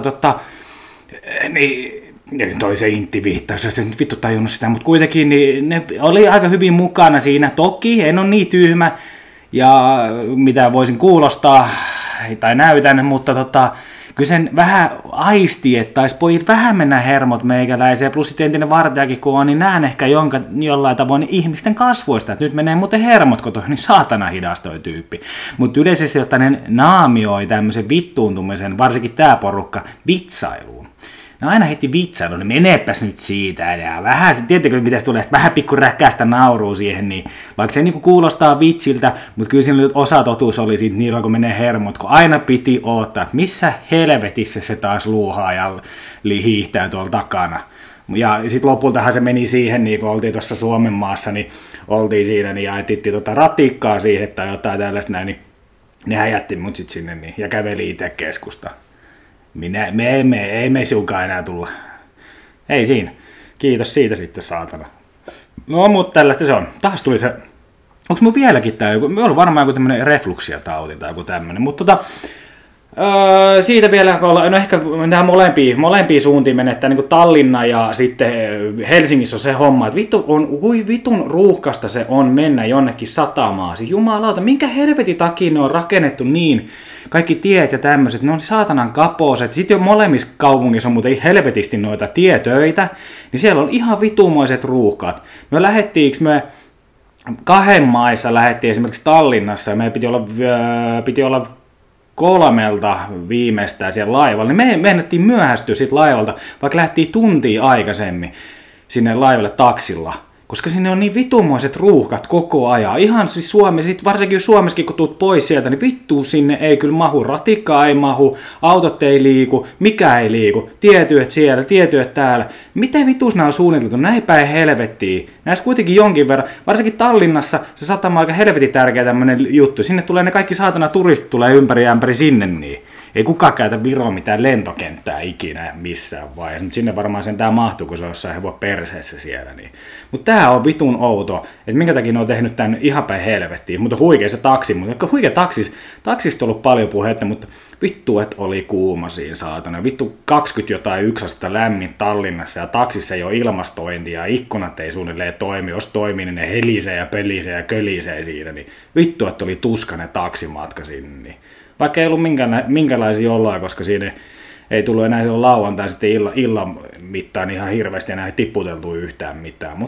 niin toi se intti viittaus, jos nyt vittu tajunnut sitä, mutta kuitenkin niin ne oli aika hyvin mukana siinä. Toki en ole niin tyhmä, ja mitä voisin kuulostaa tai näytän, mutta kyllä sen vähän aisti, että taisi pojit vähän mennä hermot meikäläiseen, plus sitten entinen vartijakin kun on, niin näen ehkä jollain tavoin ihmisten kasvoista, että nyt menee muuten hermot, kun toi niin saatana hidas toi tyyppi. Mutta yleisesti ottaen naamioi tämmöisen vittuuntumisen, varsinkin tää porukka, vitsailuun. No aina heti vitsailu, niin meneepäs nyt siitä ja vähän, tietenkin mitä tulee, vähän pikku räkkästä nauruu siihen, niin vaikka se niinku kuulostaa vitsiltä, mutta kyllä siinä osa totuus oli siitä niillä, kun menee hermot, kun aina piti odottaa, että missä helvetissä se taas luuhaa ja hiihtää tuolla takana. Ja sitten lopultahan se meni siihen, niin kun oltiin tuossa Suomen maassa, niin oltiin siinä niin ja etittiin ratikkaa siihen tai jotain tällaista näin, niin nehän jätti mut sitten sinne niin, ja käveli itse keskusta. Ei me sinunkaan enää tulla. Ei siinä. Kiitos siitä sitten, saatana. No, mutta tällaista se on. Taas tuli se onko mun vieläkin tää joku, me on varmaan joku tämmönen refluksiatauti tai joku tämmönen, mutta siitä vielä, no ehkä tähän molempiin suuntiin menettää niin kuin Tallinna ja sitten Helsingissä on se homma, että kui vitun ruuhkasta se on mennä jonnekin satamaan. Siis jumalauta, minkä helvetin takia ne on rakennettu niin, kaikki tiet ja tämmöiset, ne on saatanan kaposet. Sitten jo molemmissa kaupungissa on muuten helvetisti noita tietöitä, niin siellä on ihan vitumoiset ruuhkat. Me kahden maissa lähdettiin esimerkiksi Tallinnassa ja meidän piti olla 3 viimeistään siellä laivalla, niin me ennettiin myöhästyä siitä laivalta, vaikka lähdettiin tuntia aikaisemmin sinne laivalle taksilla, koska sinne on niin vitumoiset ruuhkat koko ajan. Ihan siis varsinkin Suomessakin, kun tuut pois sieltä, niin vittu sinne ei kyllä mahu, ratikkaa ei mahu, autot ei liiku, mikä ei liiku, tietyöt siellä, tietyöt täällä. Miten vitus nämä on suunniteltu? Näin päin helvettiin. Näissä kuitenkin jonkin verran, varsinkin Tallinnassa se satama on aika helvetin tärkeä tämmöinen juttu. Sinne tulee ne kaikki saatana turistit tulee ympäri ämpäri sinne niin. Ei kukaan käytä Viroon mitään lentokenttää ikinä missään vaiheessa, mutta sinne varmaan sen tää mahtuu, kun se on jossain hevon perseessä siellä. Niin. Mutta tää on vitun outo, että minkä takia ne on tehnyt tän ihan päin helvettiin, mutta huikea se taksi, mutta huikea taksista on ollut paljon puhetta, mutta vittu, että oli kuuma siinä saatana. Vittu 20 jotain yksasta lämmin Tallinnassa ja taksissa ei ole ilmastointia ja ikkunat ei suunnilleen toimi, jos toimii, niin ne helisee ja pelisee ja kölisee siinä, niin vittu, että oli tuskainen taksimatka sinne. Niin. Vaikka ei ollut minkälaisia oloja, koska siinä ei tullut enää silloin lauantai sitten illan mittaan ihan hirveästi enää tipputeltu yhtään mitään.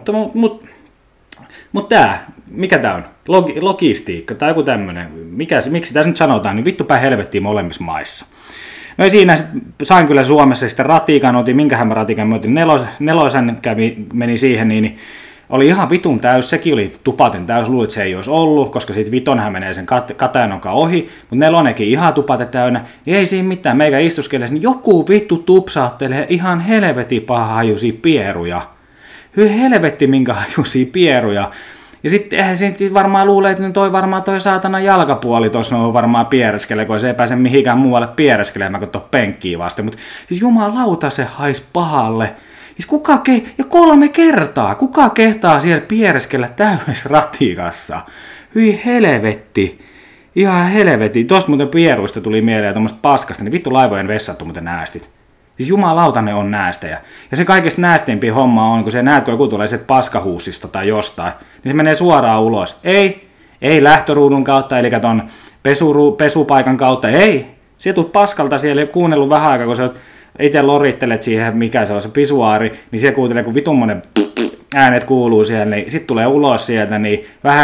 Mutta tämä, mikä tämä on? Logistiikka tai joku tämmöinen, miksi tässä nyt sanotaan, niin vittu päin helvettiin molemmissa maissa. No ja siinä sain kyllä Suomessa sitten ratikan, otin minkähän ratikan, mä otin nelosen, meni siihen, niin oli ihan vitun täys, sekin oli tupaten täys, luulit, että se ei olisi ollut, koska siitä vitonhan menee sen Katajanokan ohi, mutta nelonenkin ihan tupate täynnä, niin ei siinä mitään, meikä istuskelee, niin joku vittu tupsaattelee ihan helvetin pahahajuisia pieruja. Hyi helvetti minkä hajuisia pieruja. Ja sitten eihän siitä varmaan luulee, että toi saatana jalkapuoli tuossa on varmaan piereskelee, kun se ei pääse mihinkään muualle piereskelemään kuin tuon penkkiin vasten, mutta siis jumalauta se hais pahalle. Siis ja 3 kertaa, kuka kehtaa siellä piereskellä täydessä ratikassa? Hyi helvetti, ihan helvetti. Tuosta muuten pieruista tuli mieleen ja tuommoista paskasta, niin vittu laivojen vessat on muuten näästit. Siis jumalauta ne on näästejä. Ja se kaikista näästeimpiä homma on, kun se näet, kun joku tulee sieltä paskahuusista tai jostain, niin se menee suoraan ulos. Ei lähtöruudun kautta, eli ton pesupaikan kautta, ei. Se tulet paskalta siellä kuunnellut vähän aikaa, kun sä itse lorittelet siihen, mikä se on se pisuaari, niin siellä kuuntelee, kun vitummonen äänet kuuluu siellä, niin sitten tulee ulos sieltä, niin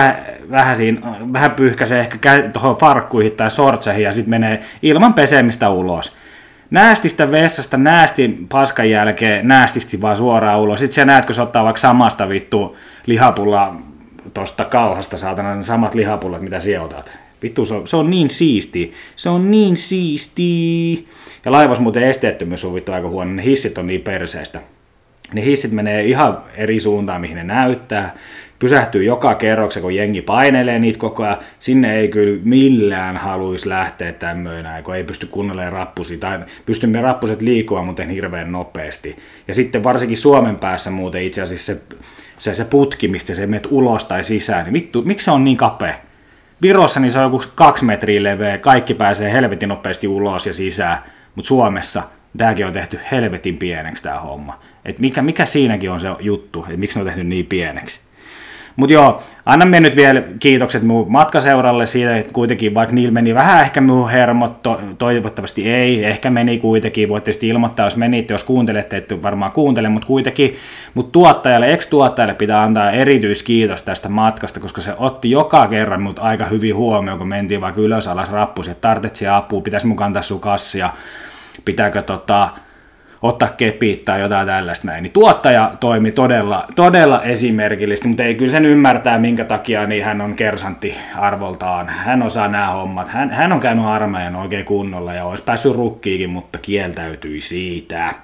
vähän pyyhkäisee ehkä tuohon farkkuihin tai sortseihin ja sitten menee ilman pesemistä ulos. Näästistä vessasta, näästin paskan jälkeen, näästisti vaan suoraan ulos. Sitten sä näet, kun se ottaa vaikka samasta vittu lihapulla tosta kauhasta, saatana samat lihapullat, mitä sijoitat. Vittu, se on niin siistiä. Se on niin siistiä. Ja laivassa muuten esteettömyys on vittu aika huono. Ne hissit on niin perseistä. Ne hissit menee ihan eri suuntaan, mihin ne näyttää. Pysähtyy joka kerroksen, kun jengi painelee niitä koko ajan. Sinne ei kyllä millään haluaisi lähteä tämmöinen, kun ei pysty kuunnelemaan rappusia. Tai pystymme rappuset liikkumaan muuten hirveän nopeasti. Ja sitten varsinkin Suomen päässä muuten itse asiassa se putki, mistä se menet ulos tai sisään. Niin vittu, miksi se on niin kapea? Virossa niin se on joku 2 metriä leveä, kaikki pääsee helvetin nopeasti ulos ja sisään, mutta Suomessa tämäkin on tehty helvetin pieneksi tämä homma. Et mikä siinäkin on se juttu, että miksi ne on tehty niin pieneksi. Mutta joo, annan me nyt vielä kiitokset mun matkaseuralle siitä, että kuitenkin vaikka niillä meni vähän ehkä mun hermot, toivottavasti ei, ehkä meni kuitenkin, voitte sitten ilmoittaa, jos menitte, jos kuuntelette, että varmaan kuuntele, mutta kuitenkin, mutta tuottajalle, ex-tuottajalle pitää antaa erityiskiitos tästä matkasta, koska se otti joka kerran mut aika hyvin huomioon, kun mentiin vaikka ylös alas rappusi, että tarvitset apua, pitäisi mun kantaa sun kassia, pitääkö ottaa kepit tai jotain tällaista näin, niin tuottaja toimi todella esimerkillisesti, mutta ei kyllä sen ymmärtää, minkä takia niin hän on kersantti arvoltaan. Hän osaa nämä hommat. Hän on käynyt armeijan oikein kunnolla ja olisi päässyt rukkiikin, mutta kieltäytyi siitä.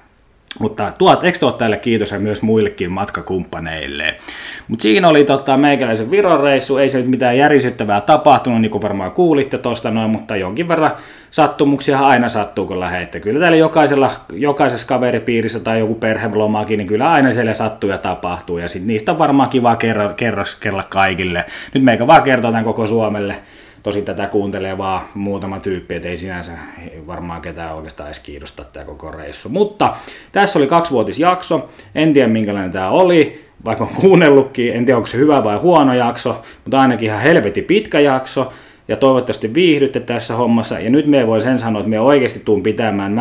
Mutta ex-tuottajalle kiitos ja myös muillekin matkakumppaneille. Mutta siinä oli meikäläisen Viron reissu, ei se nyt mitään järisyttävää tapahtunut, niin kuin varmaan kuulitte tuosta noin, mutta jonkin verran sattumuksia aina sattuu, kun lähdette. Kyllä täällä jokaisessa kaveripiirissä tai joku perhelomaakin, niin kyllä aina siellä sattuu ja tapahtuu, ja sit niistä on varmaan kiva kerralla kaikille. Nyt meikä vaan kertoo tämän koko Suomelle. Tosin tätä kuuntelee vaan muutama tyyppi, ettei sinänsä varmaan ketään oikeastaan edes kiinnosta tämä koko reissu. Mutta tässä oli 2-vuotisjakso, en tiedä minkälainen tämä oli, vaikka on kuunnellutkin, en tiedä onko se hyvä vai huono jakso, mutta ainakin ihan helvetin pitkä jakso, ja toivottavasti viihdytte tässä hommassa, ja nyt me voi sen sanoa, että me oikeasti tuun pitämään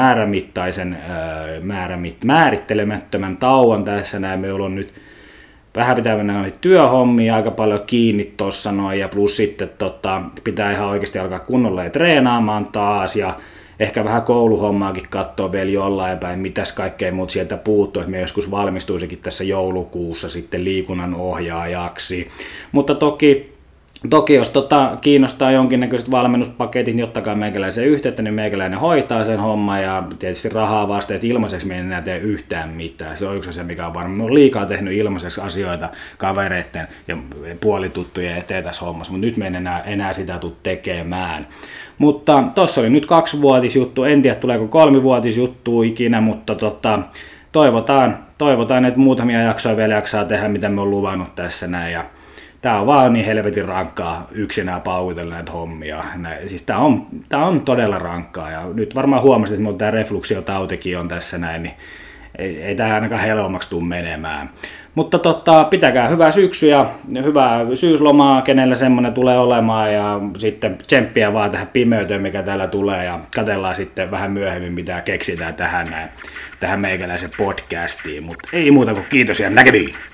määrittelemättömän tauon tässä näin, me ollaan nyt vähän pitää mennä noihin työhommiin aika paljon kiinni tossa noin, ja plus sitten pitää ihan oikeasti alkaa kunnolla treenaamaan taas, ja ehkä vähän kouluhommaakin katsoa vielä jollain päin, mitäs kaikkea muut sieltä puuttuu, että me joskus valmistuisikin tässä joulukuussa sitten liikunnan ohjaajaksi, mutta Toki jos kiinnostaa jonkinnäköiset valmennuspaketit, niin ottakaa meikäläisen yhteyttä, niin meikäläinen hoitaa sen homman ja tietysti rahaa vasta, että ilmaiseksi me ei enää tee yhtään mitään. Se on yksi asia, mikä on varma. Me on liikaa tehnyt ilmaiseksi asioita kavereiden ja puolituttujen eteen tässä hommassa, mutta nyt me ei enää sitä tule tekemään. Mutta tossa oli nyt 2-vuotisjuttu, en tiedä tuleeko 3-vuotisjuttu ikinä, mutta toivotaan, että muutamia jaksoja vielä jaksaa tehdä, mitä me on luvannut tässä näin. Ja tää on vaan niin helvetin rankkaa yksinään paukutella näitä hommia. Siis tää on todella rankkaa ja nyt varmaan huomasit, että tää refluksiotautikin on tässä näin, niin ei tää ainakaan helpommaksi tule menemään. Mutta pitäkää hyvää syksyä ja hyvää syyslomaa, kenellä semmoinen tulee olemaan ja sitten tsemppiä vaan tähän pimeyteen, mikä täällä tulee ja katsellaan sitten vähän myöhemmin, mitä keksitään tähän meikäläisen podcastiin. Mutta ei muuta kuin kiitos ja näkemiin!